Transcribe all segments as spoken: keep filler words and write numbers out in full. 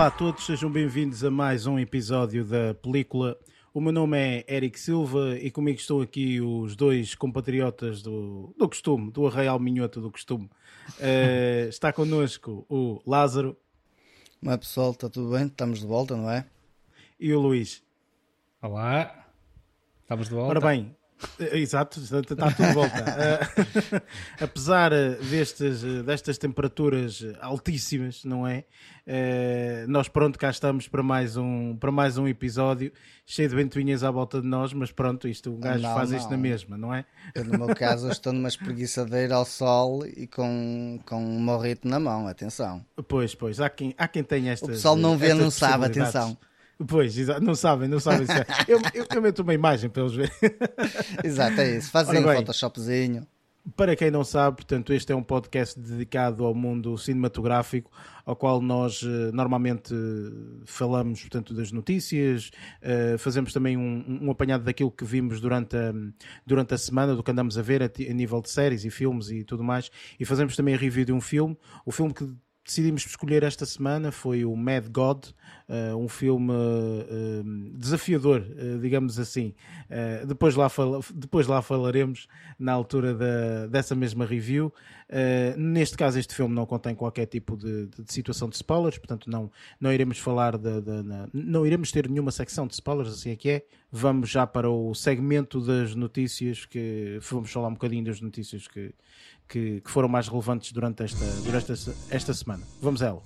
Olá a todos, sejam bem-vindos a mais um episódio da película. O meu nome é Eric Silva e comigo estão aqui os dois compatriotas do, do costume, do arraial minhoto do costume. Uh, está connosco o Lázaro. Não é, pessoal, está tudo bem? Estamos de volta, não é? E o Luís. Olá, estamos de volta. Ora bem, exato, está tudo de volta. Uh, apesar destas, destas temperaturas altíssimas, não é? Uh, nós pronto, cá estamos para mais um, para mais um episódio cheio de ventoinhas à volta de nós, mas pronto, isto um gajo não, faz não. isto na mesma, não é? Eu, no meu caso, estou numa espreguiçadeira ao sol e com, com um morrito na mão, atenção. Pois, pois, há quem, há quem tenha estas. O pessoal não vê, não sabe, possibilidades. atenção. Pois, exato, não sabem, não sabem. Se é. eu, eu, eu meto uma imagem para eles verem. Exato, é isso. Fazem um bem, photoshopzinho. Para quem não sabe, portanto, este é um podcast dedicado ao mundo cinematográfico, ao qual nós uh, normalmente uh, falamos, portanto, das notícias, uh, fazemos também um, um apanhado daquilo que vimos durante a, durante a semana, do que andamos a ver a, a nível de séries e filmes e tudo mais, e fazemos também a review de um filme. O filme que decidimos escolher esta semana foi o Mad God, uh, um filme uh, desafiador, uh, digamos assim. Uh, depois, lá fala, depois lá falaremos na altura da, dessa mesma review. Uh, neste caso, este filme não contém qualquer tipo de, de, de situação de spoilers, portanto não, não iremos falar de, de, de, não iremos ter nenhuma secção de spoilers, assim é que é. Vamos já para o segmento das notícias, que vamos falar um bocadinho das notícias que, que, que foram mais relevantes durante esta, durante esta, esta semana. Vamos a ela.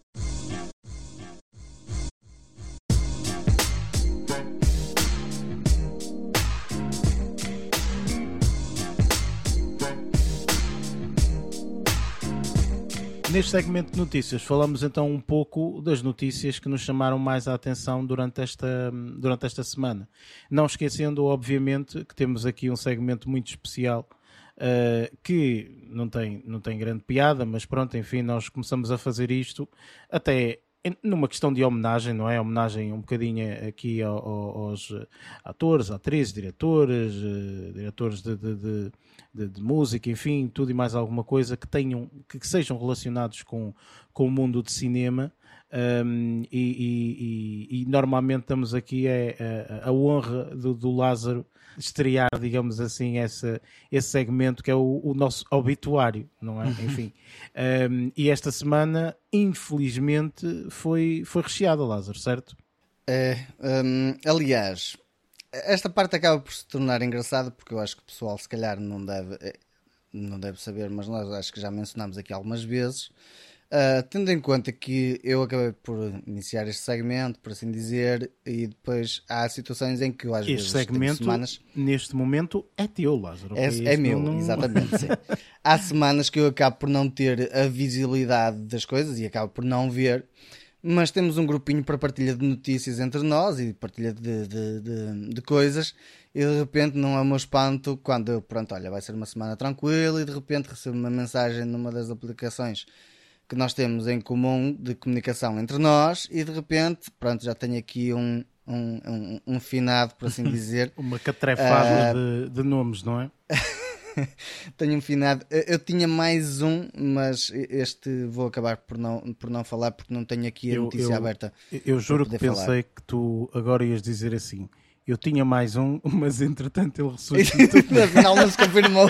Neste segmento de notícias, falamos então um pouco das notícias que nos chamaram mais a atenção durante esta, durante esta semana. Não esquecendo, obviamente, que temos aqui um segmento muito especial, uh, que não tem, não tem grande piada, mas pronto, enfim, nós começamos a fazer isto até numa questão de homenagem, não é? Homenagem um bocadinho aqui aos atores, atrizes, diretores, uh, diretores de... de, de De, de música, enfim, tudo e mais alguma coisa que tenham, que, que sejam relacionados com, com o mundo de cinema. Um, e, e, e, e normalmente estamos aqui a, a, a honra do, do Lázaro estrear, digamos assim, essa, esse segmento que é o, o nosso obituário, não é? Enfim. Um, e esta semana, infelizmente, foi, foi recheada, Lázaro, certo? É, um, aliás... Esta parte acaba por se tornar engraçada porque eu acho que o pessoal se calhar não deve, não deve saber, mas nós acho que já mencionámos aqui algumas vezes. Uh, tendo em conta que eu acabei por iniciar este segmento, por assim dizer, e depois há situações em que eu às este vezes segmento, tenho semanas... neste momento, é teu, Lázaro. É, okay? é meu, não... exatamente, sim. Há semanas que eu acabo por não ter a visibilidade das coisas e acabo por não ver... Mas temos um grupinho para partilha de notícias entre nós e partilha de, de, de, de coisas, e de repente não é o meu espanto quando eu, pronto, olha, vai ser uma semana tranquila e de repente recebo uma mensagem numa das aplicações que nós temos em comum de comunicação entre nós e de repente, pronto, já tenho aqui um, um, um, um finado, por assim dizer. Uma catrefada uh... de, de nomes, não é? Tenho um finado. Eu tinha mais um, mas este vou acabar por não, por não falar porque não tenho aqui a eu, notícia eu, aberta. Eu juro que pensei falar. que tu agora ias dizer assim: eu tinha mais um, mas entretanto ele ressuscitou. Afinal não se confirmou.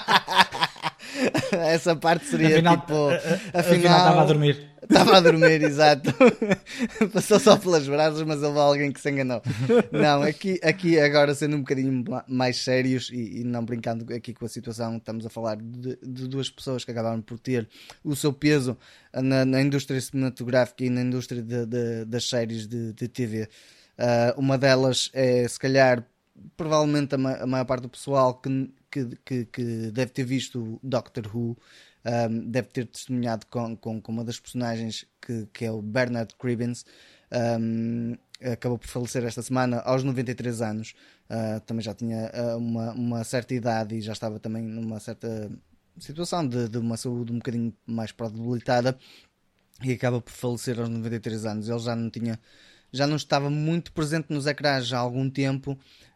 Essa parte seria afinal, tipo. Afinal estava a dormir. Estava a dormir, exato. Passou só pelas brasas, mas houve alguém que se enganou. Não, aqui, aqui agora sendo um bocadinho mais sérios e, e não brincando aqui com a situação, estamos a falar de, de duas pessoas que acabaram por ter o seu peso na, na indústria cinematográfica e na indústria de, de, das séries de, de T V. Uh, uma delas é, se calhar, provavelmente a, ma- a maior parte do pessoal que, que, que, que deve ter visto o Doctor Who. Um, deve ter testemunhado com, com, com uma das personagens que, que é o Bernard Cribbins. Um, acabou por falecer esta semana aos noventa e três anos. Uh, também já tinha uh, uma, uma certa idade e já estava também numa certa situação de, de uma saúde um bocadinho mais debilitada e acaba por falecer aos noventa e três anos. Ele já não tinha, já não estava muito presente nos ecrãs já há algum tempo.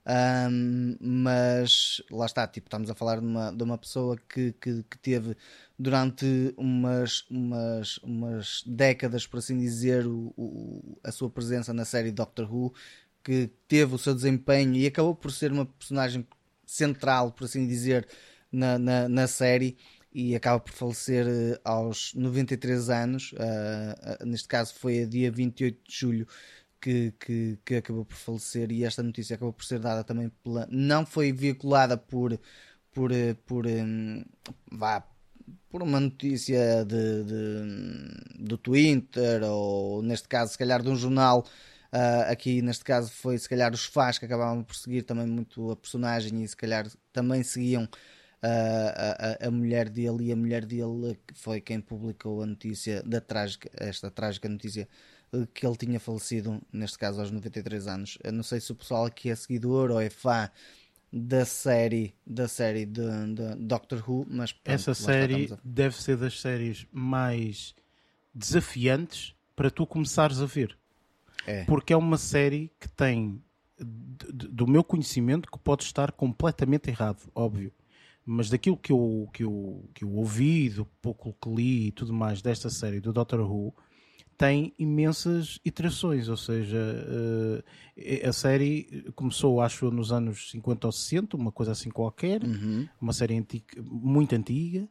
Um, mas lá está, tipo, estamos a falar de uma, de uma pessoa que, que, que teve durante umas, umas, umas décadas, por assim dizer, o, o, a sua presença na série Doctor Who, que teve o seu desempenho e acabou por ser uma personagem central, por assim dizer, na, na, na série, e acaba por falecer uh, aos noventa e três anos. Uh, uh, neste caso foi a dia vinte e oito de julho que, que, que acabou por falecer, e esta notícia acabou por ser dada também pela... não foi veiculada por por, por, um, vá, por uma notícia de, de, do Twitter, ou neste caso se calhar de um jornal. Uh, aqui neste caso foi se calhar os fãs que acabavam por seguir também muito a personagem, e se calhar também seguiam uh, a, a, a mulher dele, e a mulher dele foi quem publicou a notícia da trágica, esta trágica notícia, que ele tinha falecido, neste caso aos noventa e três anos. Eu não sei se o pessoal aqui é seguidor ou é fã da série da série de, de Doctor Who, mas pronto, essa série a... deve ser das séries mais desafiantes para tu começares a ver. É. Porque é uma série que tem, do meu conhecimento, que pode estar completamente errado, óbvio, mas daquilo que eu, que eu, que eu ouvi, do pouco que li e tudo mais desta série do Doctor Who, tem imensas iterações, ou seja, a série começou, acho, nos anos cinquenta ou sessenta, uma coisa assim qualquer, uhum. uma série antiga, muito antiga,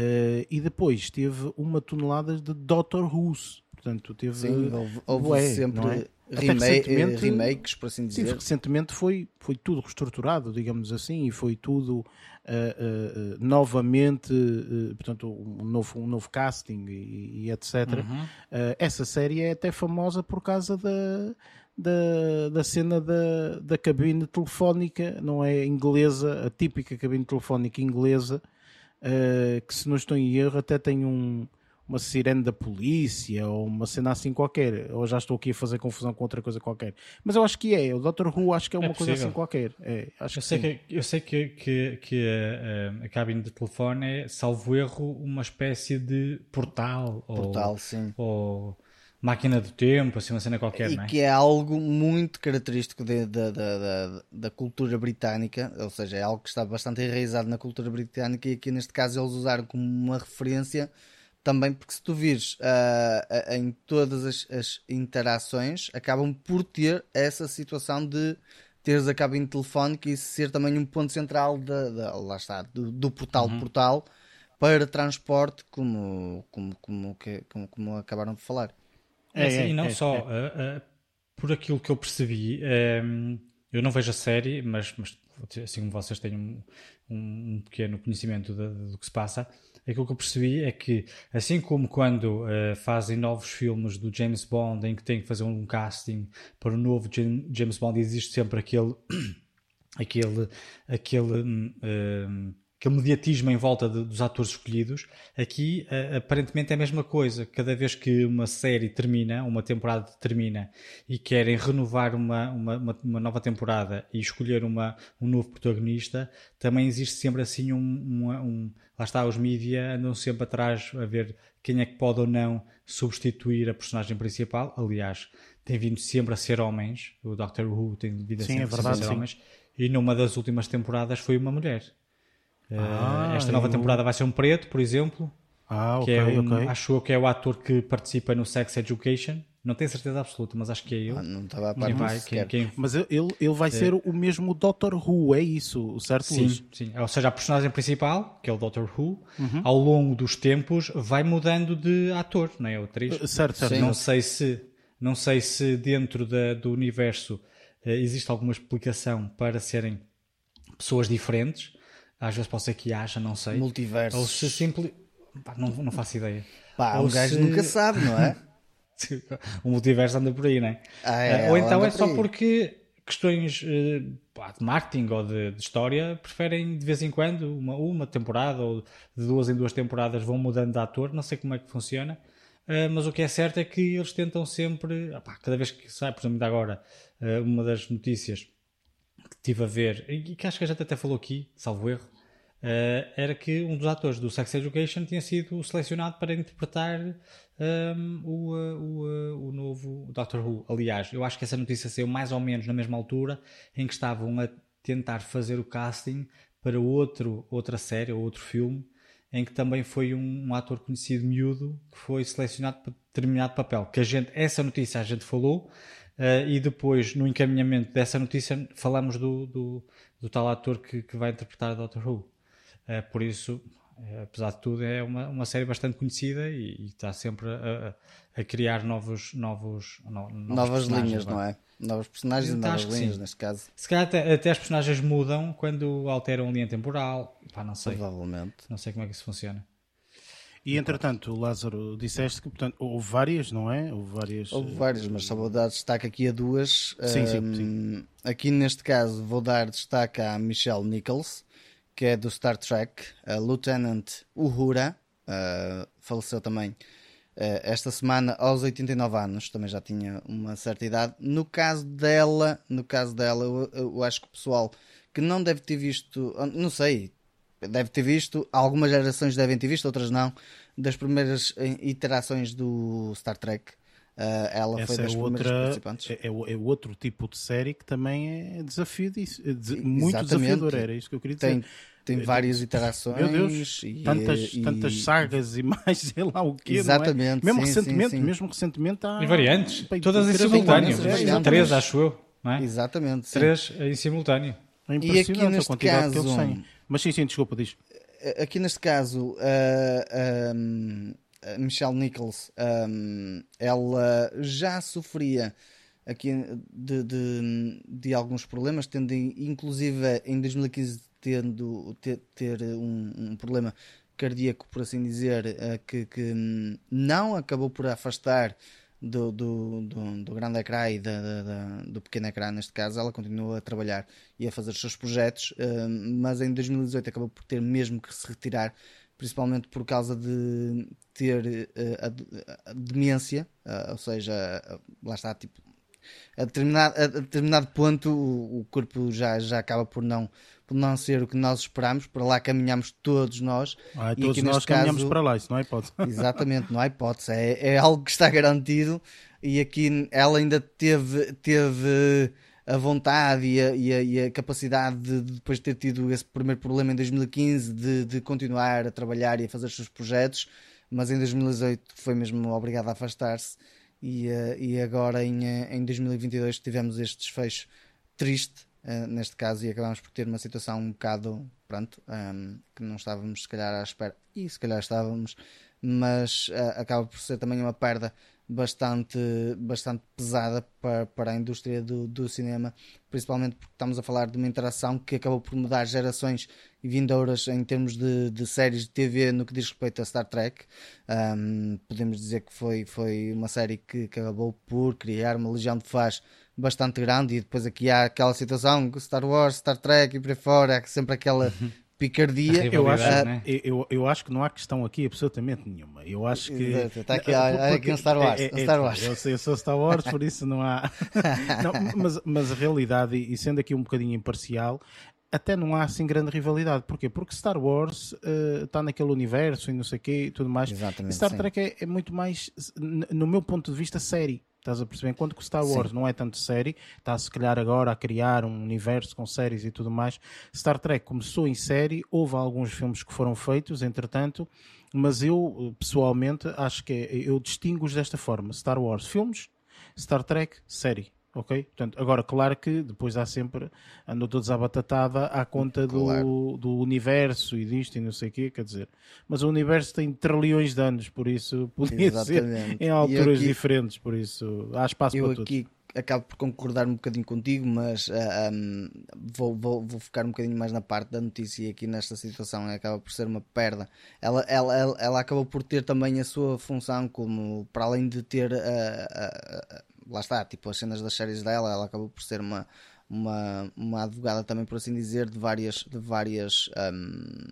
e depois teve uma tonelada de Doctor Who's. Portanto, teve... Sim, houve, houve ué, sempre é? remake, remakes, por assim dizer. Sim, recentemente foi, foi tudo reestruturado, digamos assim, e foi tudo uh, uh, novamente, uh, portanto, um novo, um novo casting e, e etcétera. Uhum. Uh, essa série é até famosa por causa da, da, da cena da, da cabine telefónica, não é, inglesa, a típica cabine telefónica inglesa, uh, que, se não estou em erro, até tem um... uma sirene da polícia ou uma cena assim qualquer, ou já estou aqui a fazer confusão com outra coisa qualquer, mas eu acho que é, o Doctor Who acho que é uma é coisa assim qualquer. É, acho eu, que sei que, eu sei que, que, que a, a cabine de telefone é, salvo erro, uma espécie de portal, portal ou, sim. ou máquina do tempo, assim, uma cena qualquer, e não é? que é algo muito característico de, de, de, de, da cultura britânica, ou seja, é algo que está bastante enraizado na cultura britânica, e aqui neste caso eles usaram como uma referência. Também porque, se tu vires uh, em todas as, as interações, acabam por ter essa situação de teres a cabine telefónica e ser também um ponto central de, de, lá está, do, do portal uhum. portal para transporte, como, como, como, que, como, como acabaram de falar. É, é, e não é, só é. Uh, uh, por aquilo que eu percebi, um, eu não vejo a série, mas, mas assim como vocês têm um, um pequeno conhecimento de, de, do que se passa, aquilo que eu percebi é que, assim como quando uh, fazem novos filmes do James Bond, em que tem que fazer um casting para o novo James Bond, existe sempre aquele aquele, aquele, um, aquele mediatismo em volta de, dos atores escolhidos. Aqui uh, aparentemente é a mesma coisa. Cada vez que uma série termina, uma temporada termina, e querem renovar uma, uma, uma, uma nova temporada e escolher uma, um novo protagonista, também existe sempre assim um, um, um lá está, os mídia andam sempre atrás a ver quem é que pode ou não substituir a personagem principal. Aliás, tem vindo sempre a ser homens. O Doctor Who tem vindo a, sim, sempre, é verdade, a ser sim. homens. E numa das últimas temporadas foi uma mulher. Ah, uh, esta nova eu... temporada vai ser um preto, por exemplo. Ah, que okay, é um, okay. Acho eu que é o ator que participa no Sex Education. Não tenho certeza absoluta, mas acho que é ele. Ah, não estava a par vai, quem, quem... Mas ele, ele vai é. ser o mesmo Doctor Who, é isso, certo? Sim, Luís? sim. Ou seja, a personagem principal, que é o Doctor Who, uhum. ao longo dos tempos vai mudando de ator, não é? Atriz. Uh, certo, certo. Não sei se, não sei se dentro da, do universo uh, existe alguma explicação para serem pessoas diferentes. Às vezes pode ser que haja, não sei. Multiverso. Ou se simples... Pá, não, não faço ideia. Pá, ou um gajo se... nunca sabe, não é? O multiverso anda por aí, não é? Ah, é ou então é só porque questões uh, pá, de marketing ou de, de história preferem de vez em quando, uma, uma temporada ou de duas em duas temporadas vão mudando de ator. Não sei como é que funciona, uh, mas o que é certo é que eles tentam sempre, opá, cada vez que sai, por exemplo, de agora, uh, uma das notícias que estive a ver, e que acho que a gente até falou aqui, salvo erro, uh, era que um dos atores do Sex Education tinha sido selecionado para interpretar um, o, o, o novo Doctor Who. Aliás, eu acho que essa notícia saiu mais ou menos na mesma altura em que estavam a tentar fazer o casting para outro, outra série ou outro filme em que também foi um, um ator conhecido miúdo que foi selecionado para determinado papel. Que a gente, essa notícia a gente falou uh, e depois no encaminhamento dessa notícia falamos do, do, do tal ator que, que vai interpretar Doctor Who. Uh, por isso, uh, apesar de tudo, é uma, uma série bastante conhecida e, e está sempre a, a, a criar novos, novos, no, novos novas linhas, não é? Novos personagens e novas linhas, sim. neste caso. Se calhar até, até as personagens mudam quando alteram a linha temporal. Pá, não sei. Provavelmente. Não sei como é que isso funciona. E entretanto, Lázaro, disseste que portanto, houve várias, não é? Houve várias. Houve várias, mas só vou dar destaque aqui a duas. Sim, sim, um, sim. Aqui neste caso vou dar destaque à Michelle Nichols, que é do Star Trek, a Lieutenant Uhura, uh, faleceu também uh, esta semana aos oitenta e nove anos, também já tinha uma certa idade. No caso dela, no caso dela, eu, eu acho que o pessoal que não deve ter visto, não sei, deve ter visto, algumas gerações devem ter visto, outras não, das primeiras iterações do Star Trek. Uh, ela Essa foi das é primeiras outra, participantes. É, é, é outro tipo de série que também é desafio disso, é des, muito Exatamente. desafiador, era isso que eu queria dizer. Tem, tem várias iterações. Meu Deus, e, tantas, e... tantas sagas e mais, sei lá o quê, Exatamente, não é? Mesmo sim, recentemente, sim, sim. mesmo recentemente há... E variantes, Bem, todas em três simultâneo. variantes, é, exatamente. Três, acho eu, não é? Exatamente, sim. Três em simultâneo. É E aqui impressionante a neste quantidade caso, que eles têm. Mas sim, sim, desculpa, diz. aqui neste caso, a, a, a Michelle Nichols, um, ela já sofria aqui de, de, de alguns problemas, tendo inclusive em dois mil e quinze tendo, ter, ter um, um problema cardíaco, por assim dizer, que, que não acabou por afastar do, do, do, do grande ecrã e da, da, da, do pequeno ecrã. Neste caso ela continuou a trabalhar e a fazer os seus projetos, mas em dois mil e dezoito acabou por ter mesmo que se retirar, principalmente por causa de ter a, a demência, ou seja, lá está, tipo, a determinado, a determinado ponto o, o corpo já, já acaba por não, por não ser o que nós esperamos. Para lá caminhamos todos nós. Ah, e todos aqui, nós caminhamos caso, para lá, isso não há hipótese. Exatamente, não há hipótese. É, é algo que está garantido. E aqui ela ainda teve, teve a vontade e a, e a, e a capacidade de, de, depois de ter tido esse primeiro problema em dois mil e quinze, de, de continuar a trabalhar e a fazer os seus projetos. Mas em dois mil e dezoito foi mesmo obrigada a afastar-se. E, uh, e agora em, uh, em dois mil e vinte e dois tivemos este desfecho triste, uh, neste caso, e acabámos por ter uma situação um bocado, pronto, um, que não estávamos se calhar à espera, e se calhar estávamos, mas uh, acaba por ser também uma perda bastante, bastante pesada para, para a indústria do, do cinema, principalmente porque estamos a falar de uma interação que acabou por mudar gerações vindouras em termos de, de séries de T V no que diz respeito a Star Trek. Um, podemos dizer que foi, foi uma série que, que acabou por criar uma legião de fãs bastante grande, e depois aqui há aquela situação Star Wars, Star Trek e por aí fora, há sempre aquela picardia. Eu acho, uh, né? eu, eu acho que não há questão aqui absolutamente nenhuma. Eu acho que está aqui, há, aqui um Star Wars, é, é, um Star Wars. Eu, sei, eu sou Star Wars, por isso não há não, mas, mas a realidade, e sendo aqui um bocadinho imparcial, até não há assim grande rivalidade. Porquê? Porque Star Wars uh, está naquele universo e não sei o quê e tudo mais. Exatamente, Star sim. Trek é, é muito mais, no meu ponto de vista, série. Estás a perceber? Enquanto que o Star Wars Sim. não é tanto série, está se calhar agora a criar um universo com séries e tudo mais. Star Trek começou em série, houve alguns filmes que foram feitos, entretanto, mas eu, pessoalmente, acho que é, eu distingo-os desta forma. Star Wars, filmes, Star Trek, série. Ok? Portanto, agora, claro que depois há sempre, andou todos à batatada à conta Claro. do, do universo e disto e não sei o quê, quer dizer, mas o universo tem trilhões de anos, por isso podia Exatamente. ser em alturas aqui, diferentes, por isso há espaço eu para todos. aqui acabo por concordar um bocadinho contigo, mas uh, um, vou, vou, vou focar um bocadinho mais na parte da notícia, e aqui nesta situação acaba por ser uma perda. Ela, ela, ela, ela acabou por ter também a sua função como, para além de ter uh, uh, uh, lá está, tipo as cenas das séries dela, ela acabou por ser uma, uma, uma advogada também, por assim dizer, de várias, de várias um,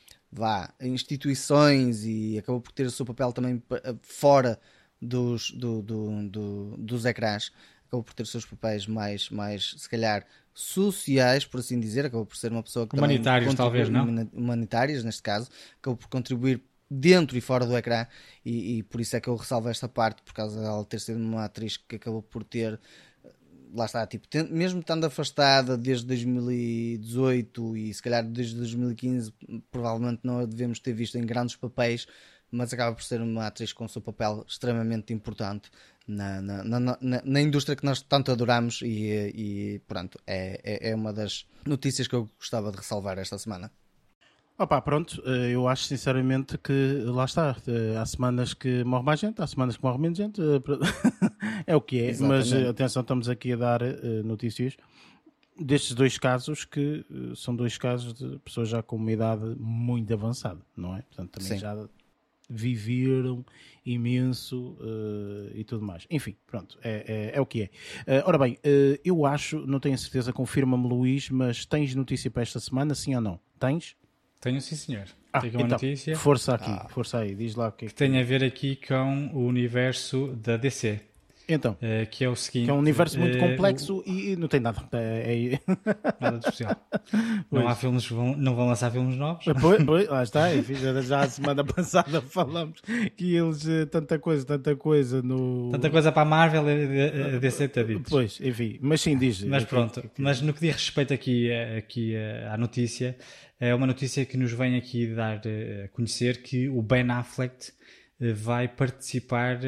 vá, instituições, e acabou por ter o seu papel também fora dos, do, do, do, dos ecrãs. acabou por ter os seus papéis mais, mais se calhar, sociais, por assim dizer, acabou por ser uma pessoa que humanitários, talvez, não? Humanitárias, neste caso, acabou por contribuir dentro e fora do ecrã, e, e por isso é que eu ressalvo esta parte, por causa dela ter sido uma atriz que acabou por ter, lá está, tipo, tem, mesmo estando afastada desde dois mil e dezoito e se calhar desde dois mil e quinze, provavelmente não a devemos ter visto em grandes papéis, mas acaba por ser uma atriz com o seu papel extremamente importante na, na, na, na, na indústria que nós tanto adoramos, e, e pronto, é, é, é uma das notícias que eu gostava de ressalvar esta semana. Opa, pronto, eu acho sinceramente que lá está, há semanas que morre mais gente, há semanas que morre menos gente, é o que é. Exatamente. Mas atenção, estamos aqui a dar notícias destes dois casos, que são dois casos de pessoas já com uma idade muito avançada, não é? Portanto, também Sim. já viveram imenso uh, e tudo mais. Enfim, pronto, é, é, é o que é. Uh, ora bem, uh, eu acho, não tenho a certeza, confirma-me Luís, mas tens notícia para esta semana, sim ou não? Tens? Tenho, sim, senhor. Ah, Tenho uma então, notícia. Força aqui, ah. força aí, diz lá o que é que, que tem a ver aqui com o universo da D C. Então, uh, que é o seguinte... Que é um universo muito uh, complexo o... e não tem nada. É, é... Nada de especial. Não há filmes, vão, não vão lançar filmes novos. Pois, pois, lá está. Enfim, já a semana passada falamos que eles, tanta coisa, tanta coisa no... Tanta coisa para a Marvel e a D C está dito. Pois, enfim, mas sim, diz. Mas pronto, que... mas no que diz respeito aqui, aqui à notícia, é uma notícia que nos vem aqui dar a conhecer que o Ben Affleck vai participar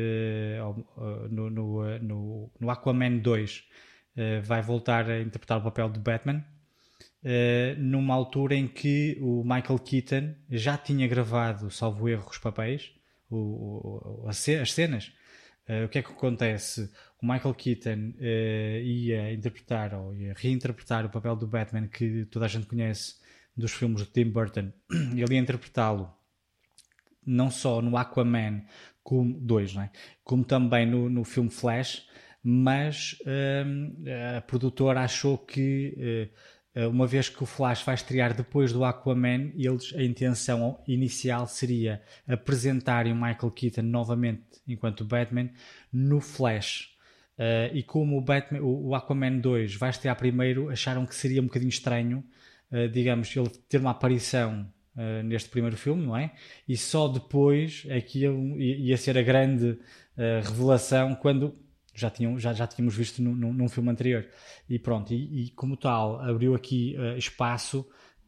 uh, no, no, no, no Aquaman dois. Uh, vai voltar a interpretar o papel de Batman, uh, numa altura em que o Michael Keaton já tinha gravado, salvo erro, os papéis, o, o, as cenas. Uh, o que é que acontece? O Michael Keaton uh, ia interpretar, ou ia reinterpretar o papel do Batman, que toda a gente conhece dos filmes de Tim Burton. Ele ia interpretá-lo não só no Aquaman como, dois, não é? Como também no, no filme Flash, mas hum, a produtora achou que, uh, uma vez que o Flash vai estrear depois do Aquaman, eles, a intenção inicial seria apresentarem o Michael Keaton novamente enquanto Batman no Flash. Uh, e como o, Batman, o, o Aquaman dois vai estrear primeiro, acharam que seria um bocadinho estranho, uh, digamos, ele ter uma aparição Uh, neste primeiro filme, não é? E só depois é que ele ia ser a grande uh, revelação, quando já, tinham, já, já tínhamos visto no, no, num filme anterior. E pronto, e, e como tal, abriu aqui uh, espaço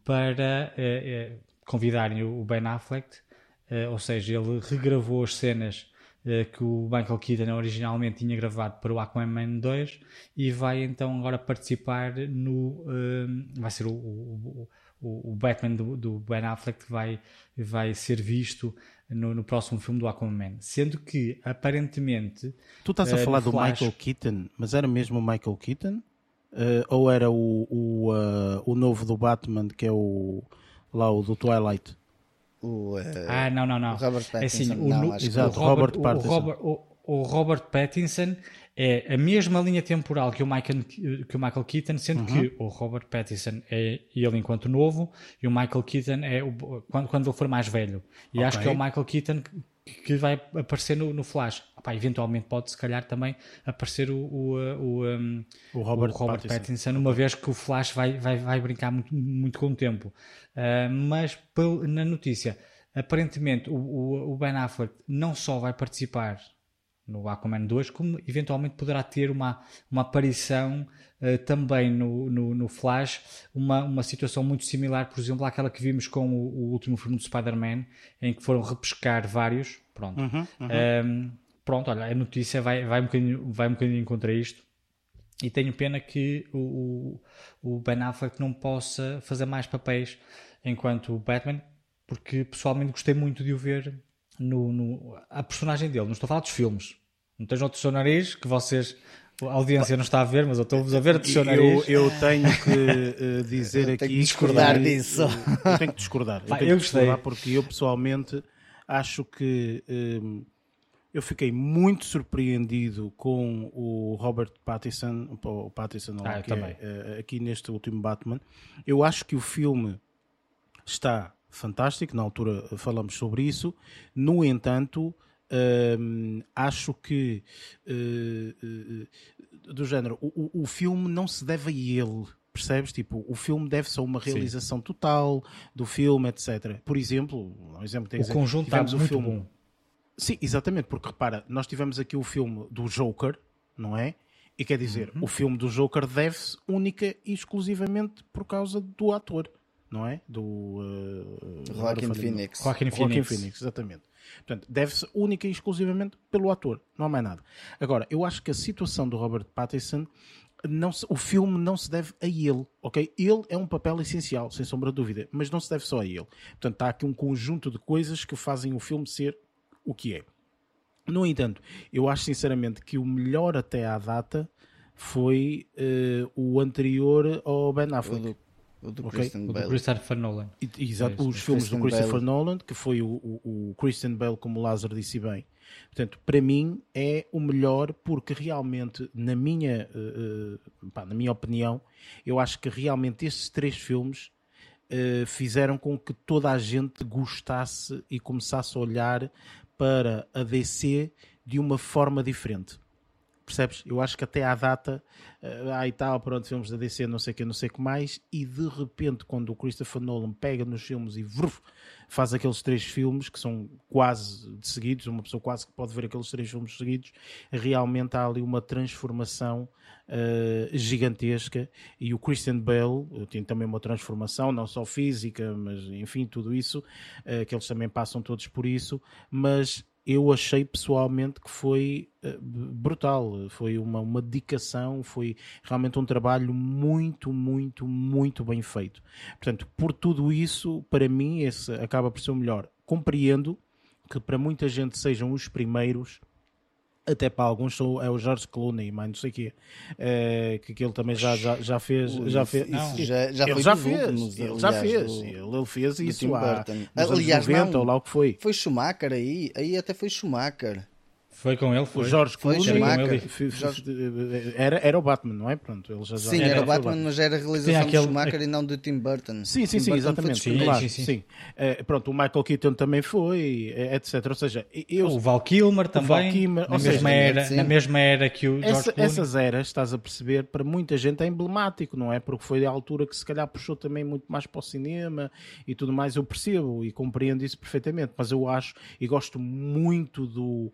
para uh, uh, convidarem o Ben Affleck, uh, ou seja, ele regravou as cenas uh, que o Michael Keaton originalmente tinha gravado para o Aquaman dois, e vai então agora participar no... Uh, vai ser o... o, o o Batman do, do Ben Affleck vai, vai ser visto no, no próximo filme do Aquaman. Sendo que, aparentemente... Tu estás a uh, falar do Flash... Michael Keaton, mas era mesmo o Michael Keaton? Uh, ou era o, o, uh, o novo do Batman, que é o lá o do Twilight? O, uh, ah, não, não, não. O Robert Pattinson. É assim, o, não, exato, o Robert, Robert, Pattinson. O Robert, o, o Robert Pattinson é a mesma linha temporal que o Michael, que o Michael Keaton, sendo uhum. que o Robert Pattinson é ele enquanto novo e o Michael Keaton é o, quando, quando ele for mais velho. E okay. acho que é o Michael Keaton que, que vai aparecer no, no Flash. Epá, eventualmente pode, se calhar, também aparecer o, o, o, um, o Robert, o Robert Pattinson, Pattinson, uma vez que o Flash vai, vai, vai brincar muito, muito com o tempo. Uh, mas na notícia, aparentemente o, o, o Ben Affleck não só vai participar no Aquaman dois, como eventualmente poderá ter uma, uma aparição uh, também no, no, no Flash, uma, uma situação muito similar, por exemplo, àquela que vimos com o, o último filme do Spider-Man, em que foram repescar vários. Pronto, uhum, uhum. Um, pronto, olha, a notícia vai, vai, um bocadinho, vai um bocadinho contra isto, e tenho pena que o, o, o Ben Affleck não possa fazer mais papéis enquanto Batman, porque pessoalmente gostei muito de o ver No, no, a personagem dele. Não estou a falar dos filmes, não tens outro seu nariz que vocês, a audiência não está a ver, mas eu estou-vos a ver o seu nariz. Eu, eu tenho que uh, dizer eu aqui tenho que discordar que, disso uh, eu tenho que discordar eu, Vai, tenho eu que discordar porque eu pessoalmente acho que um, eu fiquei muito surpreendido com o Robert Pattinson, o Pattinson ah, que também. É, uh, aqui neste último Batman. Eu acho que o filme está fantástico, na altura falamos sobre isso. No entanto, hum, acho que uh, uh, do género, o, o, o filme não se deve a ele, percebes? Tipo, o filme deve-se a uma realização Sim. total do filme, etcétera. Por exemplo, um exemplo tem o dizer, conjunto está muito filme... bom. Sim, exatamente, porque repara, nós tivemos aqui o filme do Joker, não é? E quer dizer, uhum. o filme do Joker deve-se única e exclusivamente por causa do ator, não é? Do uh, Joaquin Phoenix. Joaquin Phoenix. Joaquin Phoenix, exatamente. Portanto, deve-se única e exclusivamente pelo ator, não há mais nada. Agora, eu acho que a situação do Robert Pattinson, não se, o filme não se deve a ele, ok? Ele é um papel essencial, sem sombra de dúvida, mas não se deve só a ele. Portanto, está aqui um conjunto de coisas que fazem o filme ser o que é. No entanto, eu acho sinceramente que o melhor até à data foi uh, o anterior ao Ben Affleck. O do, o do okay? Christian Bale. O do Christopher Nolan. Exato, é os filmes Christian do Christopher Bale. Nolan, que foi o, o, o Christian Bale, como o Lázaro disse bem. Portanto, para mim é o melhor porque realmente, na minha, uh, pá, na minha opinião, eu acho que realmente estes três filmes uh, fizeram com que toda a gente gostasse e começasse a olhar para a D C de uma forma diferente. Percebes? Eu acho que até à data, uh, ah e tal, pronto, filmes da D C, não sei o que, não sei o que mais, e de repente, quando o Christopher Nolan pega nos filmes e vruf, faz aqueles três filmes, que são quase de seguidos, uma pessoa quase que pode ver aqueles três filmes seguidos, realmente há ali uma transformação uh, gigantesca, e o Christian Bale tem também uma transformação, não só física, mas enfim, tudo isso, uh, que eles também passam todos por isso, mas eu achei pessoalmente que foi uh, brutal, foi uma, uma dedicação, foi realmente um trabalho muito, muito, muito bem feito. Portanto, por tudo isso, para mim, esse acaba por ser o melhor. Compreendo que para muita gente sejam os primeiros, até para alguns são, é o George Clooney, mas não sei o quê, é, que, que ele também já, já, já fez. Ui, já fez não, já, já ele foi já dos fez, últimos, ele aliás, já fez, do, ele, ele fez isso há nos aliás, noventa, não, ou lá o que foi. Foi Schumacher aí, aí até foi Schumacher. Foi com ele, foi. O George Clooney Schumacher. George... Era, era o Batman, não é? Pronto, ele já, já sim, era, era o Batman, Batman, mas era a realização aquele... de Schumacher e não do Tim Burton. Sim, sim, Tim sim, Burton exatamente. Sim, claro, sim, sim. sim. Uh, pronto, o Michael Keaton também foi, etcétera. Ou seja, eu... o Val Kilmer também, Val Kilmer, na, mesma seja, era, na mesma era que o George Essa, Clooney. Essas eras, estás a perceber, para muita gente é emblemático, não é? Porque foi a altura que se calhar puxou também muito mais para o cinema e tudo mais. Eu percebo e compreendo isso perfeitamente, mas eu acho e gosto muito do...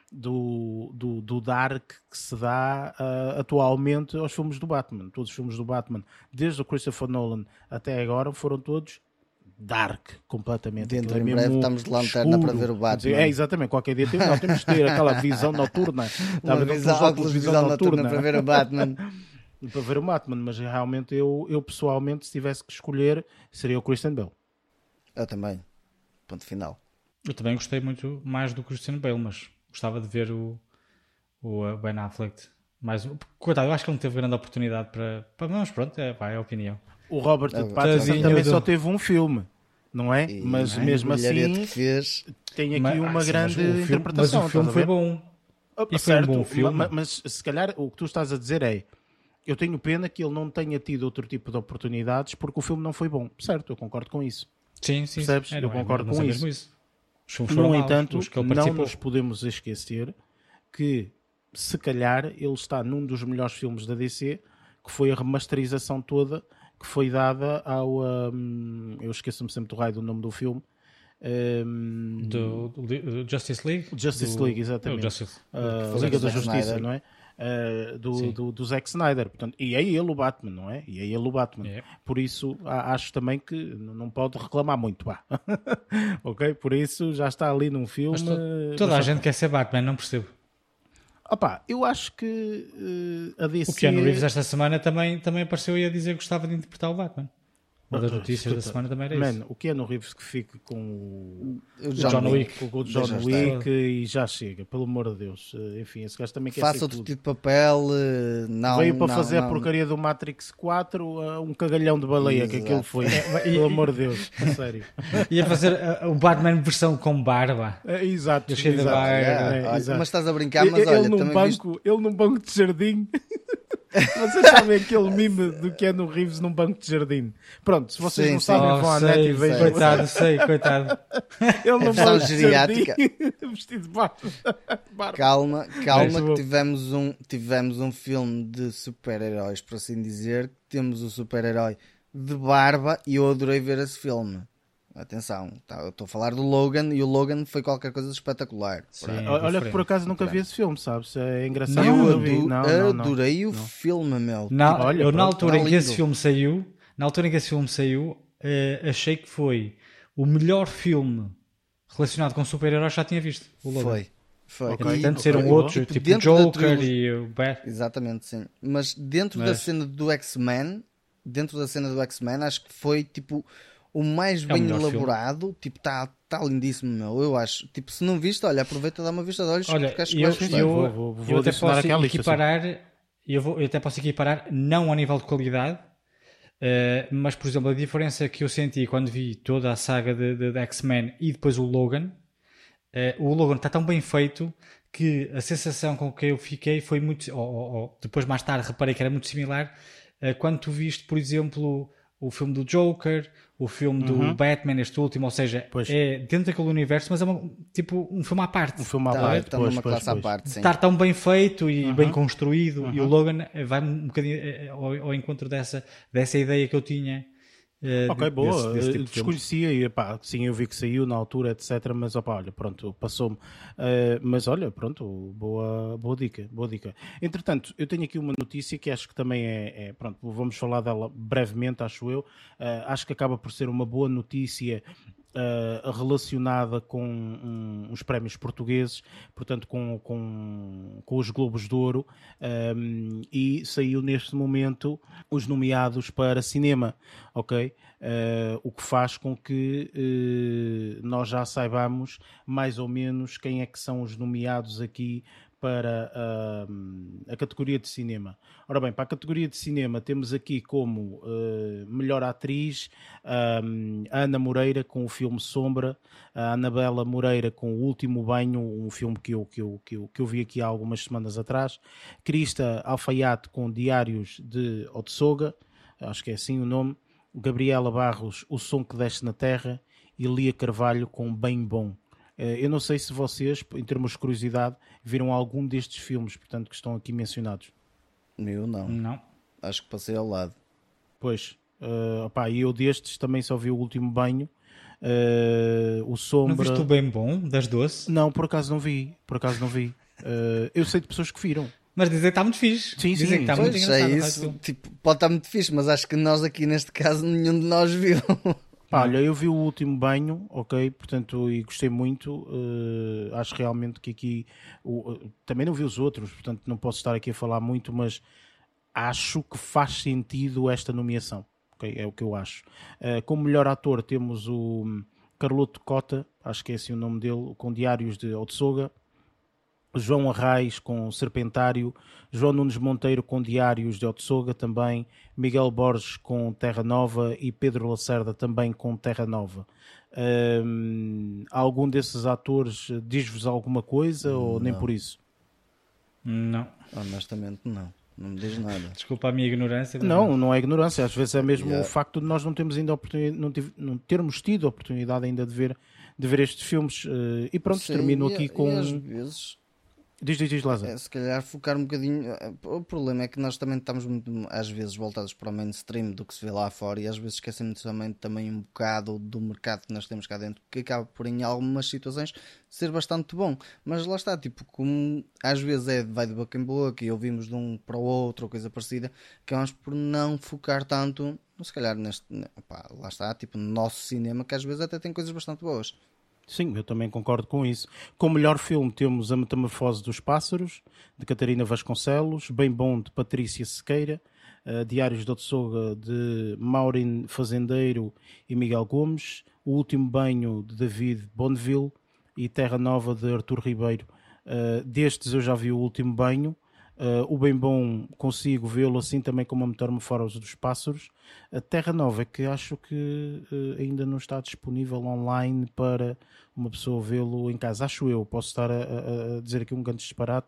Do, do, do dark que se dá uh, atualmente aos filmes do Batman. Todos os filmes do Batman, desde o Christopher Nolan até agora, foram todos dark, completamente. Dentro em breve estamos de lanterna para ver o Batman. É, exatamente, qualquer dia temos, não, temos de ter aquela visão noturna. Uma visão, óculos de visão noturna, noturna para ver o Batman. Para ver o Batman, mas realmente eu, eu pessoalmente, se tivesse que escolher, seria o Christian Bale. Eu também. Ponto final. Eu também gostei muito mais do Christian Bale, mas gostava de ver o, o Ben Affleck mais. Coitado, eu acho que ele não teve grande oportunidade para. para mas pronto, é, pá, é a opinião. O Robert é, Pattinson também do... só teve um filme, não é? E, mas não, mesmo assim fez... tem aqui mas, uma ah, sim, grande mas interpretação. Mas o filme foi bom. Oh, e certo, foi um bom filme. Mas, mas se calhar o que tu estás a dizer é: eu tenho pena que ele não tenha tido outro tipo de oportunidades porque o filme não foi bom. Certo, eu concordo com isso. Sim, sim. Percebes? É, eu concordo é, com isso. isso. No entanto, não nos podemos esquecer que, se calhar, ele está num dos melhores filmes da D C, que foi a remasterização toda que foi dada ao... Um, eu esqueço-me sempre do raio do nome do filme. Um, do, do Justice League? Justice do, League, exatamente. Justice, uh, Liga da Justiça, Snyder. Não é? Uh, do, do, do Zack Snyder. Portanto, e é ele o Batman, não é? E é ele o Batman. Yeah. Por isso, acho também que não pode reclamar muito. Pá. Ok? Por isso, já está ali num filme... To, toda a gente quer ser Batman, não percebo. Opa, eu acho que uh, a D C... O Keanu Reeves esta semana também, também apareceu e a dizer que gostava de interpretar o Batman. Uma das notícias da semana também era isso. Mano, o Keanu Reeves que fique com o, o John, John Wick, Wick, com o John Wick e já chega, pelo amor de Deus. Enfim, esse gajo também quer Faça ser outro tudo. tipo de papel, não... Veio para não, fazer não. a porcaria do Matrix quatro, um cagalhão de baleia, Exato. Que aquilo foi. É, pelo amor de Deus, a sério. Ia fazer uh, o Batman versão com barba. É, exato, exato. exato. É, é, olha, exato. Mas estás a brincar, mas ele olha... Num também banco, viste... Ele num banco de jardim... Vocês sabem aquele meme do Keanu Reeves num banco de jardim? Pronto, se vocês Sim, não sim. sabem, Oh, vão à sei, net e vejam. Coitado, sei, coitado. Ele num versão banco de jardim, geriátrica. vestido de barba. barba. Calma, calma, Mas, que tivemos um, tivemos um filme de super-heróis, por assim dizer. Temos o super-herói de barba e eu adorei ver esse filme. Atenção, tá, eu estou a falar do Logan e o Logan foi qualquer coisa de espetacular. Sim, é Olha que diferente. por acaso nunca vi esse filme, sabes? É engraçado. Eu não vi. ado- Não, não, não. adorei o Não. filme, meu. Na, Tipo, olha, eu, na pronto, altura tá em que esse lindo. filme saiu, na altura em que esse filme saiu, eh, achei que foi o melhor filme relacionado com super-heróis que já tinha visto. O Logan. Foi. Foi. Ok. Portanto, E- ser um ok, outro, tipo, tipo dentro da Joker trilogia- e o Bat. Exatamente, sim. Mas dentro da Mas- cena do X-Men, dentro da cena do X-Men, acho que foi tipo o mais É o bem melhor elaborado. Tipo, está tá lindíssimo, meu. Eu acho. Tipo, se não viste, olha, aproveita e dá uma vista de olhos. Olha, porque acho que eu, vais gostar. eu, Vou- vou- vou eu até adicionar posso aqui à lista, equiparar, eu, vou, eu até posso equiparar, não a nível de qualidade, eh, mas, por exemplo, a diferença que eu senti quando vi toda a saga de, de, de X-Men e depois o Logan, eh, o Logan está tão bem feito que a sensação com que eu fiquei foi muito. Ou, ou- ou depois, mais tarde, reparei que era muito similar eh, quando tu viste, por exemplo, o filme do Joker, o filme do Uhum. Batman, este último, ou seja, Pois. é dentro daquele universo, mas é uma- tipo um filme à parte. Um filme à Tá, parte. está pois, numa pois, classe à pois. parte, sim. Estar tão bem feito e Uhum. bem construído, e o Logan vai um bocadinho eh, ao, ao encontro dessa, dessa ideia que eu tinha. eh, Ok, de- boa. desse- desse Eh, tipo de filmes. Desconhecia e pá, sim, eu vi que saiu na altura, etcétera. Mas opá, olha, pronto, passou-me. Eh, mas olha, pronto, boa, boa dica, boa dica. Entretanto, eu tenho aqui uma notícia que acho que também é, é- pronto, vamos falar dela brevemente, acho eu. Eh, acho que acaba por ser uma boa notícia. Uh, relacionada com um, os prémios portugueses, portanto com, com, com os Globos de Ouro, um, e saiu neste momento os nomeados para cinema, ok? Uh, o que faz com que uh, nós já saibamos mais ou menos quem é que são os nomeados aqui para uh, a categoria de cinema. Ora bem, para a categoria de cinema temos aqui como uh, melhor atriz um, a Ana Moreira com o filme Sombra, a Anabela Moreira com O Último Banho, um filme que eu, que eu, que eu, que eu vi aqui há algumas semanas atrás, Crista Alfaiate com Diários de Otsoga, acho que é assim o nome, Gabriela Barros, O Som que Desce na Terra, e Lia Carvalho com Bem Bom. Eu não sei se vocês, em termos de curiosidade, viram algum destes filmes, portanto, que estão aqui mencionados. Eu não. Não. Acho que passei ao lado. Pois, uh, opá, e eu destes também só vi O Último Banho, uh, O Sombra... Não viste o Bem Bom das Doce? Não, por acaso não vi, por acaso não vi. Uh, eu sei de pessoas que viram. Mas dizem que está muito fixe. Sim, Dizem sim. que está muito Pois engraçado. é faz isso. filme. Tipo, pode estar muito fixe, mas acho que nós aqui neste caso nenhum de nós viu. Pá, olha, eu vi O Último Banho, ok, portanto, e gostei muito, uh, acho realmente que aqui, o, uh, também não vi os outros, portanto não posso estar aqui a falar muito, mas acho que faz sentido esta nomeação, ok, é o que eu acho. Uh, como melhor ator temos o Carloto Cota, acho que é assim o nome dele, com Diários de Otsoga, João Arraes com Serpentário, João Nunes Monteiro com Diários de Otsoga também, Miguel Borges com Terra Nova e Pedro Lacerda também com Terra Nova. Um, algum desses atores diz-vos alguma coisa ou nem Não. por isso? Não. Honestamente, não. Não me diz nada. Desculpa a minha ignorância. mas Não, não é ignorância, às vezes é mesmo Yeah. o facto de nós não termos ainda oportunidade, não, tive- não termos tido a oportunidade ainda de ver, de ver estes filmes. Uh, e pronto, Sim, termino e- aqui e com... às vezes, Diz, diz, diz, Lázaro. é, se calhar focar um bocadinho. O problema é que nós também estamos muito, às vezes, voltados para o mainstream do que se vê lá fora e às vezes esquecemos também, também um bocado do mercado que nós temos cá dentro, que acaba por, em algumas situações, ser bastante bom. Mas lá está, tipo, como às vezes é vai de boca em boca e ouvimos de um para o outro ou coisa parecida, acabamos por não focar tanto, se calhar, neste. Pá, lá está, tipo, no nosso cinema, que às vezes até tem coisas bastante boas. Sim, eu também concordo com isso. Como melhor filme temos A Metamorfose dos Pássaros, de Catarina Vasconcelos, Bem Bom, de Patrícia Sequeira, uh, Diários de Otsoga, de Maureen Fazendeiro e Miguel Gomes, O Último Banho, de David Bonneville e Terra Nova, de Artur Ribeiro. Uh, destes eu já vi O Último Banho. Uh, o Bem Bom consigo vê-lo assim também como A Metamorfose dos Pássaros. A Terra Nova é que acho que uh, ainda não está disponível online para uma pessoa vê-lo em casa. Acho eu, posso estar a, a, a dizer aqui um grande disparate,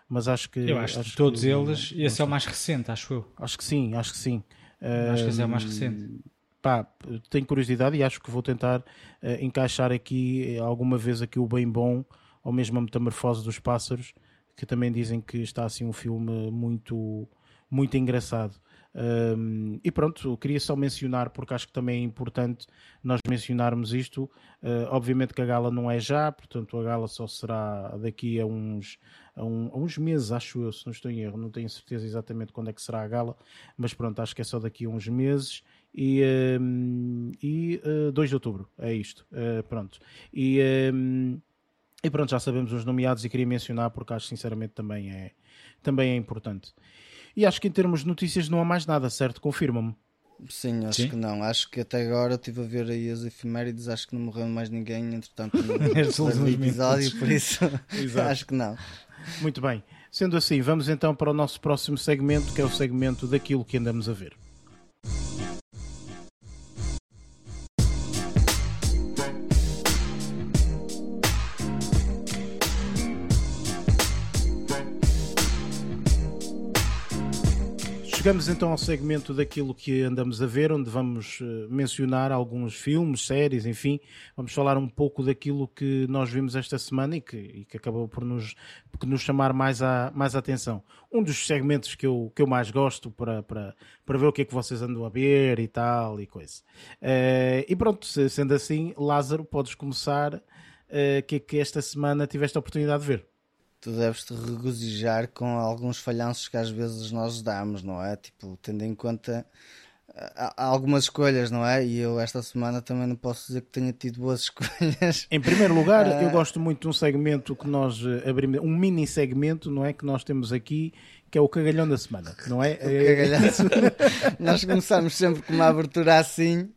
mas acho que... Eu acho, acho que de todos que, eles, não, esse não é o mais recente, acho eu. Acho que sim, acho que sim. Acho que esse é o mais Uh, recente. Pá, tenho curiosidade e acho que vou tentar uh, encaixar aqui alguma vez aqui o Bem Bom, ou mesmo a Metamorfose dos Pássaros, que também dizem que está assim um filme muito, muito engraçado. Um, e pronto, queria só mencionar, porque acho que também é importante nós mencionarmos isto. Uh, obviamente que a gala não é já, portanto a gala só será daqui a uns, a, um, a uns meses, acho eu, se não estou em erro, não tenho certeza exatamente quando é que será a gala, mas pronto, acho que é só daqui a uns meses. E, um, e uh, dois de outubro, é isto, uh, pronto. E, um, e pronto, já sabemos os nomeados e queria mencionar porque acho sinceramente também é, também é importante. E acho que em termos de notícias não há mais nada, certo? Confirma-me. Sim, acho Sim. que não. Acho que até agora eu estive a ver aí as efemérides, acho que não morreu mais ninguém, entretanto, no Estes últimos episódio, minutos. por isso acho que não. Muito bem. Sendo assim, vamos então para o nosso próximo segmento, que é o segmento daquilo que andamos a ver. Chegamos então ao segmento daquilo que andamos a ver, onde vamos uh, mencionar alguns filmes, séries, enfim, vamos falar um pouco daquilo que nós vimos esta semana e que, e que acabou por nos, por nos chamar mais a, mais a atenção. Um dos segmentos que eu, que eu mais gosto para, para, para ver o que é que vocês andam a ver e tal e coisa. Uh, e pronto, sendo assim, Lázaro, podes começar. O uh, que é que esta semana tiveste a oportunidade de ver? Tu deves te regozijar com alguns falhanços que às vezes nós damos, não é? Tipo, tendo em conta há algumas escolhas, não é? E eu esta semana também não posso dizer que tenha tido boas escolhas. Em primeiro lugar, uh... eu gosto muito de um segmento que nós abrimos, um mini segmento, não é? Que nós temos aqui, que é o cagalhão da semana, não é? O cagalhão. Nós começamos sempre com uma abertura assim.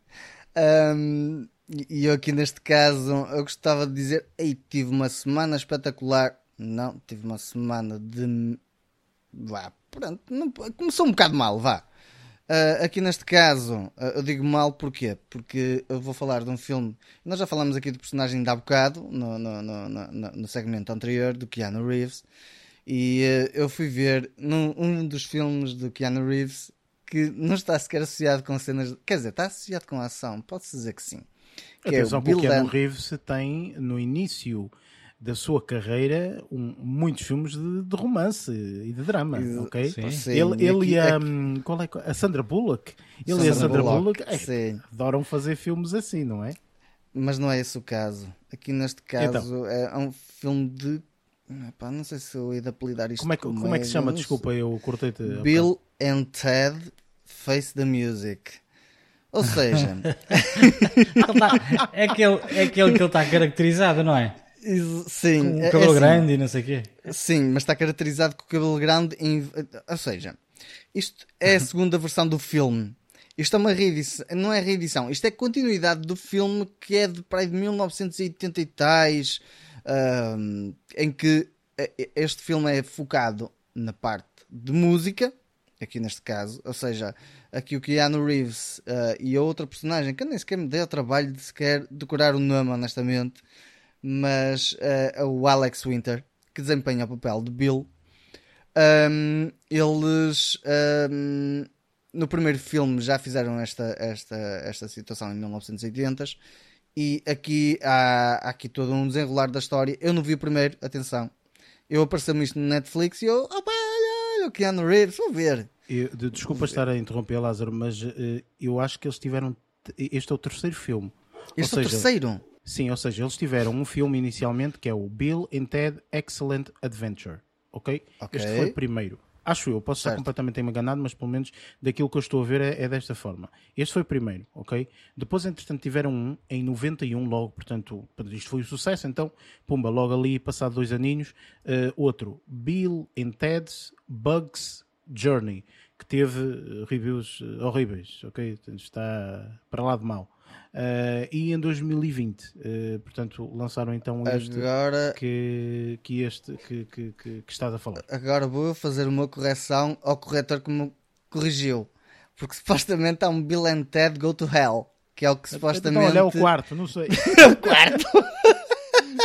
Um, e eu aqui neste caso, eu gostava de dizer, ei, tive uma semana espetacular. Não, tive uma semana de... Vá, pronto, não... começou um bocado mal, vá. Uh, aqui neste caso, uh, eu digo mal porquê? Porque eu vou falar de um filme... Nós já falamos aqui do personagem de há bocado, no, no, no, no, no segmento anterior, do Keanu Reeves. E uh, eu fui ver num, um dos filmes do Keanu Reeves que não está sequer associado com cenas... Quer dizer, está associado com a ação, pode-se dizer que sim. Que Atenção, é o que o Keanu Dan... Reeves tem, no início da sua carreira, um, muitos filmes de, de romance e de drama, Ex- ok? Sim. Sim, Ele, e ele aqui- e a, aqui- qual é, que- a Sandra Bullock, ele Sandra e a Sandra Bullock, Bullock, é, sim. adoram fazer filmes assim, não é? Mas não é esse o caso. Aqui neste caso Então. é um filme de... Epá, não sei se eu ia de apelidar isto Como é, que, de como é que se chama? comédia, não Desculpa, eu cortei-te. sei. Bill and Ted Face the Music. Ou seja, Ele tá- é, aquele, é aquele que ele está caracterizado, não é? is- sim, Com o é- é cabelo assim, grande e não sei o quê. sim, mas está caracterizado com o cabelo grande. Em... Ou seja, isto é a segunda versão do filme. Isto é uma reedição, não é reedição, isto é continuidade do filme que é de, para aí de mil novecentos e oitenta e tais, ahm, em que eh, este filme é focado na parte de música, aqui neste caso, ou seja, aqui o Keanu Reeves ah, e a outra personagem, que eu nem sequer me dei ao trabalho de sequer decorar o nome, honestamente, mas ah, o Alex Winter, que desempenha o papel de Bill. Ahm, eles ahm, no primeiro filme já fizeram esta, esta, esta situação em mil novecentos e oitenta e aqui há, há aqui todo um desenrolar da história. Eu não vi o primeiro, atenção, eu apareceu-me isto no Netflix e eu, opa, olha, olha o Keanu Reeves, vou ver. Eu, de- desculpa estar a interromper, Lázaro, mas eh, eu acho que eles tiveram. Este é o terceiro filme. Este Ou é o seja, terceiro. Sim, ou seja, eles tiveram um filme inicialmente que é o Bill and Ted Excellent Adventure, ok? Ok. Este foi o primeiro. Acho eu, posso estar Certo. completamente enganado, mas pelo menos daquilo que eu estou a ver é, é desta forma. Este foi o primeiro, ok? Depois, entretanto, tiveram um em noventa e um logo, portanto, isto foi o sucesso, então, pumba, logo ali, passado dois aninhos, eh, outro, Bill and Ted's Bugs Journey, que teve eh, reviews eh, horríveis, ok? Está para lá de mal. Uh, e em dois mil e vinte, uh, portanto, lançaram então este Agora, que, que, este, que, que, que, que estás a falar. agora vou eu fazer uma correção ao corretor que me corrigiu. Porque supostamente há um Bill and Ted Go to Hell. Que é o que supostamente... Então, olha, é o quarto, não sei. É o quarto.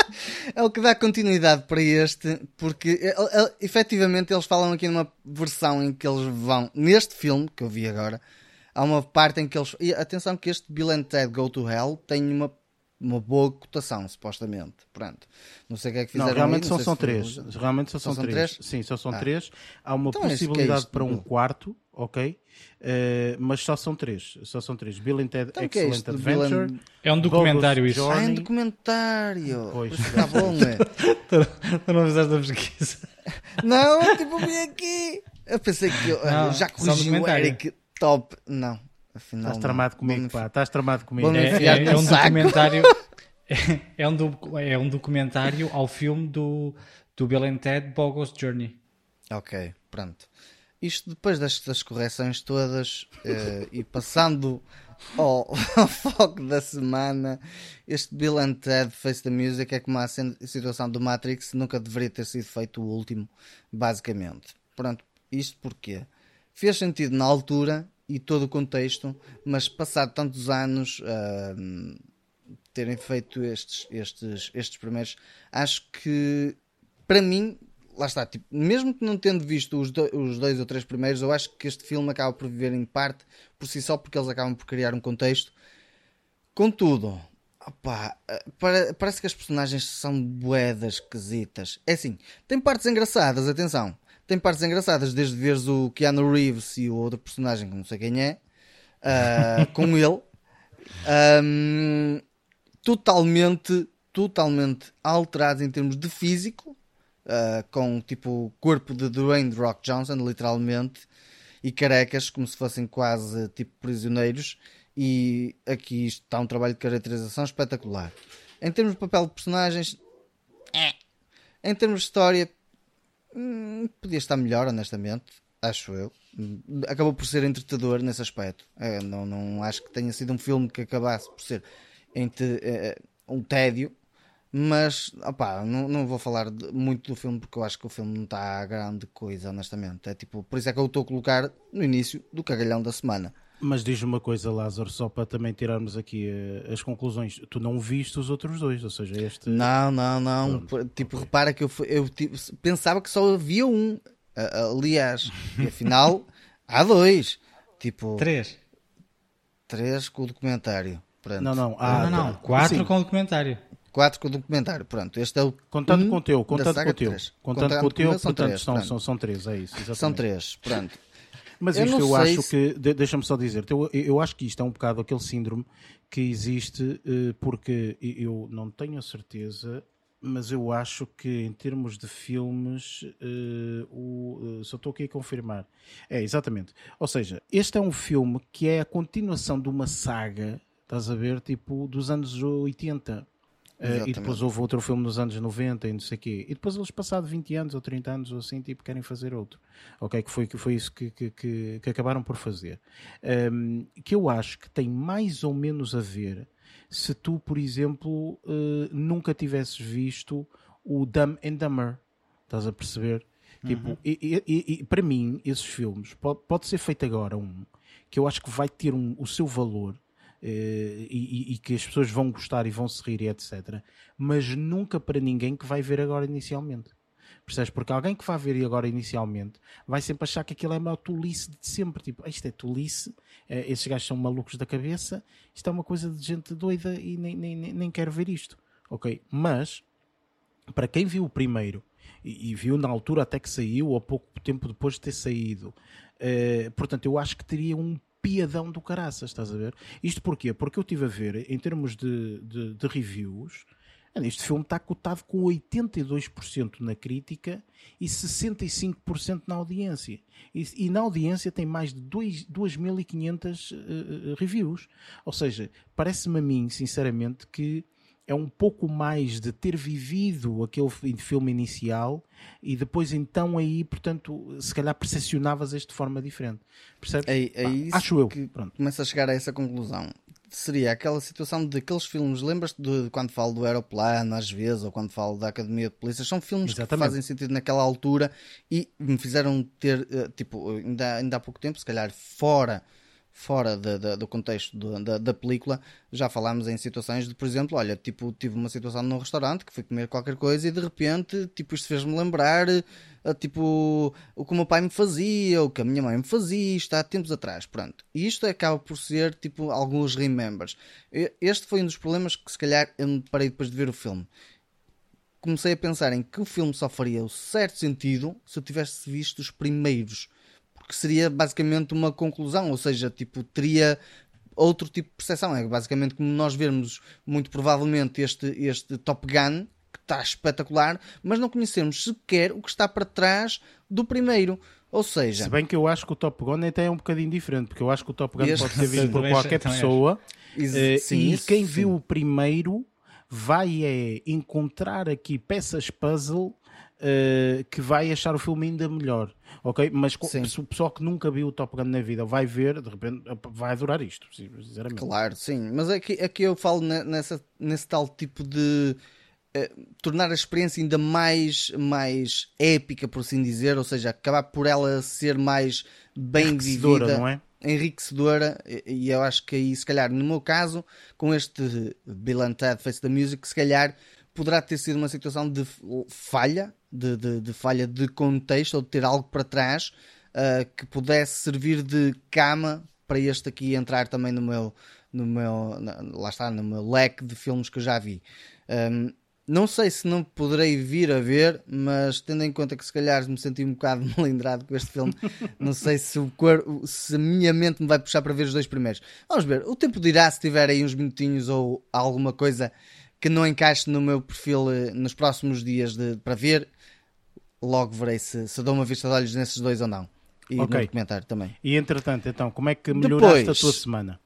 é o que dá continuidade para este, porque é, é, efetivamente eles falam aqui numa versão em que eles vão, neste filme que eu vi agora, há uma parte em que eles, e atenção que este Bill and Ted Go to Hell tem uma, uma boa cotação, supostamente, pronto, não sei o que é que fizeram. Não, realmente aí, só não são se três, foi... realmente só, só são, são três. três? Sim, só são ah. três, há uma então, possibilidade é para um quarto, ok, uh, mas só são três, só são três, Bill and Ted então, Excellent é Adventure, and... é um documentário Bogus isso. Journey. Ah, é um documentário, Pois, está bom, é. Tu não fizeste a pesquisa. Não, eu tipo vi aqui, eu pensei que eu, Não, eu já só corrigi o documentário. Eric, top, não. Afinal, Estás tramado comigo, Vamos... pá, estás tramado comigo. Vamos É, enfiar é, no é um saco. documentário. É, é, um do, é um documentário ao filme do, do Bill and Ted Bogus Journey. Ok, pronto. Isto depois destas correções todas eh, e passando ao, ao foco da semana, este Bill and Ted Face the Music é como a situação do Matrix, nunca deveria ter sido feito o último, basicamente. Pronto, isto porquê? Fez sentido na altura e todo o contexto, mas passado tantos anos uh, terem feito estes, estes, estes primeiros, acho que para mim, lá está, tipo, mesmo que não tendo visto os, do, os dois ou três primeiros, eu acho que este filme acaba por viver em parte por si só, porque eles acabam por criar um contexto. Contudo, opa, para, parece que as personagens são buedas esquisitas. É assim, tem partes engraçadas, atenção. Tem partes engraçadas, desde veres o Keanu Reeves e o outro personagem, que não sei quem é, uh, com ele, um, totalmente, totalmente alterados em termos de físico, uh, com tipo o corpo de Dwayne The Rock Johnson, literalmente, e carecas, como se fossem quase tipo prisioneiros, e aqui isto está um trabalho de caracterização espetacular. Em termos de papel de personagens, é. Em termos de história, Hum, podia estar melhor, honestamente, acho eu. Acabou por ser entretador nesse aspecto. Eu não, não acho que tenha sido um filme que acabasse por ser entre, é, um tédio, mas opá, não, não vou falar de, muito do filme, porque eu acho que o filme não está a grande coisa, honestamente. É tipo, por isso é que eu estou a colocar no início do cagalhão da semana. Mas diz-me uma coisa, Lázaro, só para também tirarmos aqui uh, as conclusões. Tu não viste os outros dois, ou seja, este... Não, não, não. Pronto, tipo, okay. Repara que eu, eu tipo, pensava que só havia um. Uh, aliás, e afinal, há dois. Tipo... Três. Três com o documentário. Pronto. Não, não. Há, não, não. Quatro sim. Com o documentário. Quatro com o documentário. Pronto, este é o... Contando um com o teu, contando com o teu. Contando, contando com o teu, são portanto, três, são, são, são três, é isso. Exatamente. São três, pronto. Mas eu isto eu acho se... que, deixa-me só dizer, eu, eu acho que isto é um bocado aquele síndrome que existe, porque eu não tenho a certeza, mas eu acho que em termos de filmes, uh, o, uh, só estou aqui a confirmar. É, exatamente. Ou seja, este é um filme que é a continuação de uma saga, estás a ver, tipo, dos anos oitenta. Uh, e depois houve outro filme nos anos noventa e não sei o quê. E depois eles, passados vinte anos ou trinta anos ou assim, tipo, querem fazer outro. Ok? Que foi, que foi isso que, que, que, que acabaram por fazer. Um, que eu acho que tem mais ou menos a ver se tu, por exemplo, uh, nunca tivesses visto o Dumb and Dumber. Estás a perceber? Uhum. Tipo, e, e, e para mim, esses filmes, pode, pode ser feito agora um, que eu acho que vai ter um, o seu valor. Uh, e, e que as pessoas vão gostar e vão se rir e etcétera. Mas nunca para ninguém que vai ver agora inicialmente. Percebes? Porque alguém que vai ver agora inicialmente vai sempre achar que aquilo é a maior tolice de sempre. Tipo, isto é tolice, uh, esses gajos são malucos da cabeça, isto é uma coisa de gente doida e nem, nem, nem quero ver isto. Ok? Mas, para quem viu o primeiro e, e viu na altura até que saiu, ou pouco tempo depois de ter saído, uh, portanto, eu acho que teria um piadão do caraças, estás a ver? Isto porquê? Porque eu estive a ver, em termos de, de, de reviews, este filme está cotado com oitenta e dois por cento na crítica e sessenta e cinco por cento na audiência. E, e na audiência tem mais de dois mil e quinhentos uh, reviews. Ou seja, parece-me a mim, sinceramente, que é um pouco mais de ter vivido aquele filme inicial e depois então aí, portanto, se calhar percepcionavas este de forma diferente. Percebes? É, é isso ah, acho eu. Que Pronto. Começa a chegar a essa conclusão. Seria aquela situação de aqueles filmes, lembras-te de quando falo do Aeroplano às vezes, ou quando falo da Academia de Polícia, são filmes Exatamente. Que fazem sentido naquela altura e me fizeram ter, tipo, ainda, ainda há pouco tempo, se calhar fora fora de, de, do contexto do, da, da película. Já falámos em situações de, por exemplo, olha, tipo, tive uma situação num restaurante que fui comer qualquer coisa e de repente, tipo, isto fez-me lembrar, uh, tipo, o que o meu pai me fazia, o que a minha mãe me fazia, isto há tempos atrás, pronto. E isto acaba por ser, tipo, alguns remembers. Este foi um dos problemas que, se calhar, eu me parei depois de ver o filme. Comecei a pensar em que o filme só faria o certo sentido se eu tivesse visto os primeiros. Porque seria basicamente uma conclusão, ou seja, tipo, teria outro tipo de percepção. É basicamente como nós vermos, muito provavelmente, este, este Top Gun, que está espetacular, mas não conhecermos sequer o que está para trás do primeiro. Ou seja... Se bem que eu acho que o Top Gun até é um bocadinho diferente, porque eu acho que o Top Gun este... pode ser visto por qualquer pessoa, uh, sim, e quem sim. viu o primeiro vai é, encontrar aqui peças puzzle uh, que vai achar o filme ainda melhor. Ok? Mas sim. se o pessoal que nunca viu o Top Gun na vida vai ver, de repente vai adorar isto, sinceramente. Claro, sim. Mas aqui, aqui eu falo nessa, nesse tal tipo de uh, tornar a experiência ainda mais, mais épica, por assim dizer, ou seja, acabar por ela ser mais bem vivida, não é? Enriquecedora, e eu acho que aí, se calhar, no meu caso, com este Bill and Ted Face the Music, se calhar poderá ter sido uma situação de falha, de, de, de falha de contexto, ou de ter algo para trás uh, que pudesse servir de cama para este aqui entrar também no meu, no meu, lá está, no meu leque de filmes que eu já vi. Um, Não sei se não poderei vir a ver, mas tendo em conta que se calhar me senti um bocado melindrado com este filme, não sei se, o cor... se a minha mente me vai puxar para ver os dois primeiros. Vamos ver, o tempo dirá se tiver aí uns minutinhos ou alguma coisa que não encaixe no meu perfil nos próximos dias de... para ver, logo verei se, se dou uma vista de olhos nesses dois ou não. E okay. no comentário também. E entretanto, então, como é que melhoraste Depois... a tua semana?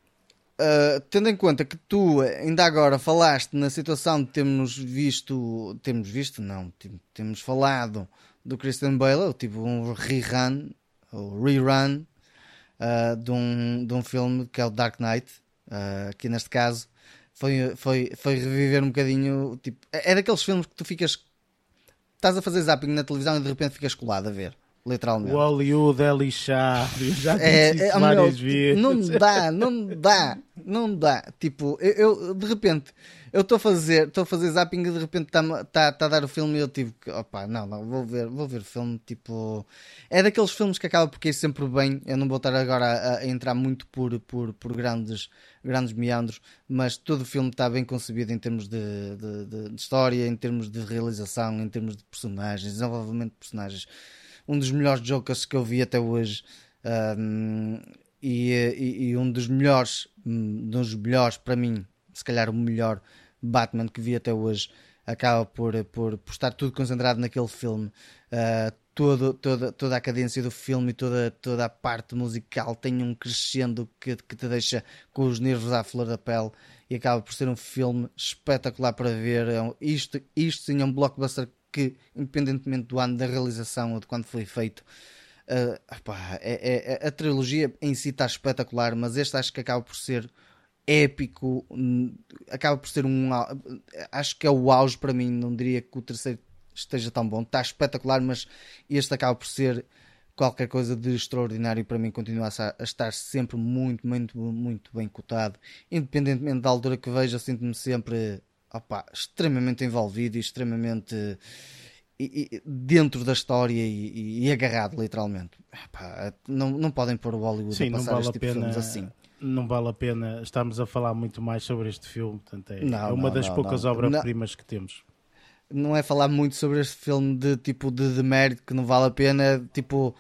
Uh, tendo em conta que tu ainda agora falaste na situação de termos visto, temos visto, não, temos falado do Christian Bale, eu tive um rerun, ou rerun, uh, de, um, de um filme que é o Dark Knight, uh, que neste caso foi, foi, foi reviver um bocadinho, tipo, é daqueles filmes que tu ficas, estás a fazer zapping na televisão e de repente ficas colado a ver. Literalmente. O Hollywood é lixado. Já é, disse é, isso várias meu, vezes. Não dá, não dá, não dá. Tipo, eu, eu de repente eu estou a fazer, estou a fazer zapping e de repente está tá, tá a dar o filme e eu tive que, opa, não, não, vou ver, vou ver o filme. Tipo, é daqueles filmes que acaba por cair sempre bem. Eu não vou estar agora a, a entrar muito por, por, por grandes, grandes meandros, mas todo o filme está bem concebido em termos de, de, de, de história, em termos de realização, em termos de personagens, desenvolvimento de personagens. Um dos melhores Jokers que eu vi até hoje, um, e, e, e um dos melhores, um dos melhores para mim, se calhar o melhor Batman que vi até hoje, acaba por, por, por estar tudo concentrado naquele filme. Uh, todo, toda, toda a cadência do filme e toda, toda a parte musical tem um crescendo que, que te deixa com os nervos à flor da pele e acaba por ser um filme espetacular para ver. Isto, isto sim é um blockbuster que, independentemente do ano da realização ou de quando foi feito, uh, opá, é, é, a trilogia em si está espetacular, mas este acho que acaba por ser épico, acaba por ser um, acho que é o auge para mim. Não diria que o terceiro esteja tão bom, está espetacular, mas este acaba por ser qualquer coisa de extraordinário. Para mim continua a estar sempre muito, muito, muito bem cotado, independentemente da altura que veja. Sinto-me sempre opa, extremamente envolvido e extremamente e, e, dentro da história e, e agarrado literalmente. Opa, não, não podem pôr o Hollywood Sim, a passar vale este tipo pena, de filmes assim. Não vale a pena estarmos a falar muito mais sobre este filme. Portanto, é, não, é uma não, das não, poucas obras-primas que temos. Não é falar muito sobre este filme de tipo de, de mérito que não vale a pena, tipo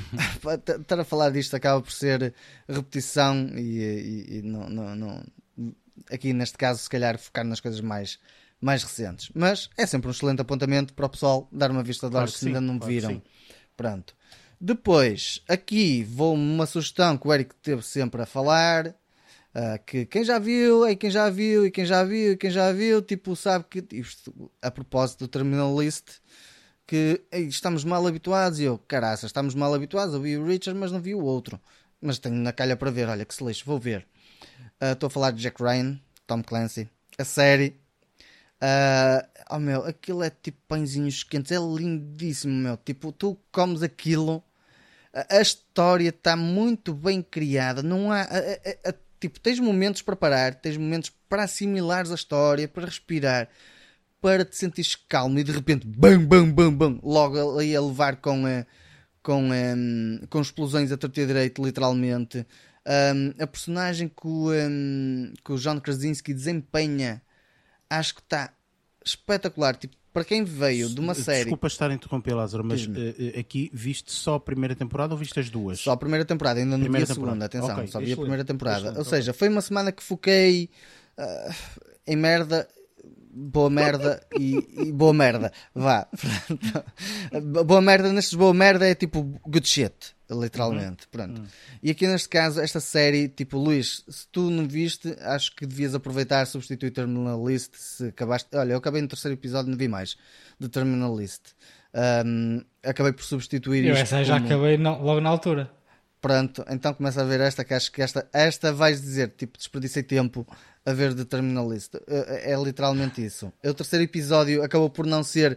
estar a falar disto acaba por ser repetição e, e, e não, não, não, aqui neste caso se calhar focar nas coisas mais, mais recentes, mas é sempre um excelente apontamento para o pessoal dar uma vista de olhos claro se ainda não claro viram. Pronto. Depois, aqui vou uma sugestão que o Eric teve sempre a falar. Uh, que quem já viu, e quem já viu, e quem já viu, e quem já viu, tipo, sabe que isto, a propósito do Terminal List, que ei, estamos mal habituados, e eu, caraças, estamos mal habituados, eu vi o Richard, mas não vi o outro, mas tenho na calha para ver, olha que se lixo, vou ver. Estou uh, a falar de Jack Ryan, Tom Clancy, a série. Uh, oh meu, aquilo é tipo pãezinhos quentes, é lindíssimo, meu, tipo, tu comes aquilo. A, a história está muito bem criada. Não há... A, a, a, tipo, tens momentos para parar, tens momentos para assimilares a história, para respirar, para te sentires calmo e de repente, bam, bam, bam, bam, logo ali a levar com, a, com, a, com explosões a torto e a direito, literalmente. Um, a personagem que o, um, que o John Krasinski desempenha, acho que está espetacular. Tipo, para quem veio de uma série... Desculpa estar a interromper, Lázaro, mas uh, aqui viste só a primeira temporada ou viste as duas? Só a primeira temporada, ainda não vi a segunda, atenção, okay. Só vi a primeira temporada. Ou seja, foi uma semana que foquei uh, em merda... Boa merda e, e boa merda. Vá. Boa merda, nestes boa merda é tipo good shit, literalmente. Uhum. Pronto. Uhum. E aqui neste caso, esta série, tipo, Luís, se tu não viste, acho que devias aproveitar, substituir Terminal List. Se acabaste. Olha, eu acabei no terceiro episódio, não vi mais de Terminal List. Um, acabei por substituir eu isto. Essa já como... acabei no, logo na altura. Pronto, então começa a ver esta, que acho que esta, esta vais dizer, tipo, desperdicei tempo a ver The Terminal List. É, é literalmente isso. O terceiro episódio acabou por não ser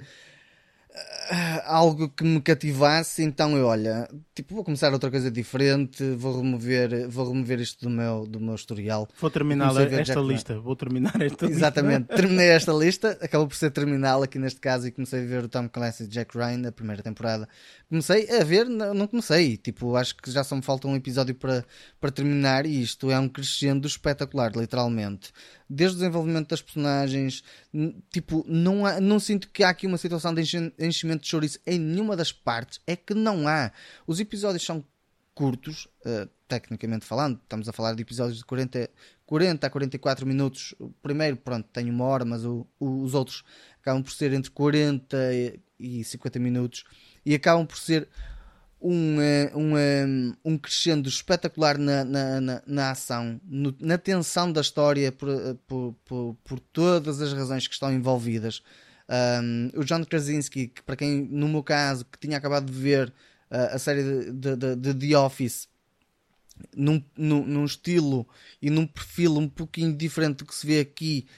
uh, algo que me cativasse, então eu, olha, tipo, vou começar outra coisa diferente, vou remover, vou remover isto do meu, do meu historial. Vou terminar esta Jack lista, Man. Vou terminar esta Exatamente. lista. Exatamente, terminei esta lista, acabou por ser terminal aqui neste caso e comecei a ver o Tom Clancy e Jack Ryan, a primeira temporada. Comecei a ver, não comecei, tipo, acho que já só me falta um episódio para, para terminar e isto é um crescendo espetacular, literalmente. Desde o desenvolvimento das personagens, tipo, não, há, não sinto que há aqui uma situação de enchimento de chouriço em nenhuma das partes, é que não há. Os episódios são curtos, uh, tecnicamente falando, estamos a falar de episódios de quarenta, quarenta a quarenta e quatro minutos. O primeiro, pronto, tem uma hora, mas o, o, os outros acabam por ser entre quarenta e cinquenta minutos e acabam por ser um, um, um crescendo espetacular na, na, na, na ação, no, na tensão da história por, por, por, por todas as razões que estão envolvidas. Um, o John Krasinski, que para quem, no meu caso, que tinha acabado de ver uh, a série de, de, de, de The Office, num, num, num estilo e num perfil um pouquinho diferente do que se vê aqui,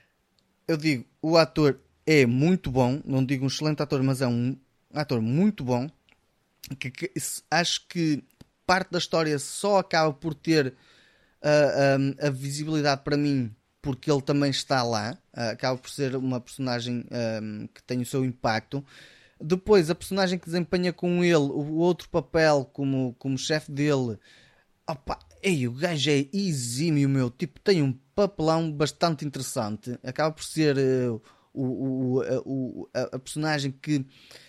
eu digo, o ator é muito bom, não digo um excelente ator, mas é um ator muito bom, que, que acho que parte da história só acaba por ter uh, um, a visibilidade para mim porque ele também está lá, uh, acaba por ser uma personagem um, que tem o seu impacto. Depois a personagem que desempenha com ele o outro papel como, como chefe dele, opa, ei, o gajo é exímio, meu, tipo, tem um papelão bastante interessante, acaba por ser uh, o, o, o, a, a personagem que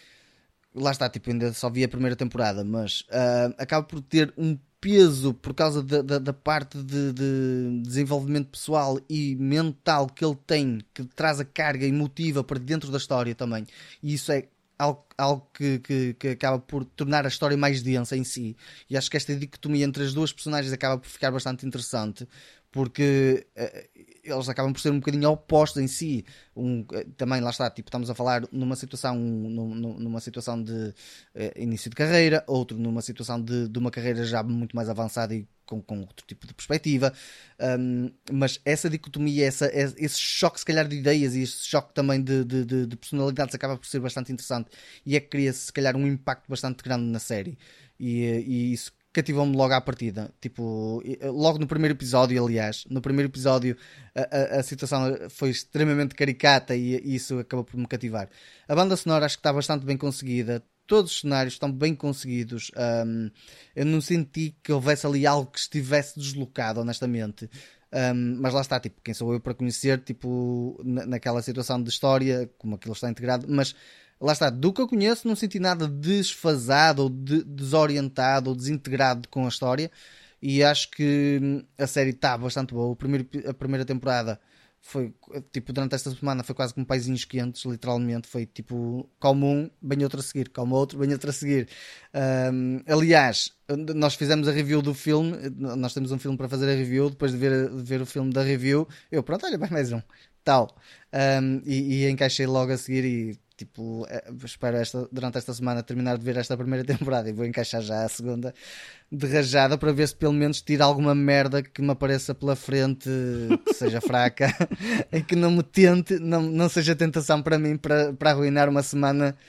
lá está, tipo, ainda só vi a primeira temporada, mas uh, acaba por ter um peso por causa da, da, da parte de, de desenvolvimento pessoal e mental que ele tem, que traz a carga emotiva para dentro da história também, e isso é algo, algo que, que, que acaba por tornar a história mais densa em si, e acho que esta dicotomia entre as duas personagens acaba por ficar bastante interessante, porque uh, eles acabam por ser um bocadinho opostos em si. Um, também lá está, tipo, estamos a falar numa situação, num, numa situação de uh, início de carreira, outro numa situação de, de uma carreira já muito mais avançada e com, com outro tipo de perspectiva, um, mas essa dicotomia, essa, esse choque se calhar de ideias e esse choque também de, de, de, de personalidades acaba por ser bastante interessante, e é que cria-se se calhar um impacto bastante grande na série, e, e isso cativou-me logo à partida, tipo, logo no primeiro episódio, aliás, no primeiro episódio a, a, a situação foi extremamente caricata e, e isso acabou por me cativar. A banda sonora acho que está bastante bem conseguida, todos os cenários estão bem conseguidos, um, eu não senti que houvesse ali algo que estivesse deslocado, honestamente. Um, mas lá está, tipo, quem sou eu para conhecer, tipo, na, naquela situação de história, como aquilo está integrado, mas lá está, do que eu conheço não senti nada desfasado ou de, desorientado ou desintegrado com a história, e acho que a série está bastante boa. O primeiro, a primeira temporada foi, tipo, durante esta semana foi quase como paizinhos quentes, literalmente, foi tipo, calma um, vem outro a seguir, calma outro, vem outro a seguir. Um, aliás, nós fizemos a review do filme, nós temos um filme para fazer a review, depois de ver, de ver o filme da review, eu, pronto, olha, vai mais um, tal, um, e, e encaixei logo a seguir e tipo, espero esta, durante esta semana terminar de ver esta primeira temporada e vou encaixar já a segunda de rajada para ver se pelo menos tira alguma merda que me apareça pela frente que seja fraca e que não me tente, não, não seja tentação para mim para, para arruinar uma semana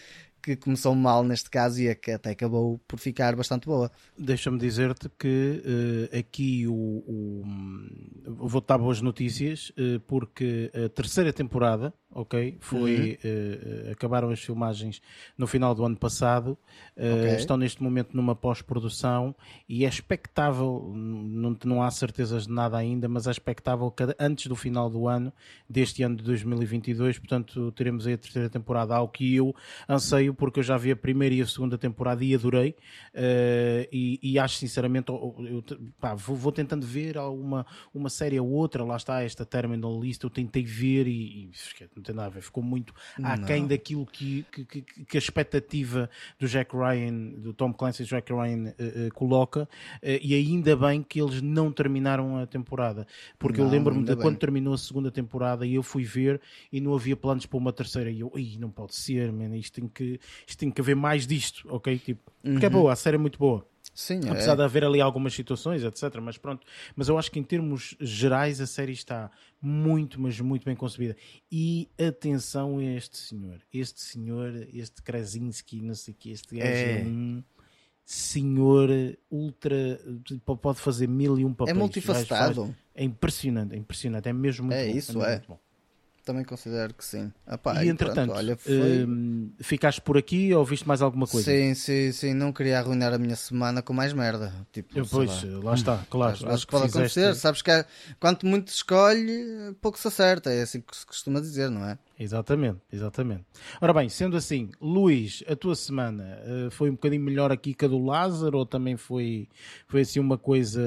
que começou mal neste caso e que até acabou por ficar bastante boa. Deixa-me dizer-te que uh, aqui o, o vou dar boas notícias, uh, porque a terceira temporada, ok, foi uhum. uh, acabaram as filmagens no final do ano passado, uh, okay. estão neste momento numa pós-produção e é expectável, não, não há certezas de nada ainda, mas é expectável que antes do final do ano, deste ano de dois mil e vinte e dois, portanto teremos aí a terceira temporada, ao que eu anseio, porque eu já vi a primeira e a segunda temporada e adorei, uh, e, e acho sinceramente, eu, eu, pá, vou, vou tentando ver uma, uma série ou outra, lá está esta Terminal List, eu tentei ver e, e não tem nada a ver, ficou muito aquém daquilo que, que, que, que a expectativa do Jack Ryan, do Tom Clancy e Jack Ryan uh, uh, coloca, uh, e ainda bem que eles não terminaram a temporada, porque não, eu lembro-me de bem. Quando terminou a segunda temporada e eu fui ver e não havia planos para uma terceira e eu, não pode ser, man, isto, tem que, isto tem que haver mais disto, ok? Tipo, porque uhum. é boa, a série é muito boa. Sim, apesar é. de haver ali algumas situações, etcétera. Mas pronto, mas eu acho que em termos gerais a série está muito, mas muito bem concebida. E atenção a este senhor, este senhor, este Krasinski, não sei o que, este gajo é um senhor ultra, pode fazer mil e um papéis. É multifacetado. Faz, é impressionante, é impressionante, é mesmo muito é bom. Isso, é, é. muito bom. Também considero que sim. Epá, e entretanto, pronto, olha, foi... hum, ficaste por aqui ou viste mais alguma coisa? Sim, sim, sim. Não queria arruinar a minha semana com mais merda. Tipo, eu, pois, lá. lá está, claro. Acho, acho que pode fizeste... acontecer. Sabes que é, quanto muito se escolhe, pouco se acerta. É assim que se costuma dizer, não é? Exatamente, exatamente. Ora bem, sendo assim, Luís, a tua semana uh, foi um bocadinho melhor aqui que a do Lázaro ou também foi, foi assim uma coisa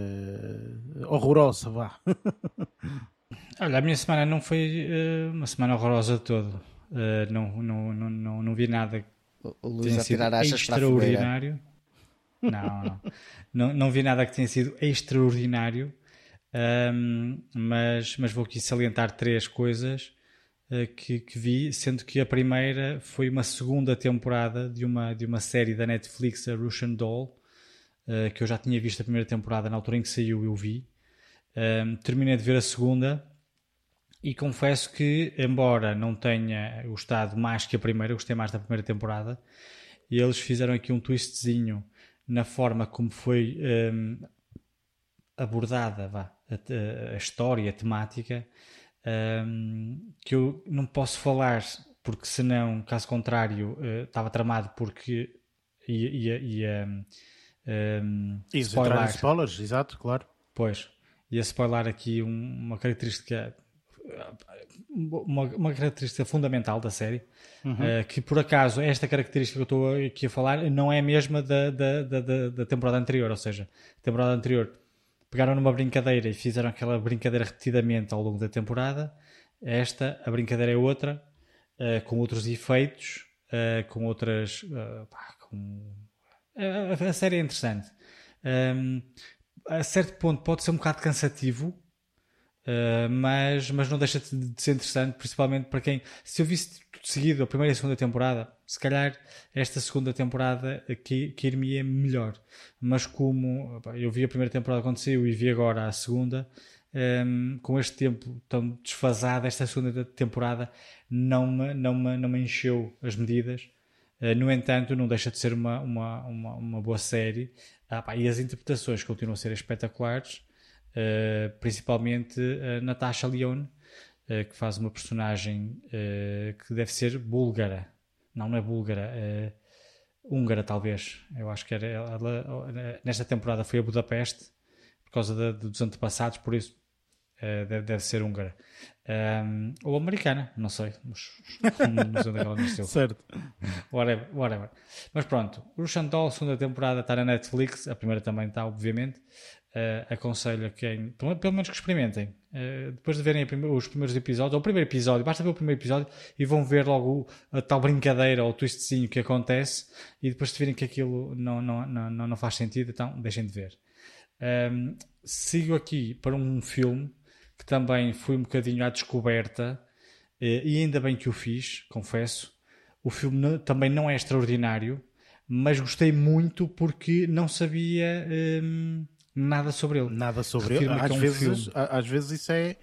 horrorosa, vá? Olha, a minha semana não foi uh, uma semana horrorosa de todo. Uh, não, não, não, não, não vi nada o, o Luís tenha sido extraordinário. Não, não, não. Não vi nada que tenha sido extraordinário, um, mas, mas vou aqui salientar três coisas uh, que, que vi, sendo que a primeira foi uma segunda temporada de uma, de uma série da Netflix, a Russian Doll, uh, que eu já tinha visto a primeira temporada, na altura em que saiu eu vi. Um, terminei de ver a segunda e confesso que, embora não tenha gostado mais que a primeira, gostei mais da primeira temporada, e eles fizeram aqui um twistzinho na forma como foi um, abordada vá, a, a história, a temática, um, que eu não posso falar, porque senão, caso contrário, uh, estava tramado porque ia, ia, ia um, spoiler. spoilers, exato, claro. Pois. Ia spoiler aqui um, uma característica uma, uma característica fundamental da série, uhum. uh, que por acaso esta característica que eu estou aqui a falar não é a mesma da, da, da, da temporada anterior, ou seja, a temporada anterior pegaram numa brincadeira e fizeram aquela brincadeira repetidamente ao longo da temporada. Esta, a brincadeira é outra, uh, com outros efeitos, uh, com outras uh, pá, com... A, a série é interessante. Um, a certo ponto pode ser um bocado cansativo, uh, mas, mas não deixa de ser interessante, principalmente para quem, se eu visse tudo seguido, a primeira e a segunda temporada, se calhar esta segunda temporada que, que ir-me é melhor, mas como opa, eu vi a primeira temporada quando saiu e vi agora a segunda, um, com este tempo tão desfasado, esta segunda temporada não me, não me, não me encheu as medidas. Uh, no entanto, não deixa de ser uma, uma, uma, uma boa série. Ah, pá, e as interpretações continuam a ser espetaculares, uh, principalmente a Natasha Lyonne, uh, que faz uma personagem uh, que deve ser búlgara. Não, não é búlgara, é húngara talvez. Eu acho que era ela, nesta temporada foi a Budapeste, por causa de, dos antepassados, por isso uh, deve, deve ser húngara. Um, ou americana, não sei, mas não sei onde é que ela nasceu. Certo. Whatever, whatever. Mas pronto, o Russian Doll, segunda temporada, está na Netflix, a primeira também está, obviamente. Uh, aconselho a quem, pelo, pelo menos que experimentem, uh, depois de verem prime- os primeiros episódios, ou o primeiro episódio, basta ver o primeiro episódio e vão ver logo a tal brincadeira ou o twistzinho que acontece, e depois de verem que aquilo não, não, não, não, não faz sentido, então deixem de ver. Um, sigo aqui para um filme que também fui um bocadinho à descoberta, e ainda bem que o fiz, confesso. O filme não, também não é extraordinário, mas gostei muito porque não sabia hum, nada sobre ele. Nada sobre ele. Às, é um vezes, às vezes isso é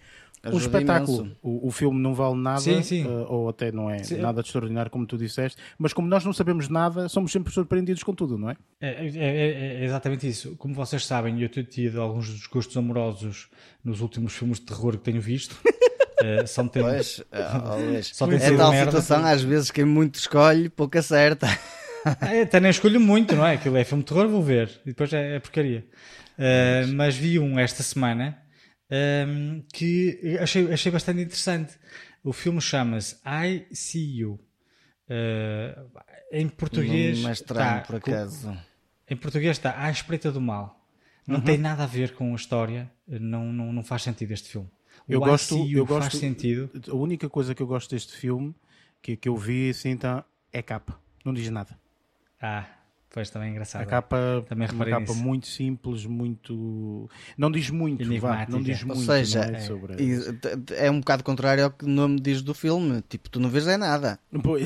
um espetáculo. O, o filme não vale nada, sim, sim. Uh, ou até não é sim. nada de extraordinário, como tu disseste, mas como nós não sabemos nada, somos sempre surpreendidos com tudo, não é? É, é, é exatamente isso. Como vocês sabem, eu tenho tido alguns desgostos amorosos nos últimos filmes de terror que tenho visto. uh, só tem... Pois, oh, só tem é tal merda. situação, às vezes, quem muito escolhe, pouco acerta. É, até nem escolho muito, não é? Aquilo é filme de terror, vou ver. E depois é, é porcaria. Uh, mas vi um esta semana um, que achei, achei bastante interessante. O filme chama-se I See You. Uh, em português Não é estranho, está, por acaso. Em português está À Espreita do Mal. Não uhum. tem nada a ver com a história. Não, não, não faz sentido este filme. O eu gosto, I See You eu faz gosto, sentido. A única coisa que eu gosto deste filme que, que eu vi assim, então, é a capa. Não diz nada. Ah, pois também é engraçado. A capa, também uma capa nisso. muito simples, muito... Não diz muito, vá, não diz muito. Ou seja, não é, sobre... é um bocado contrário ao que o nome diz do filme. Tipo, tu não vês é nada. Pois.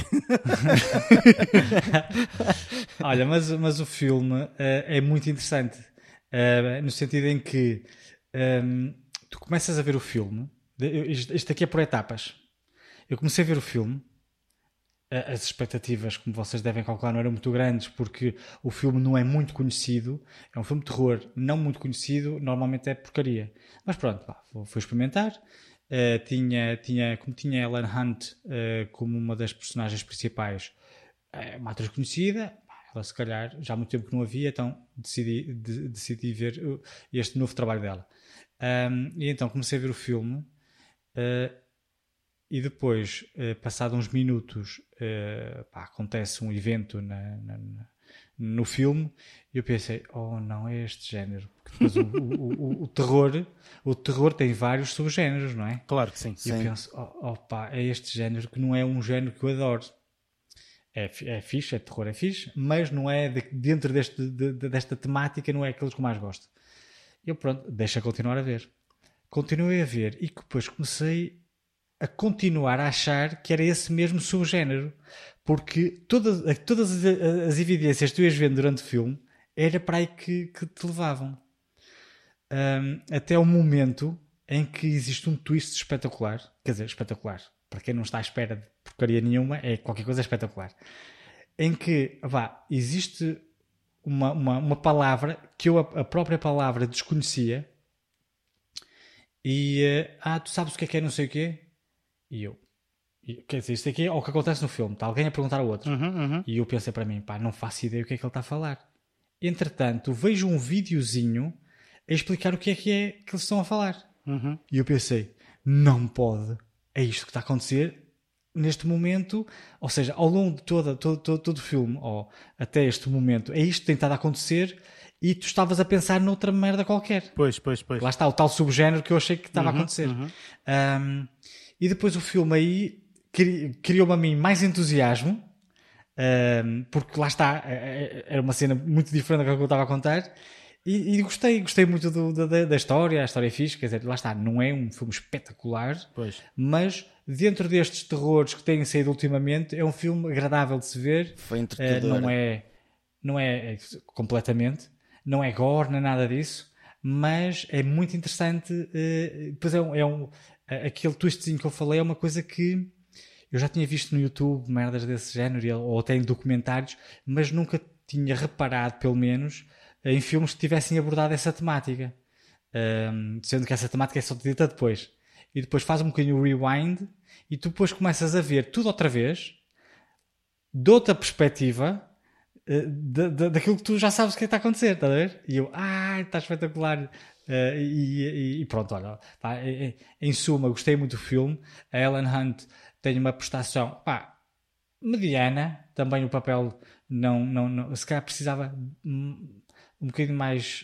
Olha, mas, mas o filme uh, é muito interessante. Uh, no sentido em que um, tu começas a ver o filme. Isto, isto aqui é por etapas. Eu comecei a ver o filme. As expectativas, como vocês devem calcular, não eram muito grandes porque o filme não é muito conhecido. É um filme de terror não muito conhecido, normalmente é porcaria. Mas pronto, pá, fui experimentar. Uh, tinha, tinha, como tinha Ellen Hunt uh, como uma das personagens principais, uh, uma atriz conhecida, ela se calhar já há muito tempo que não havia, então decidi, de, decidi ver este novo trabalho dela. Um, e então comecei a ver o filme. Uh, E depois, eh, passado uns minutos, eh, pá, acontece um evento na, na, na, no filme e eu pensei, oh não, é este género. Porque depois o, o, o, o, terror, o terror tem vários subgéneros, não é? Claro que sim. E eu sim. penso, oh, oh pá, é este género que não é um género que eu adoro. É, é fixe, é terror, é fixe, mas não é de, dentro deste, de, de, desta temática, não é aqueles que eu mais gosto. E eu pronto, deixa continuar a ver. Continuei a ver e depois comecei a continuar a achar que era esse mesmo subgénero, porque todas, todas as, as evidências que tu ias vendo durante o filme era para aí que, que te levavam. Um, até o momento em que existe um twist espetacular, quer dizer, espetacular, para quem não está à espera de porcaria nenhuma, é qualquer coisa espetacular, em que, vá, existe uma, uma, uma palavra que eu, a, a própria palavra, desconhecia, e, uh, ah, tu sabes o que é que é não sei o quê? E eu, e, quer dizer, isto aqui é o que acontece no filme, está alguém a perguntar ao outro. Uhum, uhum. E eu pensei para mim, pá, não faço ideia o que é que ele está a falar. Entretanto, vejo um videozinho a explicar o que é que é que eles estão a falar. Uhum. E eu pensei, não pode, é isto que está a acontecer neste momento, ou seja, ao longo de toda, todo, todo, todo o filme, ou até este momento, é isto que tem estado a acontecer e tu estavas a pensar noutra merda qualquer. Pois, pois, pois. Lá está, o tal subgénero que eu achei que estava uhum, a acontecer. Uhum. Um, E depois o filme aí criou-me a mim mais entusiasmo, um, porque lá está, era uma cena muito diferente da que eu estava a contar, e, e gostei, gostei muito do, da, da história, a história é fixe, quer dizer, lá está, não é um filme espetacular, pois. Mas dentro destes terrores que têm saído ultimamente, é um filme agradável de se ver. Foi entretador. Uh, não é, não é, é completamente, não é gore, nem nada disso, mas é muito interessante, uh, pois é um... É um aquele twistzinho que eu falei é uma coisa que eu já tinha visto no YouTube, merdas desse género, ou até em documentários, mas nunca tinha reparado, pelo menos, em filmes que tivessem abordado essa temática. Um, sendo que essa temática é só dita depois. E depois faz um bocadinho o rewind e tu depois começas a ver tudo outra vez, de outra perspectiva, uh, de, de, daquilo que tu já sabes o que é que está a acontecer, está a ver? E eu, ah, está espetacular. Uh, e, e, e pronto, olha, pá, em suma, gostei muito do filme. A Ellen Hunt tem uma prestação, pá, mediana. Também o papel não, não, não se calhar precisava um, um bocadinho mais,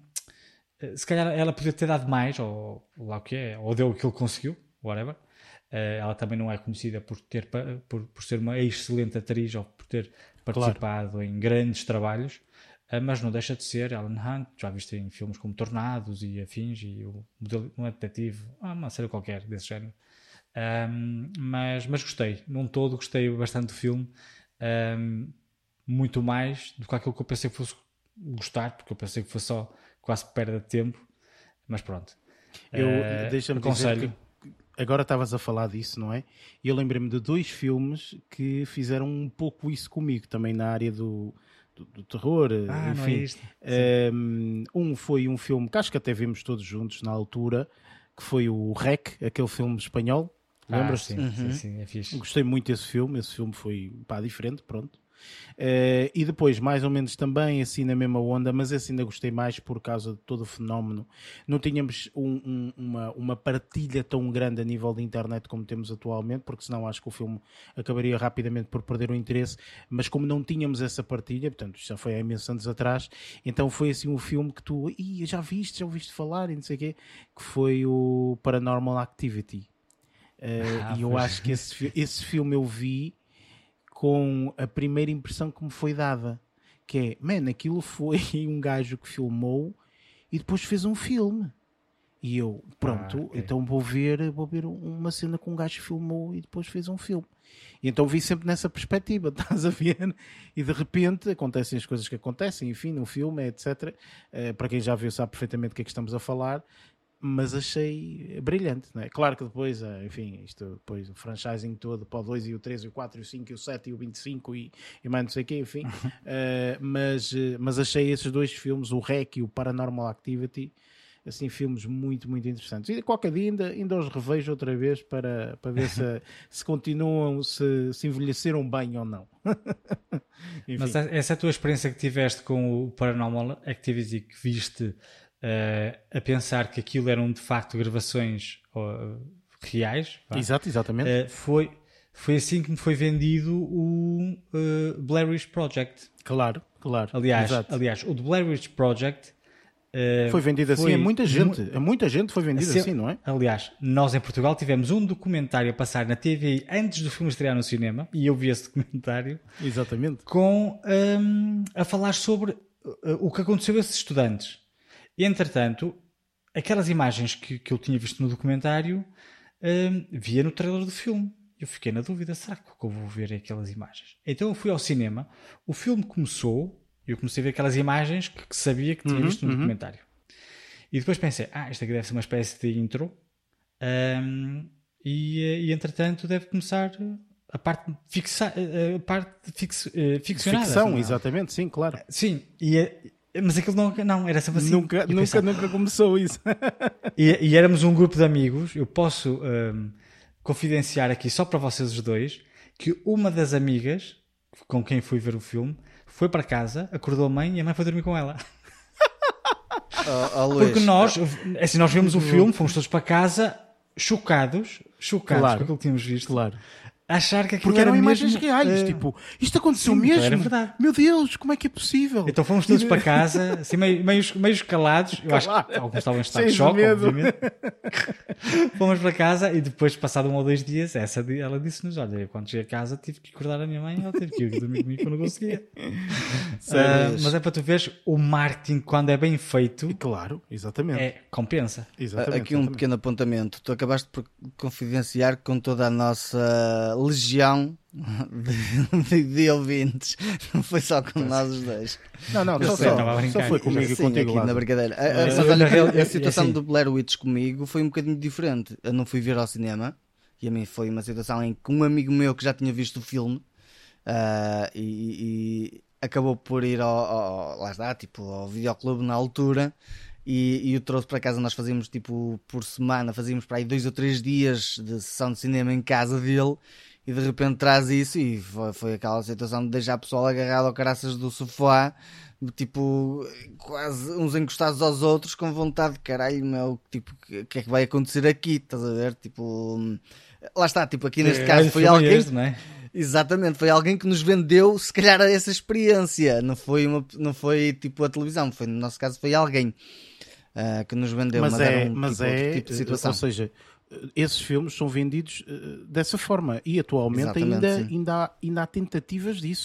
se calhar ela podia ter dado mais, ou lá o que é, ou deu aquilo que conseguiu, whatever. Uh, ela também não é conhecida por, ter, por, por ser uma excelente atriz ou por ter participado claro. Em grandes trabalhos. Uh, mas não deixa de ser Ellen Hunt, já viste em filmes como Tornados e afins, e o modelo, um detetive, ah, uma série qualquer desse género. Um, mas, mas gostei, num todo gostei bastante do filme, um, muito mais do que aquilo que eu pensei que fosse gostar, porque eu pensei que fosse só quase perda de tempo, mas pronto. Eu, uh, deixa-me aconselho. dizer que agora estavas a falar disso, não é? E eu lembrei-me de dois filmes que fizeram um pouco isso comigo, também na área do, do, do terror. Ah, enfim. não é isto? Um, um foi um filme que acho que até vimos todos juntos na altura, que foi o REC, aquele filme espanhol. Lembras-te? Ah, sim, uhum. sim, sim, é fixe. Gostei muito desse filme, esse filme foi pá, diferente, pronto. Uh, e depois, mais ou menos também assim na mesma onda, mas esse ainda gostei mais por causa de todo o fenómeno. Não tínhamos um, um, uma, uma partilha tão grande a nível de internet como temos atualmente, porque senão acho que o filme acabaria rapidamente por perder o interesse, mas como não tínhamos essa partilha, portanto já foi há imensos anos atrás, então foi assim um filme que tu Ih, já viste, já ouviste falar e não sei o quê, que foi o Paranormal Activity. Uh, ah, e eu acho que esse, esse filme eu vi com a primeira impressão que me foi dada, que é, man, aquilo foi um gajo que filmou e depois fez um filme. E eu, pronto, ah, okay. então vou ver, vou ver uma cena que um gajo filmou e depois fez um filme. E então vi sempre nessa perspectiva, estás a ver? E de repente acontecem as coisas que acontecem, enfim, no filme, etcétera. Uh, para quem já viu sabe perfeitamente do que é que estamos a falar. Mas achei brilhante, não é? Claro que depois, enfim, isto depois o franchising todo para o dois e o três e o quatro e o cinco e o sete e o vinte e cinco e, e mais não sei o quê, enfim. uh, mas, mas achei esses dois filmes, o REC e o Paranormal Activity, assim, filmes muito, muito interessantes. E qualquer dia ainda, ainda os revejo outra vez para, para ver se, se continuam, se, se envelheceram bem ou não. Mas essa é a tua experiência que tiveste com o Paranormal Activity, que viste Uh, a pensar que aquilo eram de facto gravações uh, reais. Vá. Exato, exatamente. Uh, foi, foi assim que me foi vendido o uh, Blair Witch Project. Claro, claro. Aliás, aliás o Blair Witch Project uh, foi vendido foi, assim a muita gente. A muita gente foi vendido assim, assim, não é? Aliás, nós em Portugal tivemos um documentário a passar na T V antes do filme estrear no cinema, e eu vi esse documentário. Exatamente. Com, um, a falar sobre uh, o que aconteceu a esses estudantes. E, entretanto, aquelas imagens que, que eu tinha visto no documentário, hum, via no trailer do filme. Eu fiquei na dúvida, será que eu vou ver aquelas imagens? Então eu fui ao cinema, o filme começou, e eu comecei a ver aquelas imagens que, que sabia que tinha uhum, visto no uhum. documentário. E depois pensei, ah, isto aqui deve ser uma espécie de intro, hum, e, e, entretanto, deve começar a parte, fixa, a parte fix, ficcionada. Ficção, assim, exatamente, sim, claro. Sim, e... Mas aquilo não, não era sempre assim. Nunca, nunca, pensava, nunca começou isso. e, e éramos um grupo de amigos. Eu posso um, confidenciar aqui só para vocês os dois que uma das amigas com quem fui ver o filme foi para casa, acordou a mãe e a mãe foi dormir com ela. Oh, oh, Luís, porque nós, assim, nós vimos o filme, fomos todos para casa chocados, chocados claro, com aquilo que tínhamos visto. Claro. Achar que aquilo porque eram era imagens mesmo, reais, uh... tipo, isto aconteceu Sim, mesmo? Era verdade. Meu Deus, como é que é possível? Então fomos todos para casa, assim, meio, meio, meio calados. Eu acho que alguns estavam em estado de choque, medo. obviamente. Fomos para casa e depois, passado um ou dois dias, essa, ela disse-nos, olha, quando cheguei a casa tive que acordar a minha mãe, ela teve que ir dormir comigo que eu não conseguia. uh, mas é para tu veres, o marketing, quando é bem feito... Claro, exatamente. É, compensa. Exatamente, Aqui um exatamente. pequeno apontamento. Tu acabaste por confidenciar com toda a nossa legião De, de, de ouvintes, não foi só com nós os dois. Não, não, eu só, sei, só, só foi comigo e contigo aqui lá. Na brincadeira. A, a, é, mas olha, real, a, a situação assim, do Blair Witch comigo foi um bocadinho diferente. Eu não fui ver ao cinema e a mim foi uma situação em que um amigo meu que já tinha visto o filme uh, e, e acabou por ir ao, ao, lá está, tipo, ao videoclube na altura. E, e o trouxe para casa. Nós fazíamos tipo por semana, fazíamos para aí dois ou três dias de sessão de cinema em casa dele. E de repente traz isso e foi, foi aquela situação de deixar o pessoal agarrado ao caraças do sofá, tipo, quase uns encostados aos outros, com vontade de caralho, meu, tipo, o que é que vai acontecer aqui? Estás a ver? Tipo, lá está, tipo, aqui neste é, caso foi alguém. Este, não é? Exatamente, foi alguém que nos vendeu, se calhar, essa experiência. Não foi, uma, não foi tipo a televisão, foi, no nosso caso foi alguém uh, que nos vendeu, mas, mas é, era um mas tipo, é, outro tipo de situação. Ou seja, esses filmes são vendidos uh, dessa forma e atualmente ainda, ainda, há, ainda há tentativas disso,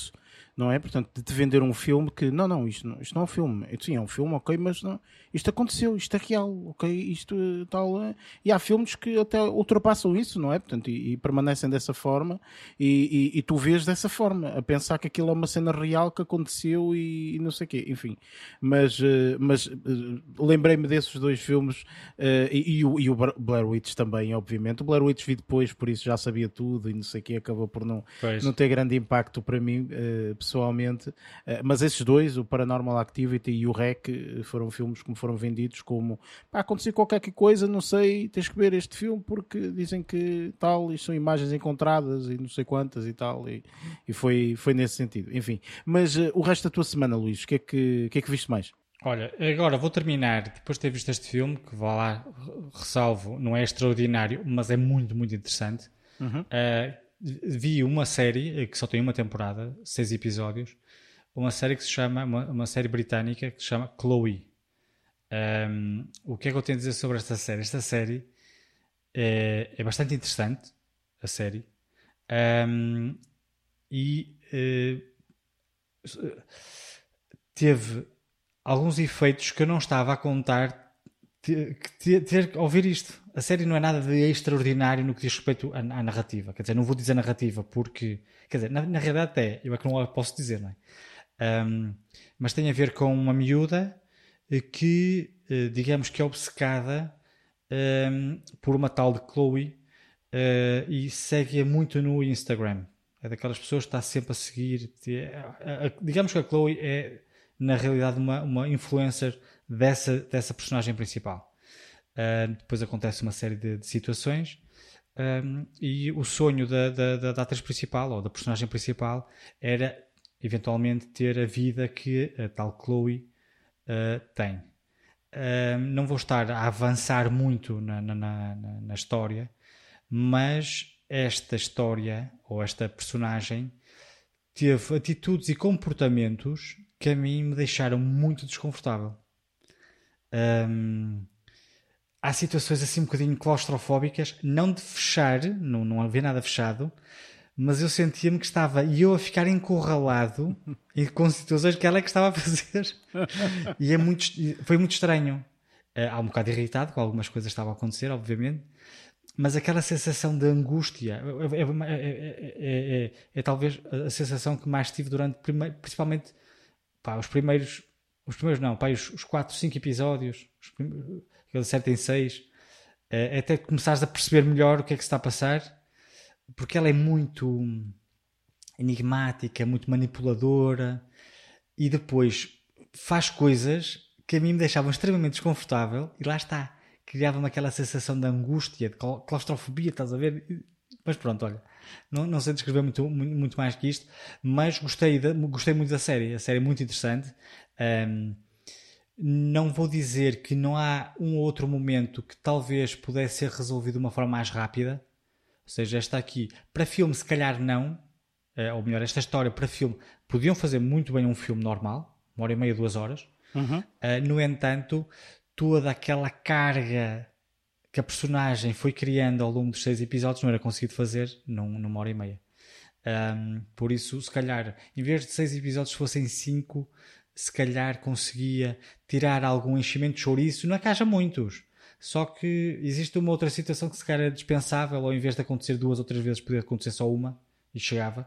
não é? Portanto, de te vender um filme que, não, não, isto não, isto não é um filme. Sim, é um filme, ok, mas não, isto aconteceu, isto é real, ok, isto eh, tal. eh, E há filmes que até ultrapassam isso, não é? Portanto, e, e permanecem dessa forma e, e, e tu vês dessa forma, a pensar que aquilo é uma cena real que aconteceu e, e não sei o quê, enfim. Mas, eh, mas eh, lembrei-me desses dois filmes eh, e, e o, e o Blair Witch também, obviamente. O Blair Witch vi depois, por isso já sabia tudo e não sei o quê, acabou por não, Pois. não ter grande impacto para mim, eh, pessoalmente. Uh, mas esses dois, o Paranormal Activity e o Rec, foram filmes que me foram vendidos como pá, aconteceu qualquer coisa, não sei, tens que ver este filme porque dizem que tal, isto são imagens encontradas e não sei quantas e tal, e, e foi, foi nesse sentido. Enfim, mas uh, o resto da tua semana, Luís, o que é que, que, é que viste mais? Olha, agora vou terminar, depois de ter visto este filme, que vá lá, ressalvo, não é extraordinário, mas é muito, muito interessante. Uhum. Uh, vi uma série que só tem uma temporada, seis episódios, uma série que se chama, uma, uma série britânica que se chama Chloe. Um, o que é que eu tenho a dizer sobre esta série? Esta série é, é bastante interessante, a série, um, e uh, teve alguns efeitos que eu não estava a contar ter, ter, ter ouvir isto. A série não é nada de extraordinário no que diz respeito à, à narrativa. Quer dizer, não vou dizer narrativa porque, quer dizer, na, na realidade até, eu é que não posso dizer, não é? Um, mas tem a ver com uma miúda que, digamos que é obcecada um, por uma tal de Chloe uh, e segue-a muito no Instagram. É daquelas pessoas que está sempre a seguir. A, a, digamos que a Chloe é, na realidade, uma, uma influencer dessa, dessa personagem principal. Uh, depois acontece uma série de, de situações um, e o sonho da, da, da, da atriz principal ou da personagem principal era eventualmente ter a vida que a tal Chloe uh, tem. Uh, não vou estar a avançar muito na, na, na, na história, mas esta história ou esta personagem teve atitudes e comportamentos que a mim me deixaram muito desconfortável. Um, há situações assim um bocadinho claustrofóbicas, não de fechar, não, não havia nada fechado, mas eu sentia-me que estava eu a ficar encurralado e com situações que ela é que estava a fazer. E é muito, foi muito estranho. Há um bocado irritado com algumas coisas que estavam a acontecer, obviamente, mas aquela sensação de angústia é, é, é, é, é, é talvez a sensação que mais tive durante, principalmente pá, os primeiros, os primeiros não, pá, os, os quatro, cinco episódios, aquele sete em seis, é, até começares a perceber melhor o que é que se está a passar. Porque ela é muito enigmática, muito manipuladora e depois faz coisas que a mim me deixavam extremamente desconfortável e lá está, criava-me aquela sensação de angústia, de claustrofobia, estás a ver? Mas pronto, olha, não, não sei descrever muito, muito mais que isto, mas gostei, de, gostei muito da série, a série é muito interessante. Um, não vou dizer que não há um ou outro momento que talvez pudesse ser resolvido de uma forma mais rápida. Ou seja, esta aqui, para filme, se calhar não, ou melhor, esta história para filme, podiam fazer muito bem um filme normal, uma hora e meia, duas horas. Uhum. Uh, no entanto, toda aquela carga que a personagem foi criando ao longo dos seis episódios não era conseguido fazer num, numa hora e meia. Um, por isso, se calhar, em vez de seis episódios fossem cinco, se calhar conseguia tirar algum enchimento de chouriço, não é que haja muitos. Só que existe uma outra situação que se calhar é dispensável, ou em vez de acontecer duas ou três vezes, podia acontecer só uma, e chegava.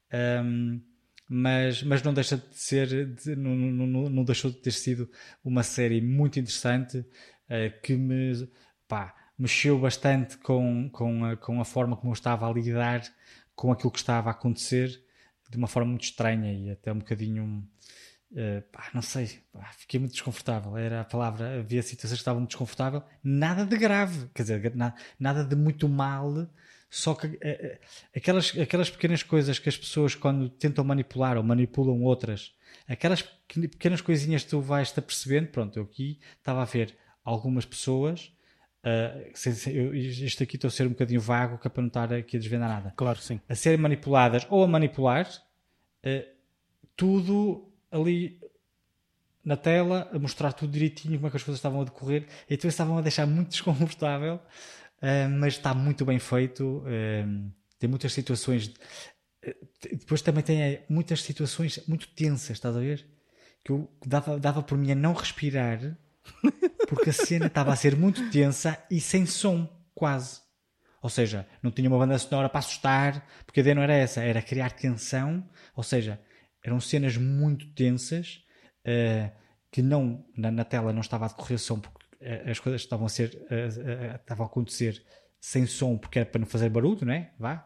Um, mas, mas não deixa de ser, de, não, não, não deixou de ter sido uma série muito interessante, uh, que me, pá, mexeu bastante com, com, a, com a forma como eu estava a lidar com aquilo que estava a acontecer, de uma forma muito estranha e até um bocadinho... Uh, pá, não sei, pá, fiquei muito desconfortável, era a palavra, havia situações que estavam muito desconfortável, nada de grave, quer dizer, na, nada de muito mal, só que uh, uh, aquelas, aquelas pequenas coisas que as pessoas quando tentam manipular ou manipulam outras, aquelas pequenas coisinhas que tu vais-te apercebendo, pronto, eu aqui estava a ver algumas pessoas, uh, sem, sem, eu, isto aqui estou a ser um bocadinho vago, que é para não estar aqui a desvendar nada, claro, sim, a serem manipuladas ou a manipular, uh, tudo ali na tela, a mostrar tudo direitinho como é que as coisas estavam a decorrer, e então estavam a deixar muito desconfortável, uh, mas está muito bem feito, uh, tem muitas situações, uh, depois também tem muitas situações muito tensas, estás a ver? Que eu dava, dava por mim a não respirar porque a cena estava a ser muito tensa e sem som, quase. Ou seja, não tinha uma banda sonora para assustar, porque a ideia não era essa, era criar tensão. Ou seja, eram cenas muito tensas uh, que não, na, na tela não estava a decorrer som, porque uh, as coisas estavam a ser uh, uh, estavam a acontecer sem som, porque era para não fazer barulho, não é? Vá.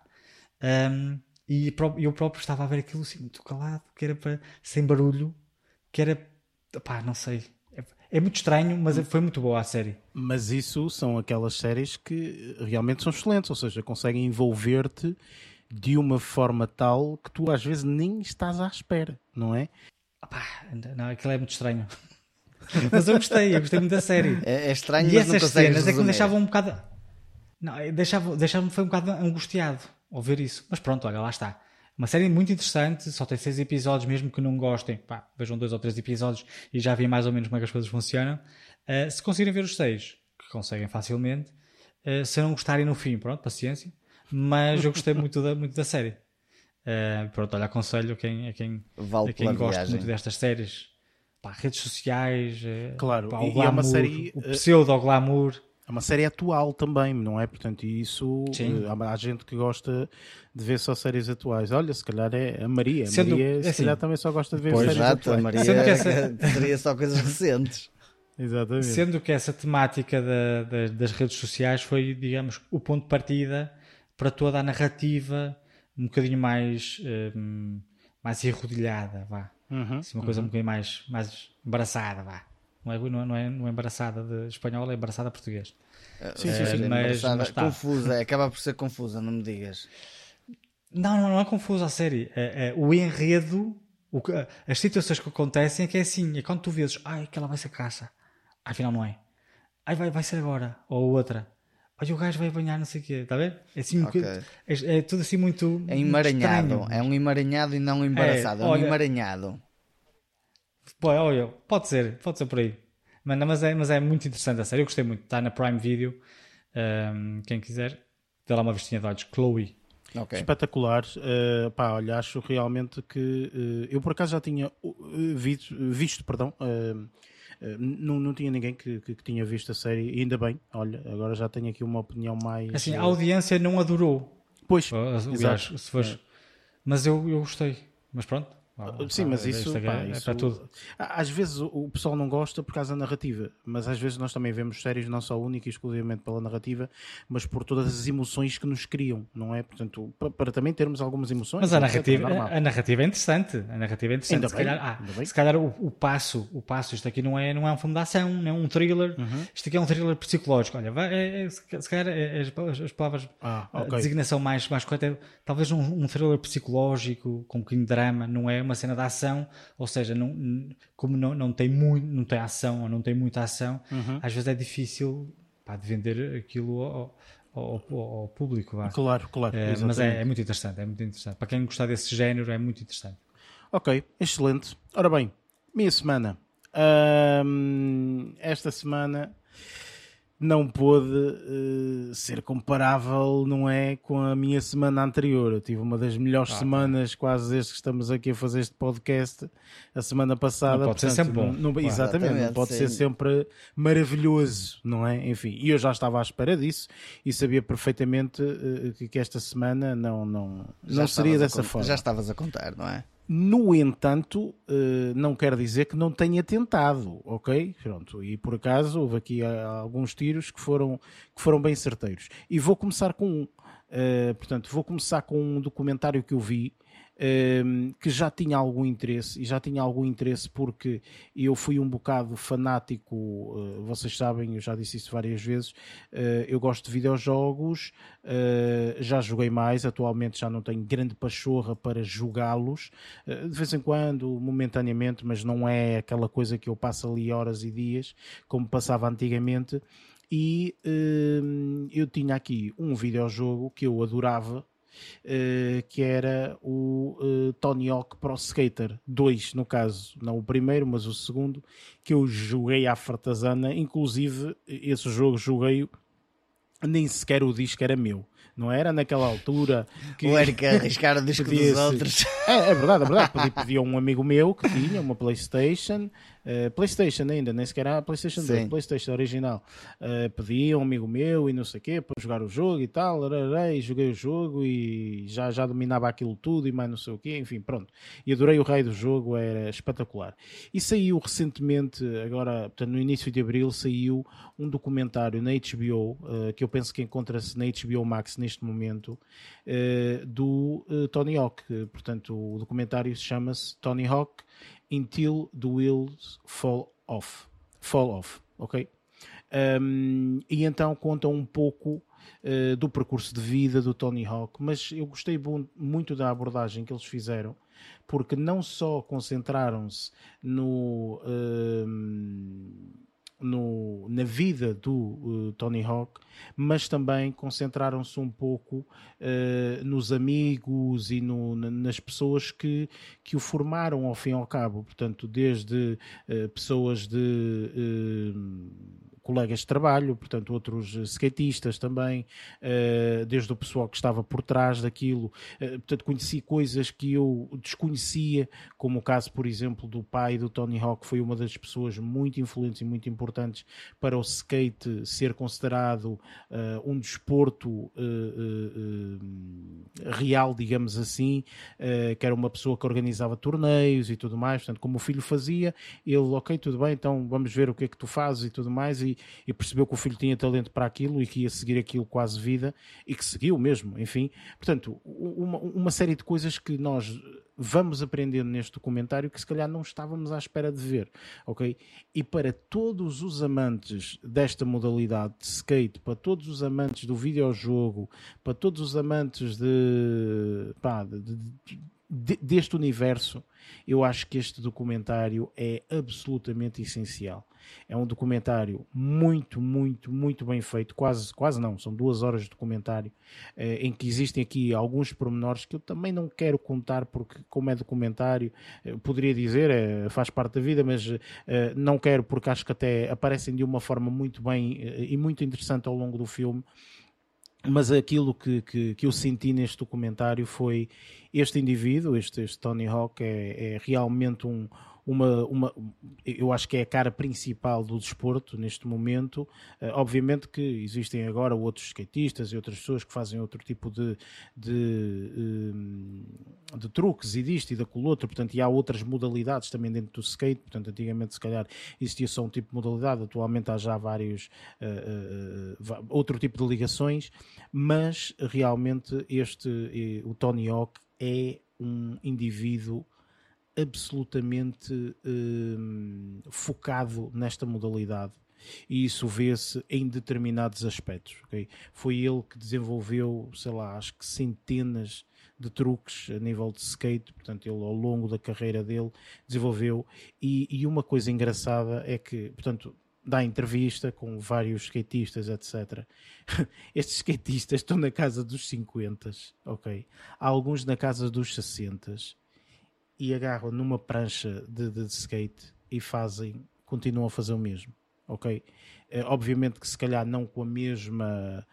Um, e eu próprio estava a ver aquilo assim, muito calado, que era para, sem barulho, que era, pá, não sei, é, é muito estranho, mas foi muito boa a série. Mas isso são aquelas séries que realmente são excelentes, ou seja, conseguem envolver-te de uma forma tal que tu às vezes nem estás à espera, não é? Pá, não, aquilo é muito estranho. Mas eu gostei, eu gostei muito da série. É, é estranho, e mas não essas consegues cenas é que me resumir. deixavam um bocado, não, deixava, deixava-me foi um bocado angustiado ao ver isso. Mas pronto, olha, lá está. Uma série muito interessante, só tem seis episódios, mesmo que não gostem, pá, vejam dois ou três episódios e já vi mais ou menos como é que as coisas funcionam. Uh, se conseguirem ver os seis, que conseguem facilmente, uh, se não gostarem no fim, pronto, paciência. Mas eu gostei muito da, muito da série. Uh, pronto, olha, aconselho a quem, a quem, Vale a quem pela gosta viagem. muito destas séries. Pá, redes sociais, uh, Claro, pá, e- o e glamour, é uma série, o uh, pseudo-glamour. É uma série atual também, não é? Portanto, e isso Sim. eh, há, há gente que gosta de ver só séries atuais. Olha, se calhar é a Maria. A Sendo- Maria, se é assim, calhar, também só gosta de ver pois, séries Exato, a atuais. Maria Sendo que essa- seria só coisas recentes. Exatamente. Sendo que essa temática da- da- das redes sociais foi, digamos, o ponto de partida para toda a narrativa um bocadinho mais, hum, mais enrodilhada, vá. Uhum, Assim, uma coisa um bocadinho mais, mais embaraçada, vá. Não é, não, é, não, é, não é embaraçada de espanhol, é embaraçada de português. Sim, sim, É, sim. mas- embaraçada, mas tá. confusa, acaba por ser confusa, não me digas. Não, não, não é confuso a série. É, é, o enredo, o que- as situações que acontecem é que é assim, é quando tu vês, ai, aquela vai ser caça. Afinal não é. Ai, vai, vai ser agora. Ou outra. Olha, o gajo vai banhar, não sei o quê. Está a ver? É assim, um Ok. bocadinho- é, é tudo assim muito. É muito emaranhado, estranho. é um emaranhado e não um embaraçado, é, um olha- emaranhado. Pô, olha, pode ser, pode ser por aí. Mas, não, mas, é, mas é muito interessante a série. Eu gostei muito. Está na Prime Video. Ahm, quem quiser, dê lá uma vestinha de olhos. Chloe. Ok. Espetacular. Uh, pá, olha, acho realmente que uh, eu por acaso já tinha uh, visto, visto perdão, uh, uh, não, não tinha ninguém que, que, que tinha visto a série, e ainda bem, olha, agora já tenho aqui uma opinião mais. Assim, a uh, audiência não adorou. Pois, Aliás, exato. se fores- Mas eu, eu gostei. Mas pronto. Sim, mas isso, Isto é, pá, é isso- para tudo. às vezes o, o pessoal não gosta por causa da narrativa, mas às vezes nós também vemos séries não só única e exclusivamente pela narrativa, mas por todas as emoções que nos criam, não é? Portanto, para, para também termos algumas emoções. Mas a etcétera, narrativa, é normal. a, a narrativa é interessante. A narrativa é interessante. Ainda se, bem, calhar, ah, ainda bem. se calhar o, o passo, o passo, isto aqui não é, não é um filme de ação, não é um thriller. Uhum. Isto aqui é um thriller psicológico. Olha, vai, é, é, se se calhar é, é as, as palavras, Ah, a ok. designação mais, mais correta é talvez um, um thriller psicológico com um bocadinho de drama, não é uma cena de ação, ou seja, não, como não, não tem muito, não tem ação ou não tem muita ação, Uhum. às vezes é difícil, pá, de vender aquilo ao, ao, ao- ao público. Vá. Claro, claro. É, mas exatamente. é, é muito interessante, é muito interessante. Para quem gostar desse género, é muito interessante. Ok, excelente. Ora bem, minha semana. Ahm, esta semana não pôde eh, ser comparável, não é, com a minha semana anterior. Eu tive uma das melhores Ah, semanas, quase desde que estamos aqui a fazer este podcast, a semana passada. Não pode ser Portanto, sempre bom. não- não- exatamente, não Exatamente, pode ser sim. sempre maravilhoso, não é? Enfim, e eu já estava à espera disso e sabia perfeitamente eh, que, que esta semana não, não, Já não seria estavas a dessa con- forma. Já estavas a contar, não é? No entanto, eh, não quer dizer que não tenha tentado, ok? Pronto, e por acaso houve aqui ah, alguns tiros que foram, que foram bem certeiros. E vou começar com um. Eh, portanto, vou começar com um documentário que eu vi, eh, que já tinha algum interesse, e já tinha algum interesse porque eu fui um bocado fanático, eh, vocês sabem, eu já disse isso várias vezes, eh, eu gosto de videojogos, eh, já joguei mais, atualmente já não tenho grande pachorra para jogá-los, eh, de vez em quando, momentaneamente, mas não é aquela coisa que eu passo ali horas e dias, como passava antigamente, e eh, eu tinha aqui um videojogo que eu adorava, Uh, que era o uh, Tony Hawk Pro Skater dois, no caso, não o primeiro, mas o segundo, que eu joguei à fartazana. Inclusive esse jogo joguei, nem sequer o disco era meu, não era naquela altura que o Eric a arriscar o disco dos outros. É, é verdade, é verdade. Pedi, pedi a um amigo meu que tinha uma PlayStation, uh, PlayStation ainda, nem sequer era a PlayStation dois, PlayStation original. Uh, pedi a um amigo meu e não sei o quê para jogar o jogo e tal, e joguei o jogo e já, já dominava aquilo tudo e mais não sei o quê, enfim, pronto. E adorei o raio do jogo, era espetacular. E saiu recentemente, agora, portanto, no início de abril, saiu um documentário na H B O, uh, que eu penso que encontra-se na H B O Max neste momento, uh, do uh, Tony Hawk. Portanto, o documentário chama-se Tony Hawk Until the Wheels Fall Off. Fall Off, ok? Um, e então conta um pouco uh, do percurso de vida do Tony Hawk, mas eu gostei muito da abordagem que eles fizeram, porque não só concentraram-se no... Uh, No, na vida do uh, Tony Hawk, mas também concentraram-se um pouco uh, nos amigos e no, na, nas pessoas que, que o formaram ao fim e ao cabo, portanto, desde uh, pessoas de uh, colegas de trabalho, portanto, outros skatistas também, uh, desde o pessoal que estava por trás daquilo, uh, portanto, conheci coisas que eu desconhecia, como o caso, por exemplo, do pai do Tony Hawk, que foi uma das pessoas muito influentes e muito importantes para o skate ser considerado uh, um desporto uh, uh, uh, real, digamos assim, uh, que era uma pessoa que organizava torneios e tudo mais, portanto, como o filho fazia, ele, ok, tudo bem, então vamos ver o que é que tu fazes e tudo mais, e, e percebeu que o filho tinha talento para aquilo e que ia seguir aquilo quase vida, e que seguiu mesmo, enfim, portanto, uma, uma série de coisas que nós vamos aprendendo neste documentário que se calhar não estávamos à espera de ver, ok? E para todos os amantes desta modalidade de skate, para todos os amantes do videojogo, para todos os amantes de, pá, de, de, de, deste universo, eu acho que este documentário é absolutamente essencial. É um documentário muito, muito, muito bem feito, quase, quase não, são duas horas de documentário, eh, em que existem aqui alguns pormenores que eu também não quero contar, porque como é documentário, eh, poderia dizer, eh, faz parte da vida, mas eh, não quero, porque acho que até aparecem de uma forma muito bem eh, e muito interessante ao longo do filme. Mas aquilo que, que, que eu senti neste documentário foi este indivíduo, este, este Tony Hawk, é, é realmente um, uma, uma, eu acho que é a cara principal do desporto neste momento. Uh, obviamente que existem agora outros skatistas e outras pessoas que fazem outro tipo de, de, um, de truques e disto e daquilo outro, portanto, e há outras modalidades também dentro do skate, portanto, antigamente se calhar existia só um tipo de modalidade, atualmente há já vários uh, uh, outro tipo de ligações, mas realmente este, o Tony Hawk é um indivíduo absolutamente hum, focado nesta modalidade, e isso vê-se em determinados aspectos, okay? Foi ele que desenvolveu, sei lá, acho que centenas de truques a nível de skate, portanto ele ao longo da carreira dele desenvolveu, e, e uma coisa engraçada é que, portanto, dá entrevista com vários skatistas, etcétera. Estes skatistas estão na casa dos cinquenta, ok? Há alguns na casa dos sessenta, e agarram numa prancha de, de skate e fazem, continuam a fazer o mesmo, ok? Uh, obviamente que se calhar não com a mesma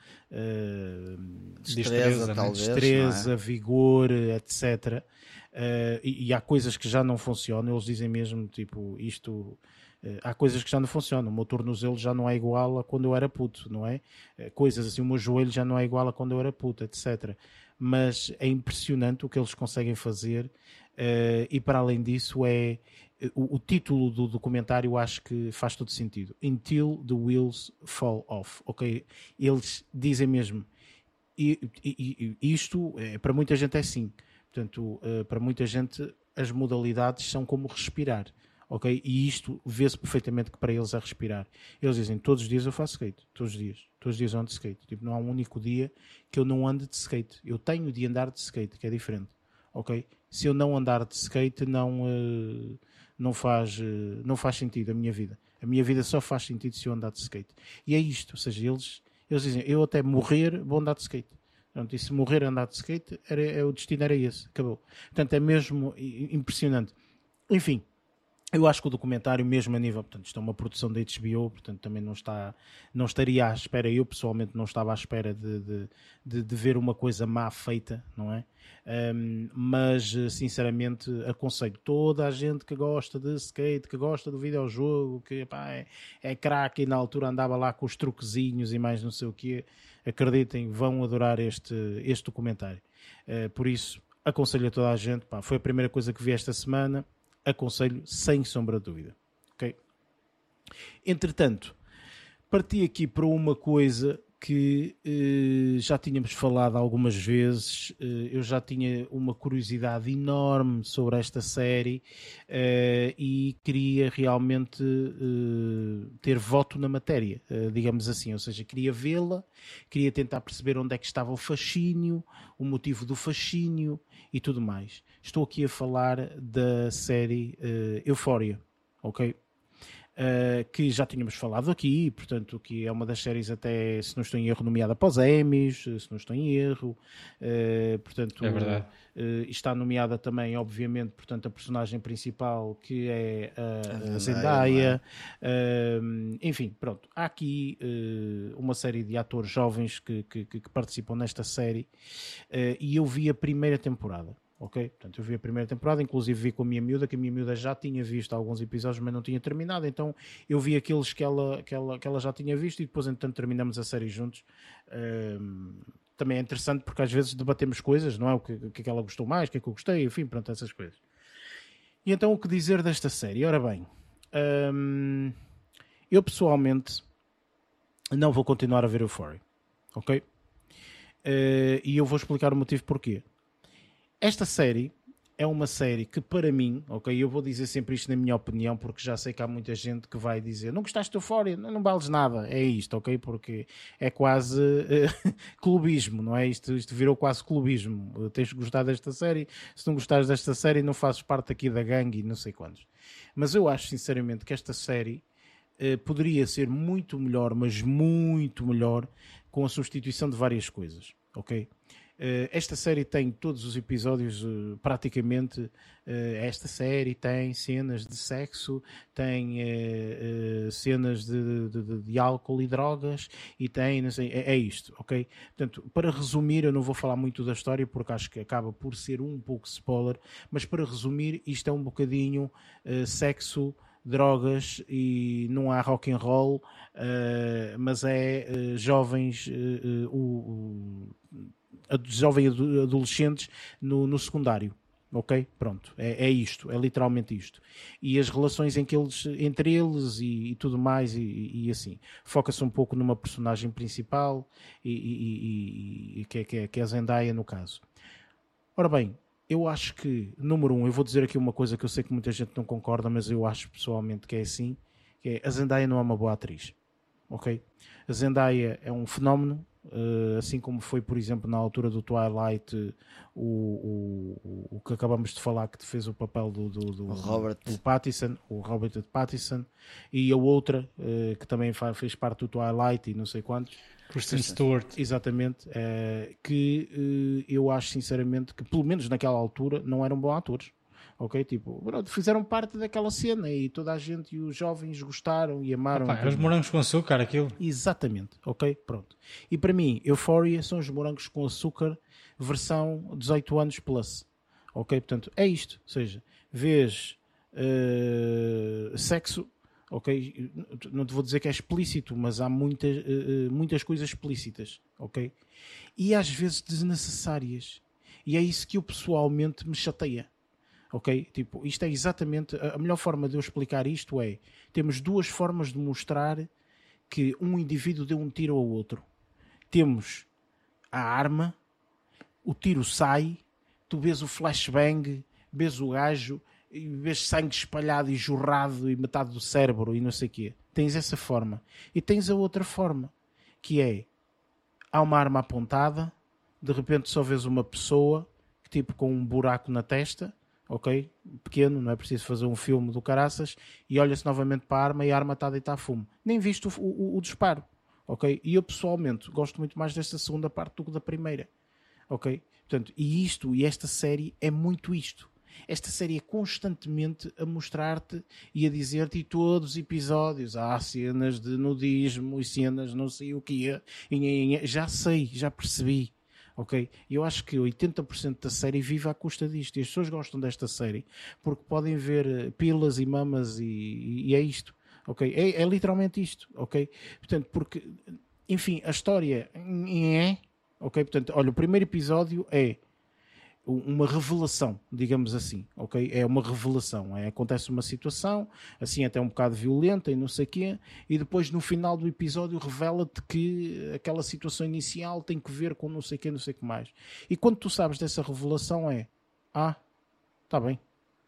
uh, destreza, talvez, destreza é? vigor, etcétera. Uh, e, e há coisas que já não funcionam, eles dizem mesmo, tipo, isto... Uh, há coisas que já não funcionam, o meu tornozelo já não é igual a quando eu era puto, não é? Uh, coisas assim, o meu joelho já não é igual a quando eu era puto, etcétera. Mas é impressionante o que eles conseguem fazer, uh, e para além disso é o, o título do documentário, acho que faz todo sentido, Until the Wheels Fall Off, ok? Eles dizem mesmo, e, e, e isto é, para muita gente é assim, portanto, uh, para muita gente as modalidades são como respirar, ok? E isto vê-se perfeitamente que para eles é respirar. Eles dizem, todos os dias eu faço skate, todos os dias, todos os dias eu ando de skate. Tipo, não há um único dia que eu não ande de skate. Eu tenho de andar de skate, que é diferente, ok? Se eu não andar de skate, não, uh, não, faz, uh, não faz sentido a minha vida. A minha vida só faz sentido se eu andar de skate. E é isto, ou seja, eles, eles dizem, eu até morrer vou andar de skate. Portanto, e se morrer andar de skate, era, é, o destino era esse, acabou. Portanto, é mesmo impressionante. Enfim, Eu acho que o documentário, mesmo a nível, portanto, isto é uma produção da H B O, portanto, também não está, não estaria à espera, eu pessoalmente não estava à espera de, de, de, de ver uma coisa má feita, não é? Um, mas, sinceramente, aconselho toda a gente que gosta de skate, que gosta do videojogo, que pá, é, é craque e na altura andava lá com os truquezinhos e mais não sei o quê, acreditem, vão adorar este, este documentário. Uh, por isso, aconselho a toda a gente, pá, foi a primeira coisa que vi esta semana, aconselho sem sombra de dúvida. Okay? Entretanto, parti aqui para uma coisa que eh, já tínhamos falado algumas vezes. Eh, eu já tinha uma curiosidade enorme sobre esta série eh, e queria realmente eh, ter voto na matéria, eh, digamos assim. Ou seja, queria vê-la, queria tentar perceber onde é que estava o fascínio, o motivo do fascínio e tudo mais. Estou aqui a falar da série uh, Euphoria, ok? Uh, que já tínhamos falado aqui, portanto, que é uma das séries até, se não estou em erro, nomeada para os Emmys, se não estou em erro, uh, portanto, é verdade. Uh, está nomeada também, obviamente, portanto, a personagem principal, que é a, a Zendaya, uh, enfim, pronto, há aqui uh, uma série de atores jovens que, que, que participam nesta série, uh, e eu vi a primeira temporada. Ok? Portanto, eu vi a primeira temporada, inclusive vi com a minha miúda, que a minha miúda já tinha visto alguns episódios, mas não tinha terminado, então eu vi aqueles que ela, que ela, que ela já tinha visto e depois, entretanto, terminamos a série juntos. Um, também é interessante porque às vezes debatemos coisas, não é? O que, o que é que ela gostou mais, o que é que eu gostei, enfim, pronto, essas coisas. E então, o que dizer desta série? Ora bem, um, eu pessoalmente não vou continuar a ver Euphoria, ok? Uh, e eu vou explicar o motivo porquê. Esta série é uma série que, para mim, ok, eu vou dizer sempre isto na minha opinião, porque já sei que há muita gente que vai dizer não gostaste de Euphoria, não, não vales nada, é isto, ok, porque é quase uh, clubismo, não é? Isto, isto virou quase clubismo, uh, tens de gostar desta série, se não gostares desta série não fazes parte aqui da gangue e não sei quantos. Mas eu acho, sinceramente, que esta série uh, poderia ser muito melhor, mas muito melhor, com a substituição de várias coisas, ok? Uh, esta série tem todos os episódios, uh, praticamente, uh, esta série tem cenas de sexo, tem uh, uh, cenas de, de, de álcool e drogas, e tem, não sei, é, é isto, ok? Portanto, para resumir, eu não vou falar muito da história, porque acho que acaba por ser um pouco spoiler, mas para resumir, isto é um bocadinho uh, sexo, drogas e não há rock and roll, uh, mas é uh, jovens, uh, uh, uh, jovens adolescentes no, no secundário, ok? Pronto, é, é isto, é literalmente isto. E as relações em que eles, entre eles e, e tudo mais e, e assim. Foca-se um pouco numa personagem principal e, e, e, e que, é, que, é, que é a Zendaya no caso. Ora bem, eu acho que, número um, eu vou dizer aqui uma coisa que eu sei que muita gente não concorda, mas eu acho pessoalmente que é assim, que é a Zendaya não é uma boa atriz, ok? A Zendaya é um fenómeno, Uh, assim como foi, por exemplo, na altura do Twilight, o, o, o que acabamos de falar, que fez o papel do, do, do, o Robert. do Pattinson, o Robert Pattinson, e a outra uh, que também fez parte do Twilight e não sei quantos, Kristen Stewart. Exatamente, uh, que uh, eu acho sinceramente que, pelo menos naquela altura, não eram bons atores. Ok, tipo, fizeram parte daquela cena e toda a gente e os jovens gostaram e amaram. Opa, eram os morangos com açúcar, aquilo. Exatamente, ok, pronto. E para mim, Euphoria são os morangos com açúcar versão dezoito anos plus. Ok, portanto, é isto. Ou seja, vês uh, sexo, ok, não te vou dizer que é explícito, mas há muitas, uh, muitas coisas explícitas, ok? E às vezes desnecessárias. E é isso que eu pessoalmente me chateia. Ok? Tipo, isto é exatamente a melhor forma de eu explicar isto é, temos duas formas de mostrar que um indivíduo deu um tiro ao outro. Temos a arma, o tiro sai, tu vês o flashbang, vês o gajo e vês sangue espalhado e jorrado e metade do cérebro e não sei o quê. Tens essa forma. E tens a outra forma, que é, há uma arma apontada, de repente só vês uma pessoa, tipo com um buraco na testa, ok? Pequeno, não é preciso fazer um filme do caraças, e olha-se novamente para a arma e a arma está a deitar fumo. Nem viste o, o, o disparo, ok? E eu pessoalmente gosto muito mais desta segunda parte do que da primeira, ok? Portanto, e isto, e esta série é muito isto. Esta série é constantemente a mostrar-te e a dizer-te, e todos os episódios, há cenas de nudismo e cenas não sei o que é. Já sei, já percebi. Ok? Eu acho que oitenta por cento da série vive à custa disto. E as pessoas gostam desta série porque podem ver pilas e mamas e, e é isto. Ok? É, é literalmente isto. Ok? Portanto, porque, enfim, a história é... Ok? Portanto, olha, o primeiro episódio é uma revelação, digamos assim, ok? É uma revelação, é, acontece uma situação, assim até um bocado violenta e não sei o quê, e depois no final do episódio revela-te que aquela situação inicial tem que ver com não sei o quê, não sei o que mais. E quando tu sabes dessa revelação é, ah, está bem,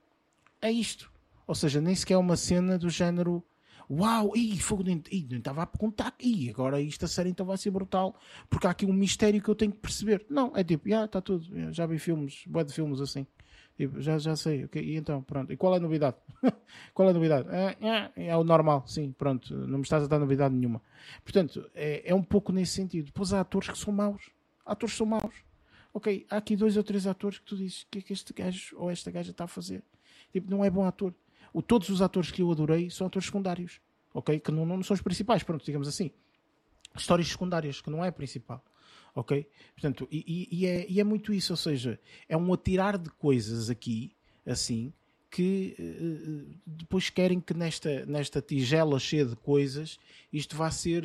é isto. Ou seja, nem sequer é uma cena do género... Uau, ih, fogo, nem estava a contar, ih, agora esta série então vai ser brutal, porque há aqui um mistério que eu tenho que perceber. Não, é tipo, já está tudo, já vi filmes, bué de filmes assim, tipo, já, já sei, ok, e então, pronto, e qual é a novidade? Qual é a novidade? É, é, é o normal, sim, pronto, não me estás a dar novidade nenhuma. Portanto, é, é um pouco nesse sentido. Depois há atores que são maus, atores que são maus, ok, há aqui dois ou três atores que tu dizes, o que é que este gajo ou esta gaja está a fazer? Tipo, não é bom ator. O, todos os atores que eu adorei são atores secundários, ok? Que não, não são os principais, pronto, digamos assim. Histórias secundárias, que não é a principal, ok? Portanto, e, e, e, é, e é muito isso, ou seja, é um atirar de coisas aqui, assim, que uh, depois querem que nesta, nesta tigela cheia de coisas isto vá ser uh,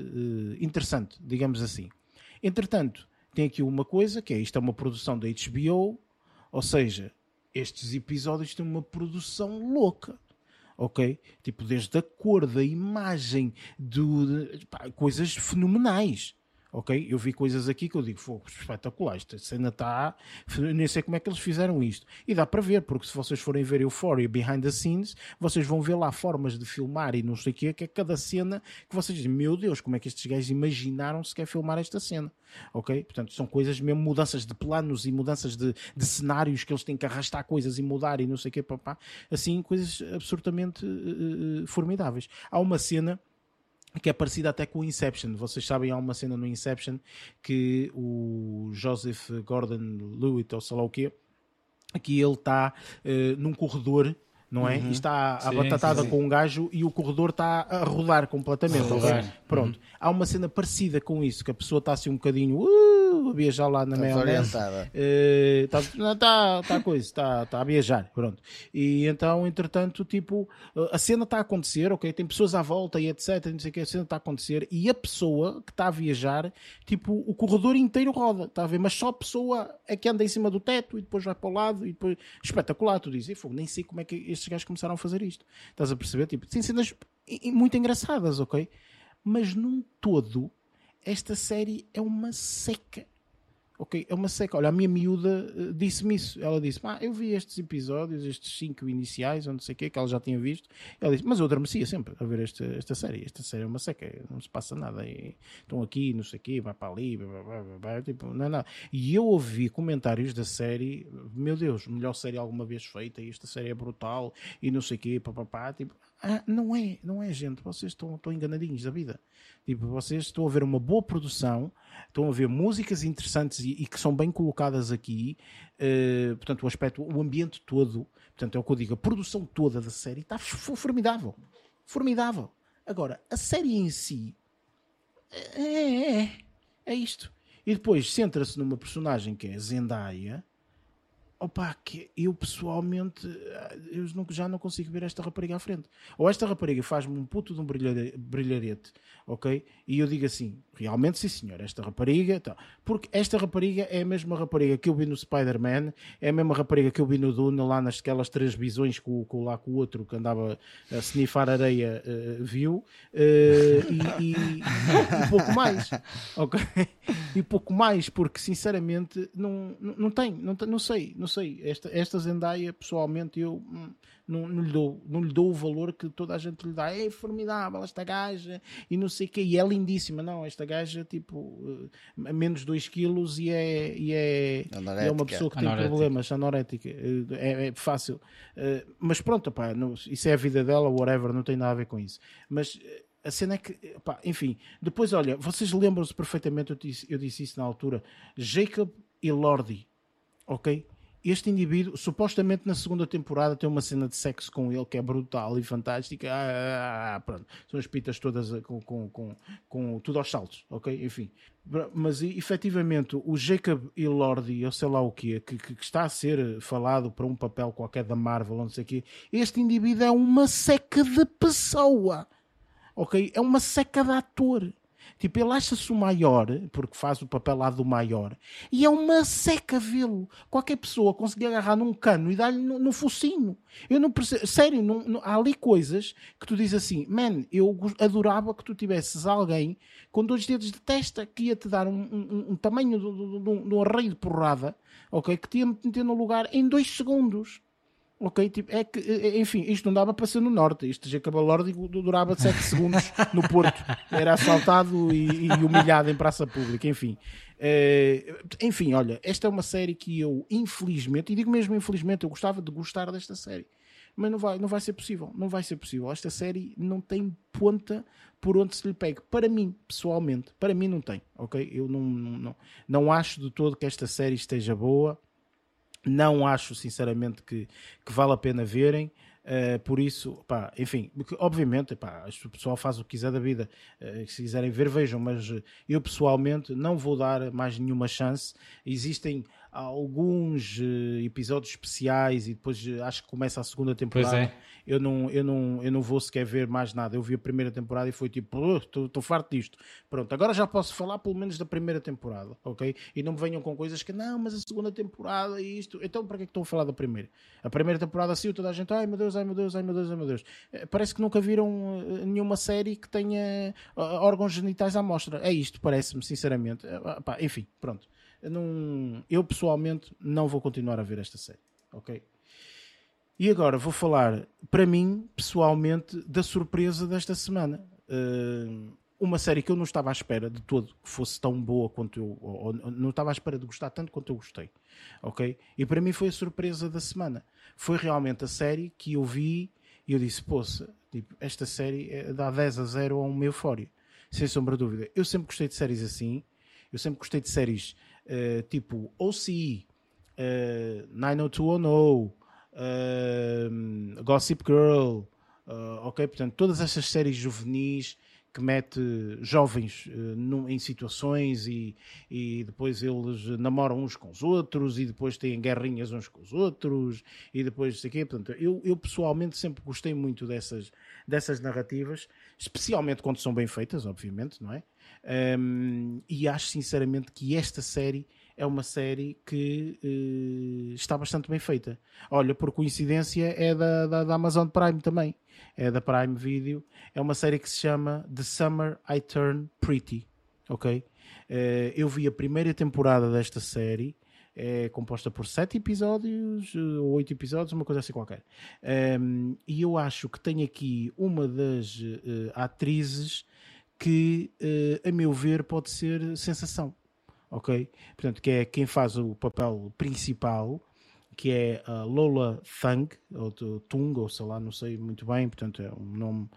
uh, interessante, digamos assim. Entretanto, tem aqui uma coisa, que é isto é uma produção da H B O, ou seja... Estes episódios têm uma produção louca, ok? Tipo, desde a cor, da imagem, do, de, pá, coisas fenomenais, ok? Eu vi coisas aqui que eu digo, fogo, espetacular, esta cena está... Nem sei como é que eles fizeram isto. E dá para ver, porque se vocês forem ver Euphoria Behind the Scenes, vocês vão ver lá formas de filmar e não sei o quê, que é cada cena que vocês dizem, meu Deus, como é que estes gajos imaginaram se quer filmar esta cena? Ok? Portanto, são coisas mesmo, mudanças de planos e mudanças de, de cenários que eles têm que arrastar coisas e mudar e não sei o quê, papá. Assim, coisas absurdamente uh, uh, formidáveis. Há uma cena que é parecida até com o Inception. Vocês sabem, há uma cena no Inception que o Joseph Gordon-Levitt, ou sei lá o quê, aqui ele está uh, num corredor, não é? Uhum. E está a batatada com um gajo e o corredor está a rodar completamente. A rodar. Okay? Pronto. Uhum. Há uma cena parecida com isso, que a pessoa está assim um bocadinho uh, a viajar lá na meia orientada. Está uh, tá, tá coisa, está tá a viajar. Pronto. E então, entretanto, tipo, a cena está a acontecer, ok? Tem pessoas à volta e etcétera. Não sei o que, a cena está a acontecer e a pessoa que está a viajar, tipo, o corredor inteiro roda, está a ver? Mas só a pessoa é que anda em cima do teto e depois vai para o lado e depois... Espetacular, tu dizes, nem sei como é que estes gajos começaram a fazer isto. Estás a perceber? Tipo, tem cenas muito engraçadas, ok? Mas num todo, esta série é uma seca. Ok? É uma seca. Olha, a minha miúda uh, disse-me isso. Ela disse, ah, eu vi estes episódios, estes cinco iniciais, ou não sei o quê, que ela já tinha visto. Ela disse, mas eu adormecia sempre a ver esta, esta série. Esta série é uma seca. Não se passa nada. E estão aqui, não sei o quê, vai para ali, blá, blá, blá, blá, tipo, não é nada. E eu ouvi comentários da série, meu Deus, melhor série alguma vez feita, e esta série é brutal, e não sei o quê, papapá, tipo... Ah, não é, não é, gente. Vocês estão, estão enganadinhos da vida. Tipo, vocês estão a ver uma boa produção, estão a ver músicas interessantes e, e que são bem colocadas aqui. Uh, portanto, o aspecto, o ambiente todo, portanto, é o que eu digo, a produção toda da série está formidável. Formidável. Agora, a série em si é, é, é isto. E depois centra-se numa personagem que é a Zendaya. Opa, que eu pessoalmente eu já não consigo ver esta rapariga à frente. Ou esta rapariga faz-me um puto de um brilharete, ok? E eu digo assim, realmente sim senhor, esta rapariga, tá. Porque esta rapariga é a mesma rapariga que eu vi no Spider-Man, é a mesma rapariga que eu vi no Dune, lá nasquelas três visões com, com, lá com o outro que andava a snifar areia, uh, viu, uh, e, e, e pouco mais, ok? E pouco mais, porque sinceramente não, não, não tem, não, não sei, não sei, esta, esta Zendaya pessoalmente eu hum, não, não, lhe dou, não lhe dou o valor que toda a gente lhe dá. É formidável esta gaja e não sei o que, e é lindíssima. Não, esta gaja tipo uh, menos dois quilos e é, e é, é uma pessoa que tem anorética. Problemas, anorética, é, é fácil, uh, mas pronto, pá, não, isso é a vida dela, whatever, não tem nada a ver com isso, mas a cena é que, pá, enfim, depois olha, vocês lembram-se perfeitamente, eu disse, eu disse isso na altura, Jacob e Lordi, ok? este indivíduo, supostamente na segunda temporada, tem uma cena de sexo com ele que é brutal e fantástica. Ah, ah, ah, pronto. São as pitas todas com, com, com, com tudo aos saltos, ok? Enfim. Mas efetivamente o Jacob Elordi, eu sei lá o quê, que, que, que está a ser falado para um papel qualquer da Marvel, não sei o quê, este indivíduo é uma seca de pessoa, ok? É uma seca de ator. Tipo, ele acha-se o maior, porque faz o papel lá do maior, e é uma seca vê-lo. Qualquer pessoa conseguir agarrar num cano e dar-lhe no, no focinho. Eu não percebo, sério, não, não, há ali coisas que tu dizes assim, man, eu adorava que tu tivesses alguém com dois dedos de testa que ia-te dar um, um, um tamanho de um arreio de porrada, ok? Que te ia meter no lugar em dois segundos. Ok, tipo, é que, enfim, isto não dava para ser no norte. Isto já acabou Lorde durava sete segundos no Porto. Era assaltado e, e humilhado em praça pública, enfim. Uh, enfim, olha, esta é uma série que eu, infelizmente, e digo mesmo infelizmente, eu gostava de gostar desta série. Mas não vai, não vai ser possível. Não vai ser possível. Esta série não tem ponta por onde se lhe pegue. Para mim, pessoalmente, para mim não tem, ok? Eu não, não, não, não acho de todo que esta série esteja boa. Não acho, sinceramente, que, que vale a pena verem. Uh, por isso, pá, enfim, obviamente, pá, o pessoal faz o que quiser da vida. Uh, se quiserem ver, vejam. Mas uh, eu, pessoalmente, não vou dar mais nenhuma chance. Existem alguns uh, episódios especiais e depois uh, acho que começa a segunda temporada. É. Eu, não, eu, não, eu não vou sequer ver mais nada. Eu vi a primeira temporada e foi tipo, estou uh, farto disto. Pronto, agora já posso falar pelo menos da primeira temporada, ok? E não me venham com coisas que, não, mas a segunda temporada e isto. Então, para que é que estão a falar da primeira? A primeira temporada saiu, toda a gente, ai meu Deus, ai meu Deus, ai meu Deus, ai meu Deus. Parece que nunca viram uh, nenhuma série que tenha uh, órgãos genitais à mostra. É isto, parece-me, sinceramente. Uh, pá, enfim, pronto. Eu, não, eu pessoalmente não vou continuar a ver esta série, ok? E agora vou falar, para mim, pessoalmente, da surpresa desta semana. Uh, uma série que eu não estava à espera de todo que fosse tão boa quanto eu, ou, ou não estava à espera de gostar tanto quanto eu gostei, ok? E para mim foi a surpresa da semana. Foi realmente a série que eu vi e eu disse, poça, tipo, esta série dá dez a zero a uma Euphoria, sem sombra de dúvida. Eu sempre gostei de séries assim, eu sempre gostei de séries uh, tipo O C, uh, nove oh two one oh, Uh, Gossip Girl, uh, ok? Portanto, todas essas séries juvenis que mete jovens uh, num, em situações e, e depois eles namoram uns com os outros e depois têm guerrinhas uns com os outros e depois sei quê. Portanto, eu, eu pessoalmente sempre gostei muito dessas, dessas narrativas, especialmente quando são bem feitas, obviamente, não é? Um, e acho sinceramente que esta série é uma série que uh, está bastante bem feita. Olha, por coincidência é da, da, da Amazon Prime também. É da Prime Video. É uma série que se chama The Summer I Turned Pretty. Ok? Uh, eu vi a primeira temporada desta série. É composta por sete episódios, ou oito episódios, uma coisa assim qualquer. Um, e eu acho que tem aqui uma das uh, atrizes que, uh, a meu ver, pode ser sensação. Ok? Portanto, que é quem faz o papel principal, que é a Lola Thung, ou Tung, ou sei lá, não sei muito bem, portanto é um nome,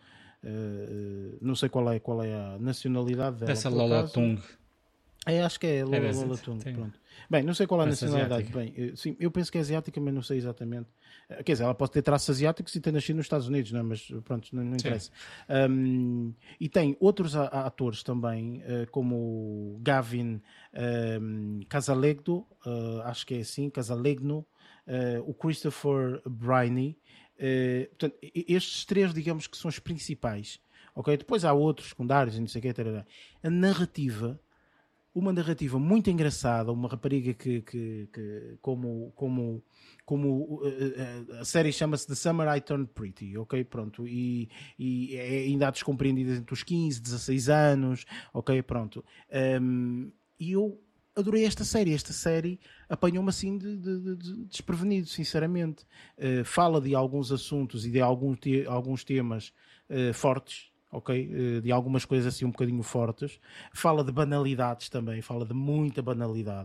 uh, não sei qual é, qual é a nacionalidade dela. Essa Lola Tung. É, acho que é Lola, é Lola Tung, pronto. Bem, não sei qual é a Parece nacionalidade. asiática. Bem, sim, eu penso que é asiática, mas não sei exatamente. Quer dizer, ela pode ter traços asiáticos e ter nascido nos Estados Unidos, não é? Mas pronto, não, não interessa. Um, e tem outros a, a atores também, uh, como o Gavin um, Casalegno, uh, acho que é assim, Casalegno, uh, o Christopher Briney. Uh, portanto, estes três, digamos que são os principais. Okay? Depois há outros secundários e não sei o que. Tarará. A narrativa... Uma narrativa muito engraçada, uma rapariga que, que, que como, como, como a série chama-se The Summer I Turned Pretty, ok? Pronto, e, e é em idades compreendidas entre os quinze e dezasseis anos, ok? Pronto. Um, e eu adorei esta série, esta série apanhou-me assim de, de, de, de desprevenido, sinceramente. Uh, fala de alguns assuntos e de alguns, te, alguns temas uh, fortes, ok? De algumas coisas assim um bocadinho fortes. Fala de banalidades também, fala de muita banalidade.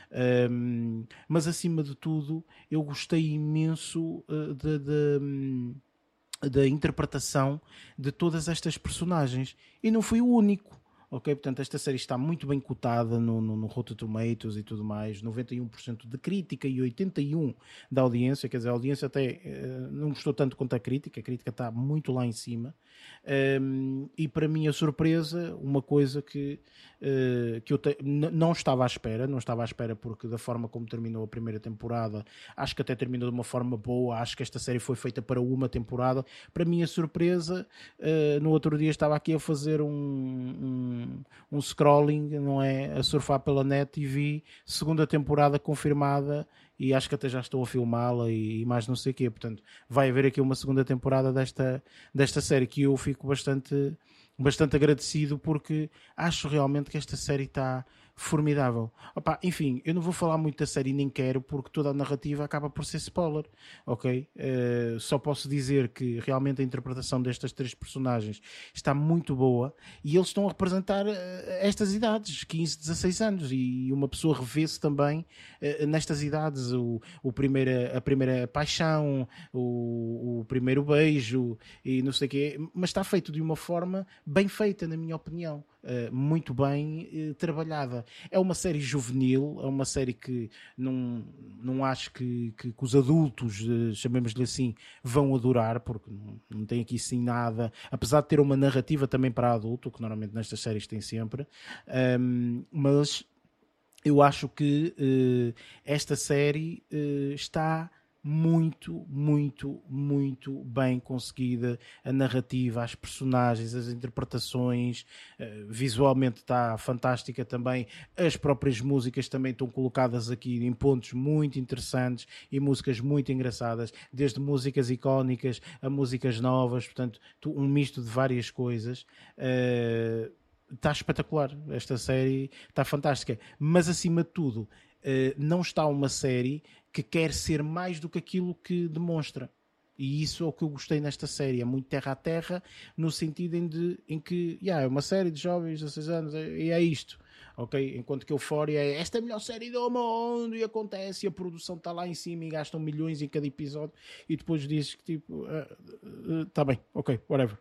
Um, mas acima de tudo, eu gostei imenso uh, de, de, da interpretação de todas estas personagens. E não fui o único, Ok, portanto esta série está muito bem cotada no, no, no Rotten Tomatoes e tudo mais, noventa e um por cento de crítica e oitenta e um por cento da audiência, quer dizer, a audiência até uh, não gostou tanto quanto a crítica, a crítica está muito lá em cima, um, e para mim a surpresa, uma coisa que, uh, que eu te, n- não estava à espera, não estava à espera porque da forma como terminou a primeira temporada, acho que até terminou de uma forma boa, acho que esta série foi feita para uma temporada, para mim a surpresa, uh, no outro dia estava aqui a fazer um, um um scrolling, não é, a surfar pela net e vi segunda temporada confirmada e acho que até já estou a filmá-la e, e mais não sei o quê, portanto vai haver aqui uma segunda temporada desta, desta série que eu fico bastante, bastante agradecido porque acho realmente que esta série está formidável. Opa, enfim, eu não vou falar muito da série, nem quero, porque toda a narrativa acaba por ser spoiler, ok? Uh, só posso dizer que realmente a interpretação destas três personagens está muito boa e eles estão a representar uh, estas idades, quinze, dezasseis anos, e uma pessoa revê-se também uh, nestas idades, o, o primeira, a primeira paixão, o, o primeiro beijo e não sei o quê, mas está feito de uma forma bem feita, na minha opinião. Uh, muito bem uh, trabalhada. É uma série juvenil, é uma série que não, não acho que, que, que os adultos, uh, chamemos-lhe assim, vão adorar, porque não, não tem aqui sim nada, apesar de ter uma narrativa também para adulto, que normalmente nestas séries tem sempre, um, mas eu acho que uh, esta série uh, está muito, muito, muito bem conseguida, a narrativa, as personagens, as interpretações, uh, visualmente está fantástica também, as próprias músicas também estão colocadas aqui em pontos muito interessantes e músicas muito engraçadas, desde músicas icónicas a músicas novas, portanto um misto de várias coisas. Uh, está espetacular, esta série está fantástica, mas acima de tudo uh, não está uma série que quer ser mais do que aquilo que demonstra. E isso é o que eu gostei nesta série. É muito terra a terra, no sentido em, de, em que yeah, é uma série de jovens de dezasseis anos e é isto. Okay? Enquanto que Euphoria é esta é a melhor série do mundo e acontece e a produção está lá em cima e gastam milhões em cada episódio e depois dizes que tipo está uh, uh, uh, bem, ok, whatever.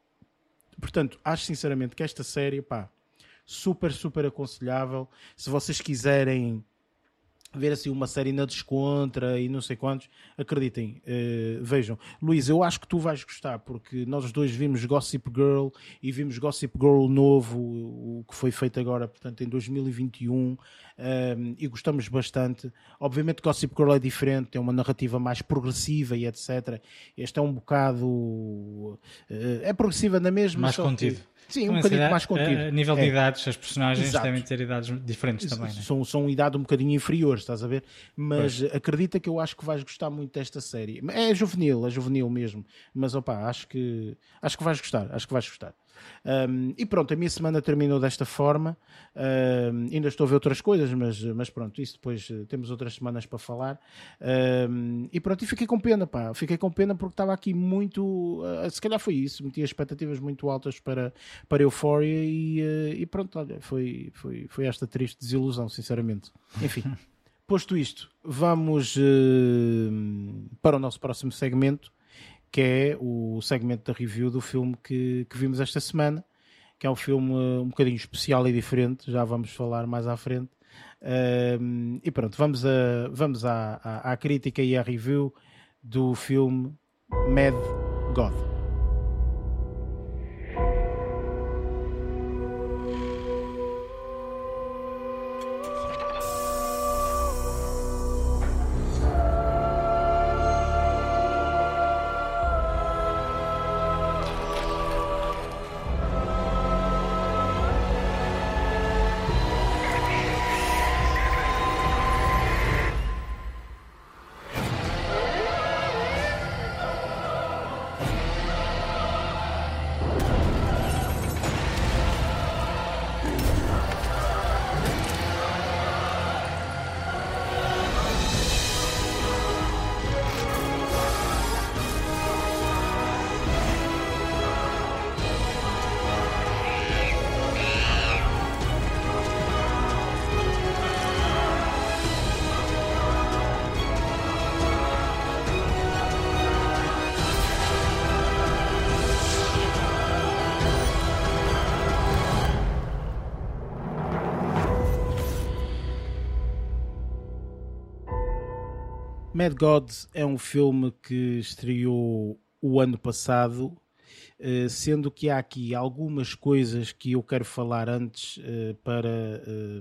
Portanto, acho sinceramente que esta série, pá, super, super aconselhável. Se vocês quiserem ver assim uma série na descontra e não sei quantos, acreditem, uh, vejam. Luís, eu acho que tu vais gostar, porque nós os dois vimos Gossip Girl e vimos Gossip Girl novo, o, o que foi feito agora, portanto, em dois mil e vinte e um, um, e gostamos bastante. Obviamente Gossip Girl é diferente, tem uma narrativa mais progressiva e etcétera. Este é um bocado... Uh, é progressiva na mesma. Mais contido. Que, sim, um bocadinho mais contido. A nível de é. idades, as personagens Exato. devem ter idades diferentes também. Né? São, são idade um bocadinho inferiores, estás a ver? Mas pois. Acredita que eu acho que vais gostar muito desta série. É juvenil, é juvenil mesmo. Mas opa, acho que, acho que vais gostar, acho que vais gostar. Um, e pronto, a minha semana terminou desta forma. Um, ainda estou a ver outras coisas, mas, mas pronto, isso depois temos outras semanas para falar. Um, e pronto, e fiquei com pena, pá. Fiquei com pena porque estava aqui muito. Uh, se calhar foi isso, meti expectativas muito altas para, para Euphoria e, uh, e pronto, olha, foi, foi, foi esta triste desilusão, sinceramente. Enfim. Posto isto, vamos uh, para o nosso próximo segmento, que é o segmento da review do filme que, que vimos esta semana, que é um filme uh, um bocadinho especial e diferente, já vamos falar mais à frente. Uh, e pronto, vamos, a, vamos à, à, à crítica e à review do filme Mad God. Mad God é um filme que estreou o ano passado, sendo que há aqui algumas coisas que eu quero falar antes para,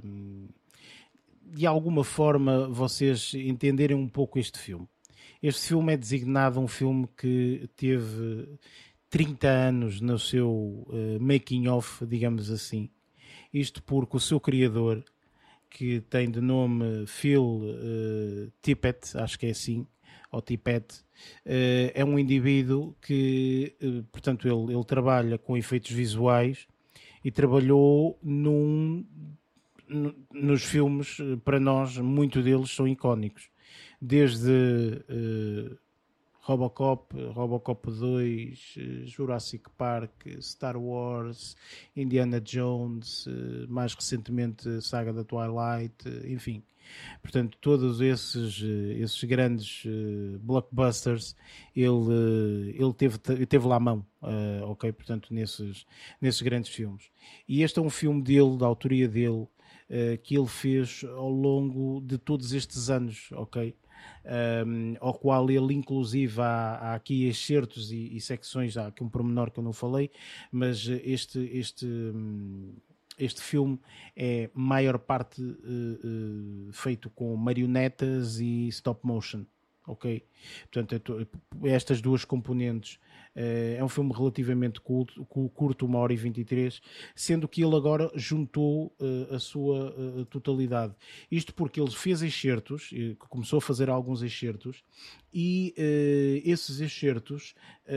de alguma forma, vocês entenderem um pouco este filme. Este filme é designado um filme que teve trinta anos no seu making-of, digamos assim. Isto porque o seu criador, que tem de nome Phil uh, Tippett, acho que é assim, ou Tippett, uh, é um indivíduo que, uh, portanto, ele, ele trabalha com efeitos visuais e trabalhou num, n- nos filmes, para nós, muitos deles são icónicos. Desde uh, Robocop, Robocop dois, Jurassic Park, Star Wars, Indiana Jones, mais recentemente Saga da Twilight, enfim. Portanto, todos esses, esses grandes blockbusters, ele, ele teve, teve lá a mão, ok? Portanto, nesses, nesses grandes filmes. E este é um filme dele, da autoria dele, que ele fez ao longo de todos estes anos, ok? Um, ao qual ele inclusive há, há aqui excertos e, e secções, há aqui um pormenor que eu não falei, mas este, este, este filme é maior parte uh, uh, feito com marionetas e stop motion, ok? Portanto, estas duas componentes. Uh, é um filme relativamente curto, curto, uma hora e vinte e três, sendo que ele agora juntou uh, a sua uh, totalidade. Isto porque ele fez excertos, uh, começou a fazer alguns excertos, e uh, esses excertos,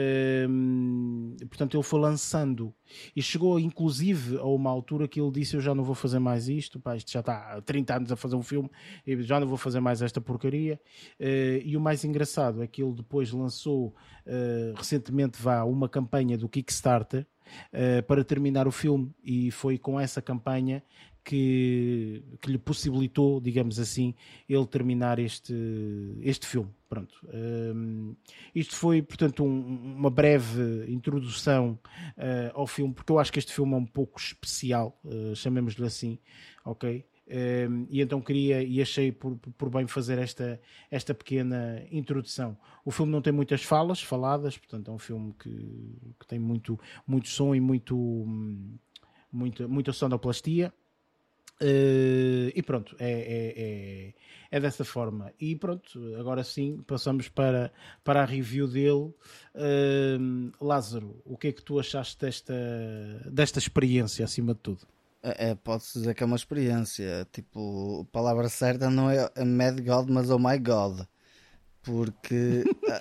uh, portanto, ele foi lançando, e chegou inclusive a uma altura que ele disse: eu já não vou fazer mais isto, pá, isto já está há trinta anos a fazer um filme, eu já não vou fazer mais esta porcaria. Uh, e o mais engraçado é que ele depois lançou Uh, recentemente vá uma campanha do Kickstarter uh, para terminar o filme, e foi com essa campanha que, que lhe possibilitou, digamos assim, ele terminar este, este filme. Pronto. Um, isto foi, portanto, um, uma breve introdução uh, ao filme, porque eu acho que este filme é um pouco especial, uh, chamemos-lhe assim, ok? Um, e então queria e achei por, por bem fazer esta, esta pequena introdução. O filme não tem muitas falas faladas, portanto é um filme que, que tem muito, muito som e muito, muita, muita sonoplastia. Uh, e pronto, é, é, é, é dessa forma. E pronto, agora sim passamos para, para a review dele. Uh, Lázaro, o que é que tu achaste desta, desta experiência acima de tudo? É, pode-se dizer que é uma experiência. Tipo, a palavra certa não é a Mad God, mas oh my God. Porque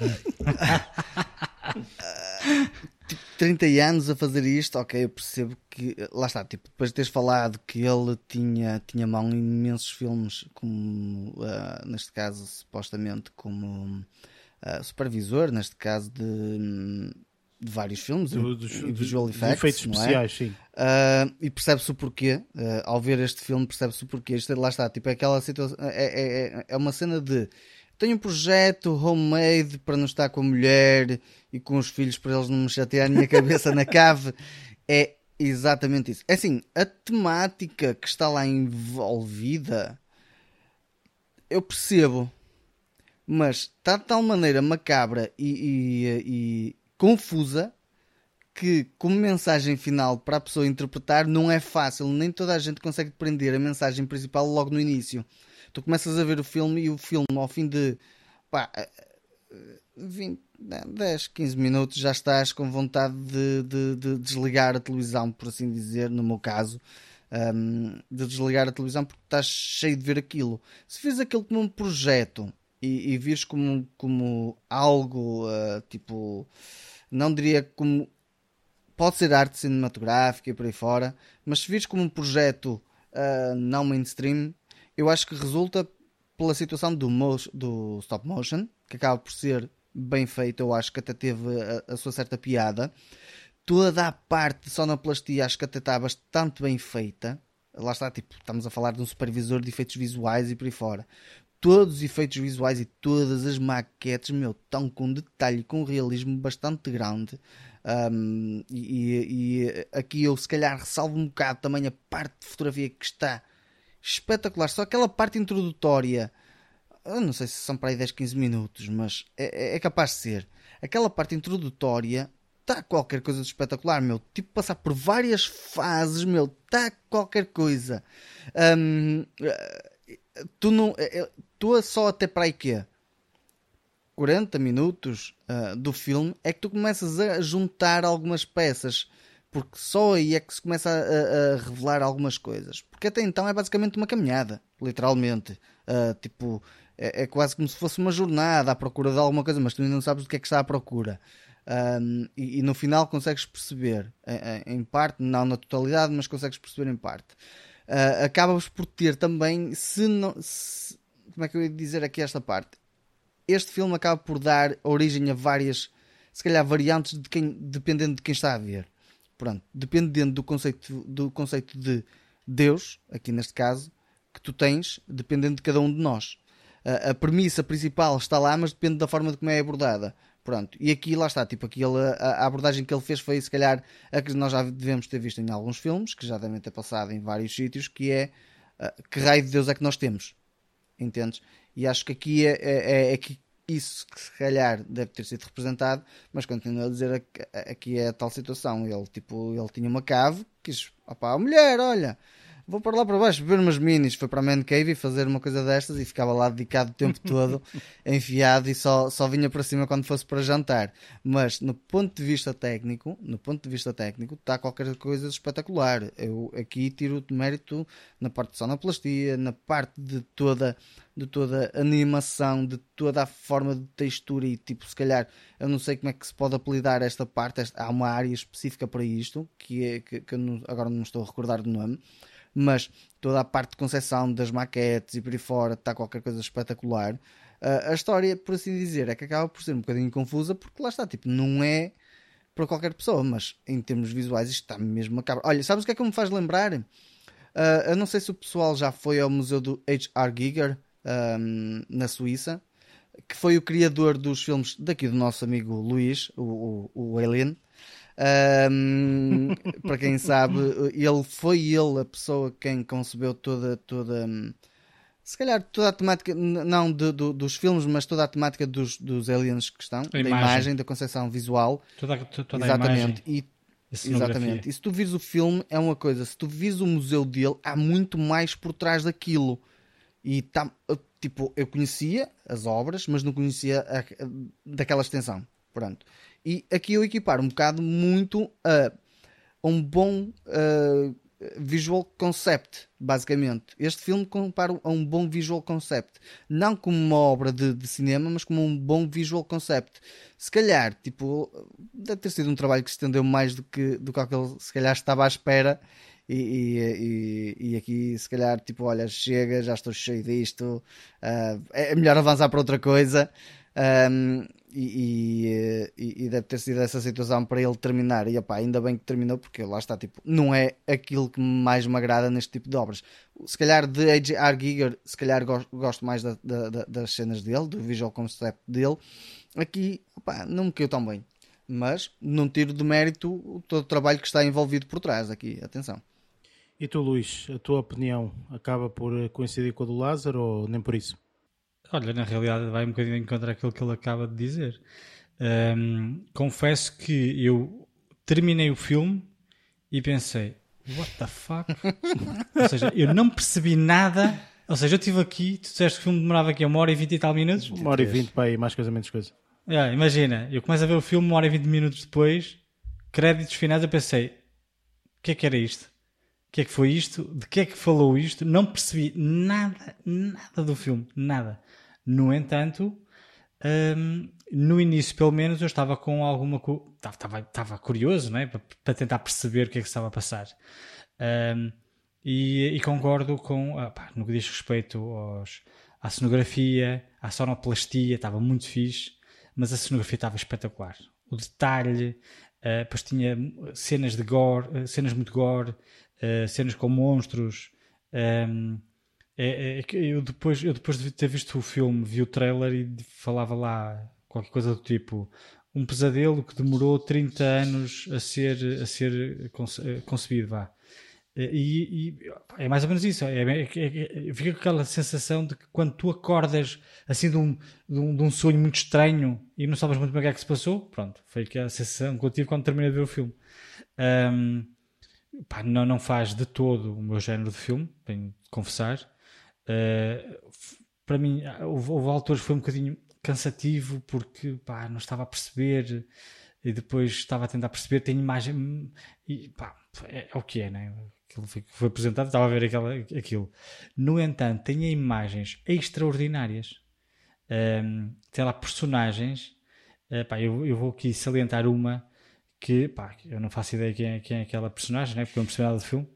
tipo, trinta anos a fazer isto, ok, eu percebo que lá está, tipo, depois de teres falado que ele tinha, tinha mão em imensos filmes, como uh, neste caso, supostamente, como uh, supervisor, neste caso de. de vários filmes do, dos, e visual effects, efeitos não especiais, é? sim. Uh, e percebe-se o porquê. Uh, ao ver este filme, percebe-se o porquê. Isto, lá está, tipo, é aquela situação. É, é, é uma cena de. Tenho um projeto homemade para não estar com a mulher e com os filhos para eles não me chatearem a cabeça na cave. É exatamente isso. É assim, a temática que está lá envolvida, eu percebo, mas está de tal maneira macabra e, e, e confusa que, como mensagem final para a pessoa interpretar, não é fácil. Nem toda a gente consegue prender a mensagem principal logo no início. Tu começas a ver o filme e o filme, ao fim de pá, vinte, dez, quinze minutos, já estás com vontade de, de, de desligar a televisão, por assim dizer, no meu caso. Um, de desligar a televisão porque estás cheio de ver aquilo. Se vês aquilo como um projeto e, e vires como, como algo uh, tipo, não diria como pode ser arte cinematográfica e por aí fora, mas se vires como um projeto uh, não mainstream, eu acho que resulta pela situação do, motion, do stop motion, que acaba por ser bem feito. Eu acho que até teve a, a sua certa piada. Toda a parte de sonoplastia acho que até está bastante bem feita. Lá está, tipo, estamos a falar de um supervisor de efeitos visuais e por aí fora. Todos os efeitos visuais e todas as maquetes, meu, estão com detalhe, com realismo bastante grande. Um, e, e aqui eu se calhar ressalvo um bocado também a parte de fotografia que está espetacular. Só aquela parte introdutória eu não sei se são para aí dez, quinze minutos, mas é, é capaz de ser. Aquela parte introdutória está qualquer coisa de espetacular, meu. Tipo, passar por várias fases, meu, está qualquer coisa. Hum, tu não. Tu só até para aí quê? quarenta minutos uh, do filme é que tu começas a juntar algumas peças. Porque só aí é que se começa a, a revelar algumas coisas. Porque até então é basicamente uma caminhada, literalmente. Uh, tipo, é, é quase como se fosse uma jornada à procura de alguma coisa, mas tu ainda não sabes do que é que está à procura. Um, e, e no final consegues perceber, em, em parte, não na totalidade, mas consegues perceber em parte. Uh, acabas por ter também, se não, se, como é que eu ia dizer aqui esta parte? Este filme acaba por dar origem a várias, se calhar, variantes de quem, dependendo de quem está a ver. Pronto, dependendo do conceito, do conceito de Deus, aqui neste caso, que tu tens, dependendo de cada um de nós. A, a premissa principal está lá, mas depende da forma de como é abordada. Pronto, e aqui lá está, tipo, aqui ele, a, a abordagem que ele fez foi, se calhar, a que nós já devemos ter visto em alguns filmes, que já devem ter passado em vários sítios, que é uh, que raio de Deus é que nós temos. Entendes? E acho que aqui é, é, é que isso que se calhar deve ter sido representado, mas continuo a dizer aqui é a tal situação. Ele, tipo, ele tinha uma cave, quis, opá, a mulher, olha, vou para lá para baixo beber umas minis, foi para a Man Cave e fazer uma coisa destas e ficava lá dedicado o tempo todo, enfiado, e só, só vinha para cima quando fosse para jantar. Mas no ponto de vista técnico, no ponto de vista técnico, está qualquer coisa espetacular. Eu aqui tiro o mérito na parte de sonoplastia, na parte de toda de toda a animação, de toda a forma de textura e tipo, se calhar, eu não sei como é que se pode apelidar esta parte, esta, há uma área específica para isto, que, é, que, que eu não, agora não estou a recordar do nome, mas toda a parte de concepção das maquetes e por aí fora está qualquer coisa espetacular. Uh, a história, por assim dizer, é que acaba por ser um bocadinho confusa, porque lá está, tipo, não é para qualquer pessoa, mas em termos visuais isto está mesmo macabro. Olha, sabes o que é que me faz lembrar? Uh, eu não sei se o pessoal já foi ao museu do H R. Giger, um, na Suíça, que foi o criador dos filmes daqui do nosso amigo Luís, o, o, o Alien. Um, para quem sabe, ele foi ele a pessoa quem concebeu toda, toda se calhar toda a temática, não de, de, dos filmes, mas toda a temática dos, dos aliens que estão, a da imagem. imagem, da concepção visual. Toda, toda exatamente. A imagem, e, exatamente. E se tu vires o filme, é uma coisa. Se tu vires o museu dele, há muito mais por trás daquilo. E tá, tipo, eu conhecia as obras, mas não conhecia a, a, daquela extensão. Pronto. E aqui eu equiparo um bocado muito a, a um bom uh, visual concept, basicamente. Este filme comparo a um bom visual concept. Não como uma obra de, de cinema, mas como um bom visual concept. Se calhar, tipo, deve ter sido um trabalho que se estendeu mais do que, do que aquele, se calhar, estava à espera. E, e, e, e aqui se calhar tipo, olha, chega, já estou cheio disto, uh, é melhor avançar para outra coisa. Um, e, e, e deve ter sido essa situação para ele terminar. E opá, ainda bem que terminou, porque lá está, tipo, não é aquilo que mais me agrada neste tipo de obras. Se calhar de H R. Giger, se calhar gosto, gosto mais da, da, das cenas dele, do visual concept dele. Aqui opá, não me caiu tão bem, mas não tiro de mérito todo o trabalho que está envolvido por trás aqui, atenção. E tu, Luís, a tua opinião acaba por coincidir com a do Lázaro ou nem por isso? Olha, na realidade vai um bocadinho encontrar aquilo que ele acaba de dizer. Um, confesso que eu terminei o filme e pensei, what the fuck? Ou seja, eu não percebi nada. Ou seja, eu estive aqui, tu disseste que o filme demorava aqui uma hora e vinte e tal minutos? Uma hora e vinte, para aí, mais coisa, menos coisa. Yeah, imagina, eu começo a ver o filme uma hora e vinte minutos depois, créditos finais, eu pensei, o que é que era isto? O que é que foi isto? De que é que falou isto? Não percebi nada, nada do filme, nada. No entanto, um, no início, pelo menos, eu estava com alguma... Estava, estava curioso, não é? Para, para tentar perceber o que é que estava a passar. Um, e, e concordo com... Ah, pá, no que diz respeito aos, à cenografia, à sonoplastia, estava muito fixe, mas a cenografia estava espetacular. O detalhe, uh, depois tinha cenas de gore, uh, cenas muito gore, uh, cenas com monstros... Um, É, é, eu, depois, eu depois de ter visto o filme, vi o trailer e falava lá qualquer coisa do tipo um pesadelo que demorou trinta anos a ser, a ser conce, concebido, vá. E, e é mais ou menos isso. É, é, é, fica com aquela sensação de que quando tu acordas assim de um, de um, de um sonho muito estranho e não sabes muito bem o que é que se passou, pronto, foi a sensação que eu tive quando terminei de ver o filme. Um, pá, não, não faz de todo o meu género de filme, tenho de confessar. Uh, para mim, houve, houve alturas que foi um bocadinho cansativo porque pá, não estava a perceber e depois estava a tentar perceber. Tem imagem e pá, é, é o que é, né? Aquilo foi, foi apresentado, estava a ver aquela, aquilo. No entanto, tem imagens extraordinárias. Um, tem lá personagens. Uh, pá, eu, eu vou aqui salientar uma que pá, eu não faço ideia quem é, quem é aquela personagem, né? Porque eu não percebi nada do filme.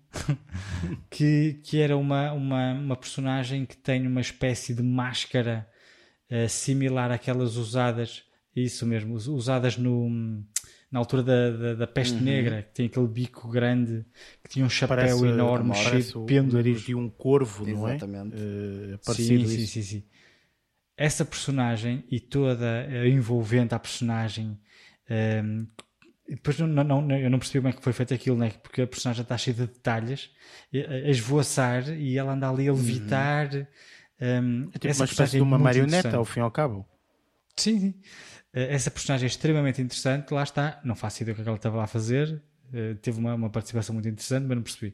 que, que era uma, uma, uma personagem que tem uma espécie de máscara uh, similar àquelas usadas, isso mesmo, usadas no. Na altura da, da, da peste uhum. negra, que tem aquele bico grande, que tinha um chapéu parece, enorme, cheio de pêndulos. De um corvo, não é? Exatamente. Uh, sim, sim, sim, sim. Essa personagem e toda a envolvente à personagem. Um, depois não, não, eu não percebi como é que foi feito aquilo, né? Porque a personagem está cheia de detalhes, a esvoaçar e ela anda ali a levitar. Uhum. Um, é tipo uma espécie de uma marioneta, ao fim e ao cabo. Sim, sim. Essa personagem é extremamente interessante, lá está, não faço ideia do que, é que ela estava a fazer, uh, teve uma, uma participação muito interessante, mas não percebi.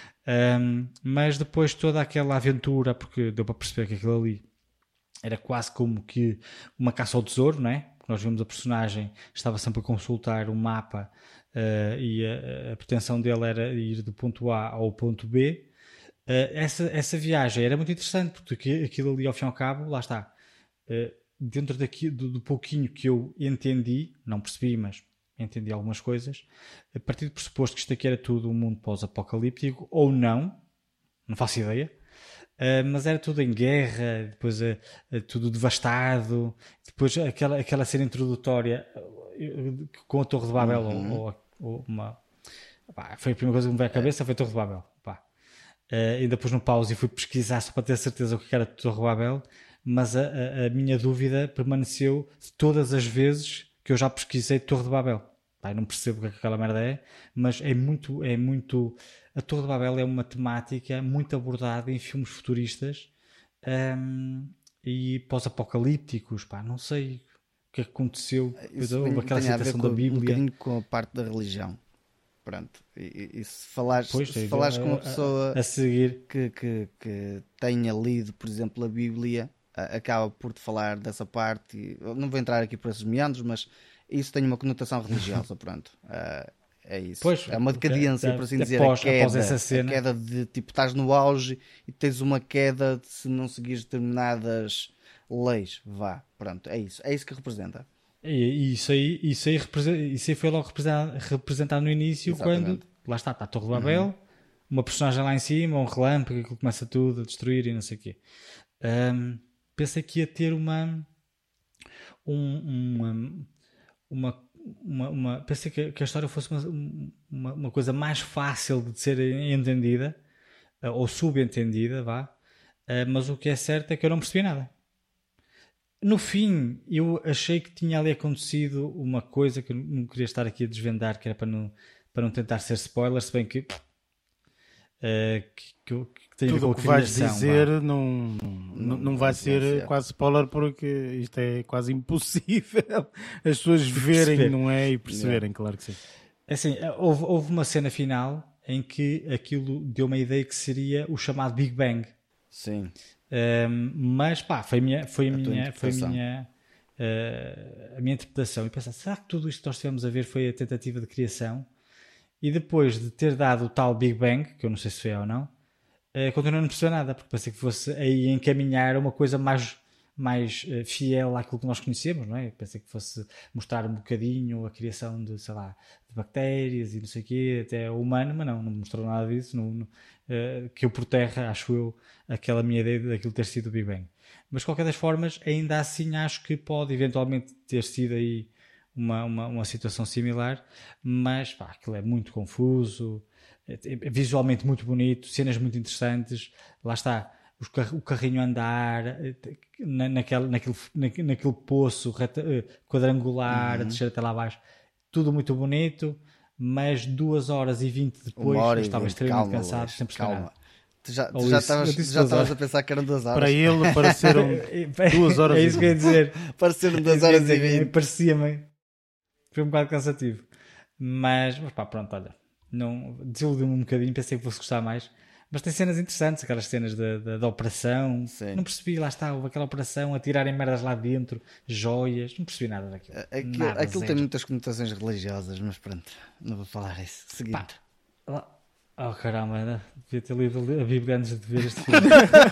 Um, mas depois toda aquela aventura, porque deu para perceber que aquilo ali era quase como que uma caça ao tesouro, não é? Porque nós vimos a personagem, estava sempre a consultar o mapa uh, e a, a pretensão dele era ir do ponto A ao ponto B. Uh, essa, essa viagem era muito interessante, porque aquilo ali ao fim e ao cabo, lá está. Uh, dentro daqui, do, do pouquinho que eu entendi, não percebi, mas entendi algumas coisas, a partir do pressuposto que isto aqui era tudo um mundo pós-apocalíptico, ou não, não faço ideia, uh, mas era tudo em guerra, depois uh, uh, tudo devastado, depois aquela, aquela cena introdutória uh, com a Torre de Babel, uhum. ou, ou, ou uma... Pá, foi a primeira coisa que me veio à cabeça, foi a Torre de Babel. Pá. Uh, e depois no pause e fui pesquisar só para ter certeza o que era a Torre de Babel, mas a, a, a minha dúvida permaneceu de todas as vezes que eu já pesquisei Torre de Babel. Pai, não percebo o que, é que aquela merda é, mas é muito, é muito... A Torre de Babel é uma temática muito abordada em filmes futuristas um, e pós-apocalípticos. Pá, não sei o que é que aconteceu. Isso houve aquela citação da Bíblia. Um bocadinho com a parte da religião. Pronto. E, e se falares, pois, se falares com uma pessoa a, a seguir. Que, que, que tenha lido, por exemplo, a Bíblia, acaba por te falar dessa parte. Não vou entrar aqui por esses meandros, mas isso tem uma conotação religiosa. Pronto. Uh, é isso. Pois, é uma decadência, é, por assim dizer. Após, a, queda, após essa cena. a queda de tipo, estás no auge e tens uma queda de, se não seguires determinadas leis. Vá. Pronto. É isso. É isso que representa. E isso aí, isso aí, isso aí foi logo representado, representado no início. Exatamente. Quando lá está, está a Torre de Babel, uhum. uma personagem lá em cima, um relâmpago que começa tudo a destruir e não sei o quê. Um, pensei que ia ter uma um, uma, uma, uma, uma pensei que, que a história fosse uma, uma, uma coisa mais fácil de ser entendida ou subentendida, vá. Uh, mas o que é certo é que eu não percebi nada. No fim, eu achei que tinha ali acontecido uma coisa que eu não queria estar aqui a desvendar, que era para não, para não tentar ser spoiler, se bem que, uh, que, que, que tem tudo a o que vais dizer vai. não, não, não vai ser é. quase spoiler, porque isto é quase impossível as pessoas verem, perceber. Não é? E perceberem, não. Claro que sim. Assim, houve, houve uma cena final em que aquilo deu uma ideia que seria o chamado Big Bang. Sim. Um, mas pá, foi a minha, foi a minha, foi a minha, uh, a minha interpretação. E pensar, será que tudo isto que nós estivemos a ver foi a tentativa de criação? E depois de ter dado o tal Big Bang, que eu não sei se foi ou não, uh, continuo a não perceber nada, porque pensei que fosse aí encaminhar uma coisa mais, mais uh, fiel àquilo que nós conhecemos, não é? Pensei que fosse mostrar um bocadinho a criação de, sei lá, de bactérias e não sei o quê, até o humano, mas não, não mostrou nada disso, não, não, uh, que eu por terra, acho eu, aquela minha ideia daquilo ter sido o Big Bang. Mas de qualquer das formas, ainda assim acho que pode eventualmente ter sido aí uma, uma, uma situação similar, mas pá, aquilo é muito confuso, é, é visualmente muito bonito, cenas muito interessantes, lá está, os car- o carrinho a andar na, naquele, naquele, naquele, naquele poço reta, quadrangular, uhum. a descer até lá abaixo, tudo muito bonito. mas duas horas e vinte depois eu estava extremamente calma, cansado, Luís, sem perceber calma. nada. Tu já, tu já estavas já estavas a pensar que eram duas horas. Para ele pareceram duas horas. É isso que eu ia dizer. Pareceram duas horas e vinte. Parecia-me. Foi um bocado cansativo. Mas, mas pá, pronto, olha. Não, desiludiu-me um bocadinho, pensei que fosse gostar mais. Mas tem cenas interessantes, aquelas cenas da, da, da operação. Sim. Não percebi, lá está, houve aquela operação a tirarem merdas lá dentro, joias, não percebi nada daquilo. Aquilo, nada, aquilo zero. tem muitas conotações religiosas, mas pronto, não vou falar isso. Seguinte. Pá, lá- oh caramba, devia ter lido a Bíblia antes de ver este filme.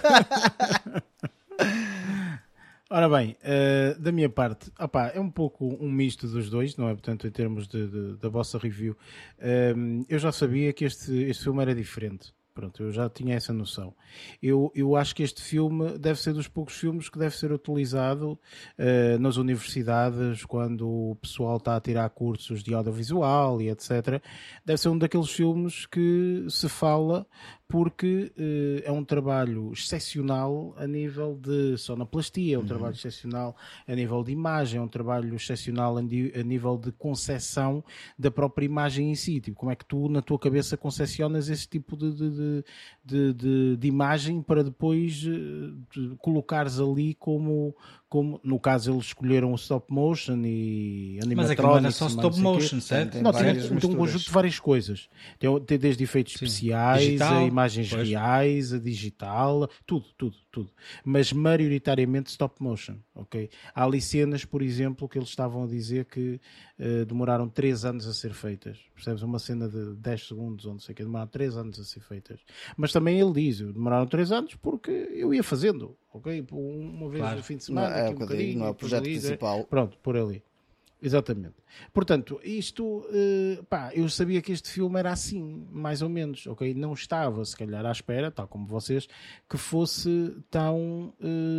Ora bem, uh, da minha parte, opá, é um pouco um misto dos dois, não é? Portanto, em termos de, de- da vossa review, um, eu já sabia que este, este filme era diferente. Pronto, eu já tinha essa noção. Eu, eu acho que este filme deve ser dos poucos filmes que deve ser utilizado uh, nas universidades, quando o pessoal está a tirar cursos de audiovisual e etcétera. Deve ser um daqueles filmes que se fala porque uh, é um trabalho excepcional a nível de sonoplastia, é um uhum. trabalho excepcional a nível de imagem, é um trabalho excepcional a, di- a nível de concepção da própria imagem em si. Tipo, como é que tu, na tua cabeça, concepcionas esse tipo de, de, de, de, de, de imagem para depois uh, de colocares ali como, como... No caso, eles escolheram o stop motion e animatronics. Mas aquilo não era só stop motion, certo? Não, tem, tem, tem um conjunto de várias coisas. Tem, tem desde efeitos Sim. especiais, digital, a imagens pois. reais, a digital, tudo, tudo, tudo. Mas maioritariamente stop motion, ok? Há ali cenas, por exemplo, que eles estavam a dizer que uh, demoraram três anos a ser feitas. Percebes? Uma cena de dez segundos, ou não sei o que, demoraram três anos a ser feitas. Mas também ele diz, demoraram três anos porque eu ia fazendo, ok? Uma vez claro. no fim de semana, não é, aqui um bocadinho, não é o projeto ali, principal. Pronto, por ali. Exatamente. Portanto, isto, uh, pá, eu sabia que este filme era assim, mais ou menos, ok? Não estava, se calhar, à espera, tal como vocês, que fosse tão...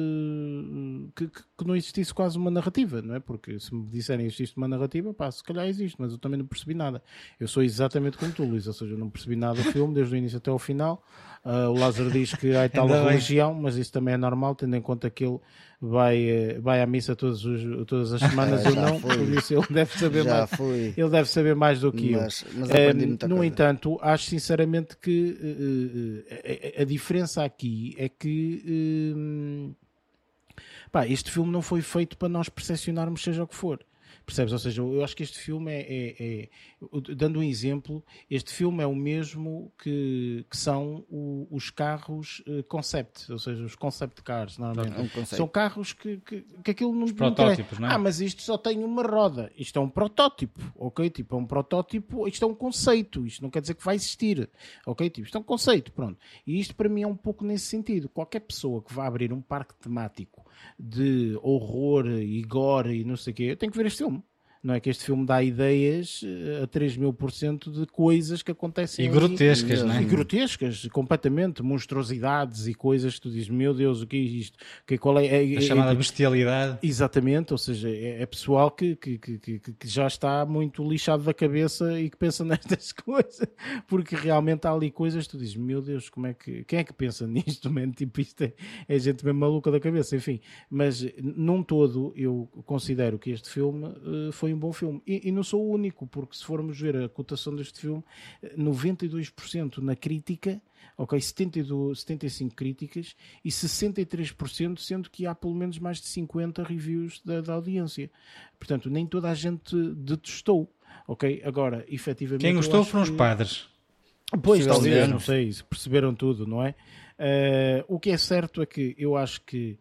Uh, que, que não existisse quase uma narrativa, não é? Porque se me disserem que existe uma narrativa, pá, se calhar existe, mas eu também não percebi nada. Eu sou exatamente como tu, Luís, ou seja, eu não percebi nada do filme, desde o início até ao final. Uh, o Lázaro diz que há tal a religião, mas isso também é normal, tendo em conta que ele vai, vai à missa todos os, todas as semanas. Eu não, fui. Por isso ele deve saber Já mais. Fui. Ele deve saber mais do que mas, eu. Mas aprendi um, muita no coisa. entanto, acho sinceramente que uh, a, a diferença aqui é que um, pá, este filme não foi feito para nós percepcionarmos seja o que for. Percebes? Ou seja, eu acho que este filme é, é, é dando um exemplo, este filme é o mesmo que, que são o, os carros uh, concept, ou seja, os concept cars, normalmente. Um são carros que, que, que aquilo não... Os protótipos, não é? Ah, mas isto só tem uma roda. Isto é um protótipo, ok? Tipo, é um protótipo, isto é um conceito, isto não quer dizer que vai existir, ok? Tipo, isto é um conceito, pronto. E isto para mim é um pouco nesse sentido. Qualquer pessoa que vá abrir um parque temático de horror e gore e não sei o quê, tem que ver este filme. Não é que este filme dá ideias a três mil por cento de coisas que acontecem e ali. grotescas, e, não é? E grotescas, completamente, monstruosidades e coisas que tu dizes, meu Deus, o que é isto? Que, qual é, é, a chamada é, bestialidade. Exatamente, ou seja, é, é pessoal que, que, que, que, que já está muito lixado da cabeça e que pensa nestas coisas, porque realmente há ali coisas que tu dizes, meu Deus, como é que, quem é que pensa nisto, man? Tipo, isto é, é gente bem maluca da cabeça, enfim. Mas, num todo, eu considero que este filme uh, foi um bom filme. E, e não sou o único, porque se formos ver a cotação deste filme, noventa e dois por cento na crítica, ok, setenta e dois, setenta e cinco críticas e sessenta e três por cento, sendo que há pelo menos mais de cinquenta reviews da, da audiência. Portanto, nem toda a gente detestou, ok? Agora, efetivamente... Quem gostou foram que... os padres. Pois, talvez, não sei, perceberam tudo, não é? Uh, o que é certo é que eu acho que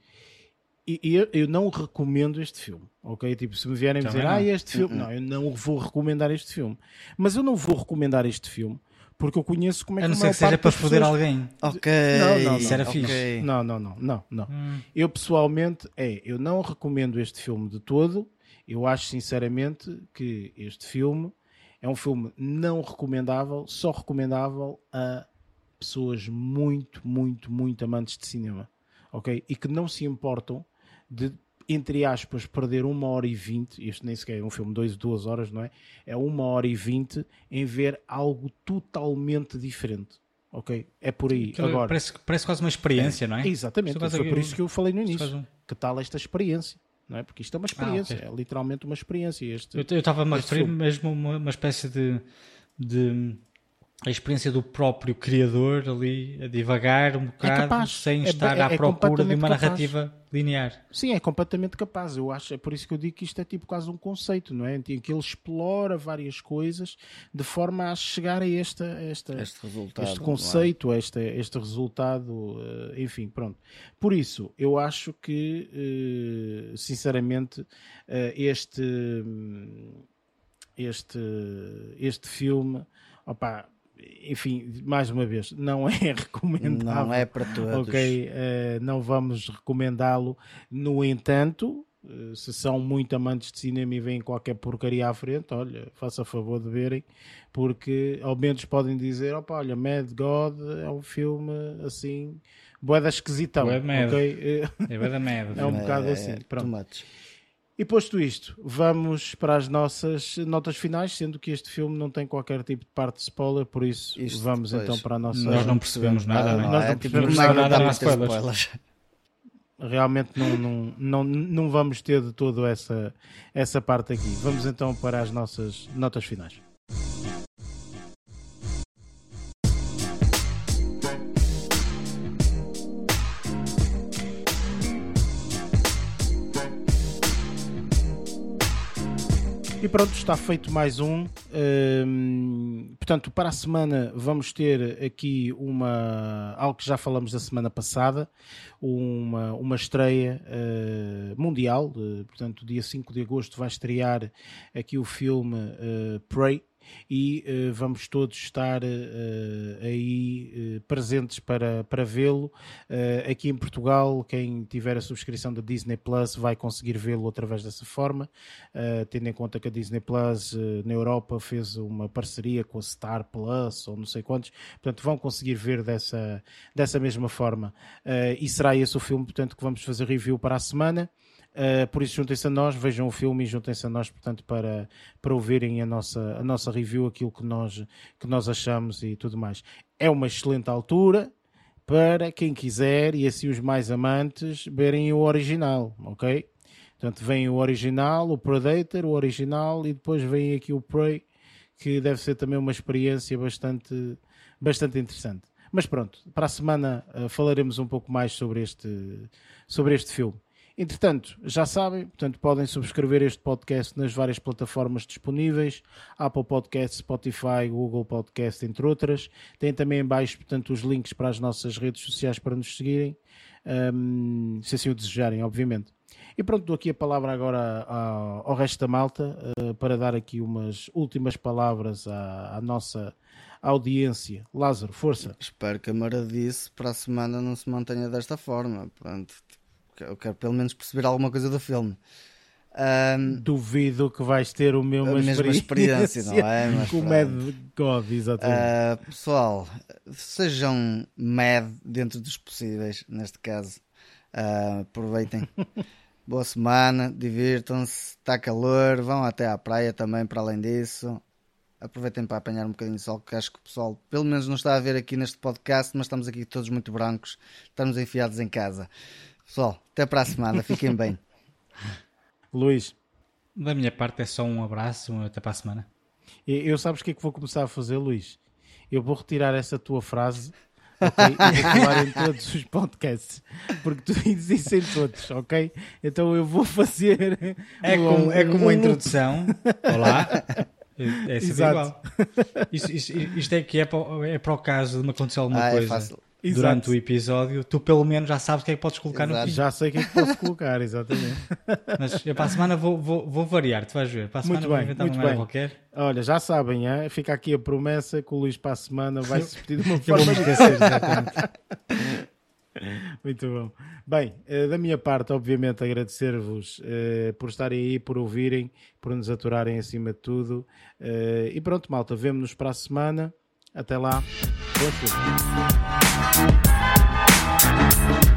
E eu, eu não recomendo este filme, ok? Tipo, se me vierem dizer, ah, este filme... Não, eu não vou recomendar este filme. Mas eu não vou recomendar este filme porque eu conheço como é que... A não ser que seja para foder pessoas... alguém. Ok. Não, não, não. Isso era okay. fixe. Não, não, não, não, não. Hum. Eu pessoalmente, é, eu não recomendo este filme de todo. Eu acho sinceramente que este filme é um filme não recomendável, só recomendável a pessoas muito, muito, muito amantes de cinema, ok? E que não se importam de, entre aspas, perder uma hora e vinte, este nem sequer é um filme de dois, duas horas, não é? É uma hora e vinte em ver algo totalmente diferente, ok? É por aí. Aquilo agora parece, parece quase uma experiência, é, não é? Exatamente, foi por isso que eu falei no início. Um... Que tal esta experiência, não é? Porque isto é uma experiência, ah, okay. é literalmente uma experiência. Este, eu estava a referir mesmo a uma, uma espécie de, de a experiência do próprio criador ali a divagar um bocado, é capaz, sem estar é, é, à procura de uma capaz. narrativa linear. Sim, é completamente capaz. Eu acho, é por isso que eu digo que isto é tipo quase um conceito, não é? Em que ele explora várias coisas de forma a chegar a esta, esta, este, resultado, este conceito, a este, este resultado, enfim, pronto. Por isso, eu acho que, sinceramente, este, este, este filme, opá, enfim, mais uma vez, não é recomendável. Não é para todos. Ok, uh, não vamos recomendá-lo. No entanto, uh, se são muito amantes de cinema e veem qualquer porcaria à frente, olha, faça favor de verem, porque ao menos podem dizer, opa, olha, Mad God é um filme assim, boeda esquisitão. Bué Mad. Okay? É bué da Mad. É um bocado é, assim. Pronto. Too much. E posto isto, vamos para as nossas notas finais, sendo que este filme não tem qualquer tipo de parte de spoiler, por isso isto vamos depois. Então para a nossa... Nós não percebemos nada, não, não, Nós é, não percebemos tipo, nada, nada, nada nas spoilers. spoilers. Realmente não, não, não, não vamos ter de todo essa, essa parte aqui. Vamos então para as nossas notas finais. E pronto, está feito mais um. Hum, portanto, para a semana vamos ter aqui uma, algo que já falamos da semana passada, uma, uma estreia uh, mundial. Uh, portanto, dia cinco de agosto vai estrear aqui o filme uh, Prey. E uh, vamos todos estar uh, aí uh, presentes para, para vê-lo. Uh, aqui em Portugal, quem tiver a subscrição da Disney Plus vai conseguir vê-lo através dessa forma, uh, tendo em conta que a Disney Plus uh, na Europa fez uma parceria com a Star Plus ou não sei quantos, portanto vão conseguir ver dessa, dessa mesma forma. Uh, e será esse o filme, portanto, que vamos fazer review para a semana. Uh, por isso juntem-se a nós, vejam o filme e juntem-se a nós, portanto, para, para ouvirem a nossa, a nossa review, aquilo que nós, que nós achamos e tudo mais. É uma excelente altura para quem quiser e assim os mais amantes verem o original, ok? Portanto, vem o original, o Predator, o original e depois vem aqui o Prey, que deve ser também uma experiência bastante, bastante interessante. Mas pronto, para a semana uh, falaremos um pouco mais sobre este, sobre este filme. Entretanto, já sabem, portanto, podem subscrever este podcast nas várias plataformas disponíveis, Apple Podcast, Spotify, Google Podcast, entre outras. Tem também em baixo, portanto, os links para as nossas redes sociais para nos seguirem, um, se assim o desejarem, obviamente. E pronto, dou aqui a palavra agora ao, ao resto da malta, uh, para dar aqui umas últimas palavras à, à nossa audiência. Lázaro, força. Espero que a Maradice para a semana não se mantenha desta forma, pronto. Eu quero pelo menos perceber alguma coisa do filme. Um, Duvido que vais ter o mesmo a mesma experiência, experiência, não é? Mas com o Mad God, exatamente. Uh, pessoal, sejam mad dentro dos possíveis, neste caso. Uh, aproveitem. Boa semana, divirtam-se, está calor, vão até à praia também, para além disso. Aproveitem para apanhar um bocadinho de sol, que acho que o pessoal pelo menos não está a ver aqui neste podcast, mas estamos aqui todos muito brancos, estamos enfiados em casa. Pessoal, até para a semana, fiquem bem. Luís. Da minha parte é só um abraço, até para a semana. Eu sabes o que é que vou começar a fazer, Luís? Eu vou retirar essa tua frase, ok? E vou falar em todos os podcasts, porque tu dizes isso em todos, ok? Então eu vou fazer... É um, como, é como um... uma introdução. Olá. É sempre igual. Isto, isto, isto é que é para, é para o caso de me acontecer alguma ah, coisa. É durante Exato. o episódio, tu pelo menos já sabes o que é que podes colocar Exato. no fim. Já sei o que é que posso colocar, exatamente. Mas eu para a semana vou, vou, vou variar, tu vais ver. Para a semana Muito vou bem, inventar muito uma bem. qualquer. Olha, já sabem, hein? Fica aqui a promessa que o Luís para a semana vai se repetir de uma Eu vou forma me esquecer, exatamente. Muito bom. Bem, da minha parte, obviamente, agradecer-vos uh, por estarem aí, por ouvirem, por nos aturarem acima de tudo. Uh, e pronto, malta, vemo-nos para a semana. Até lá. Boa semana.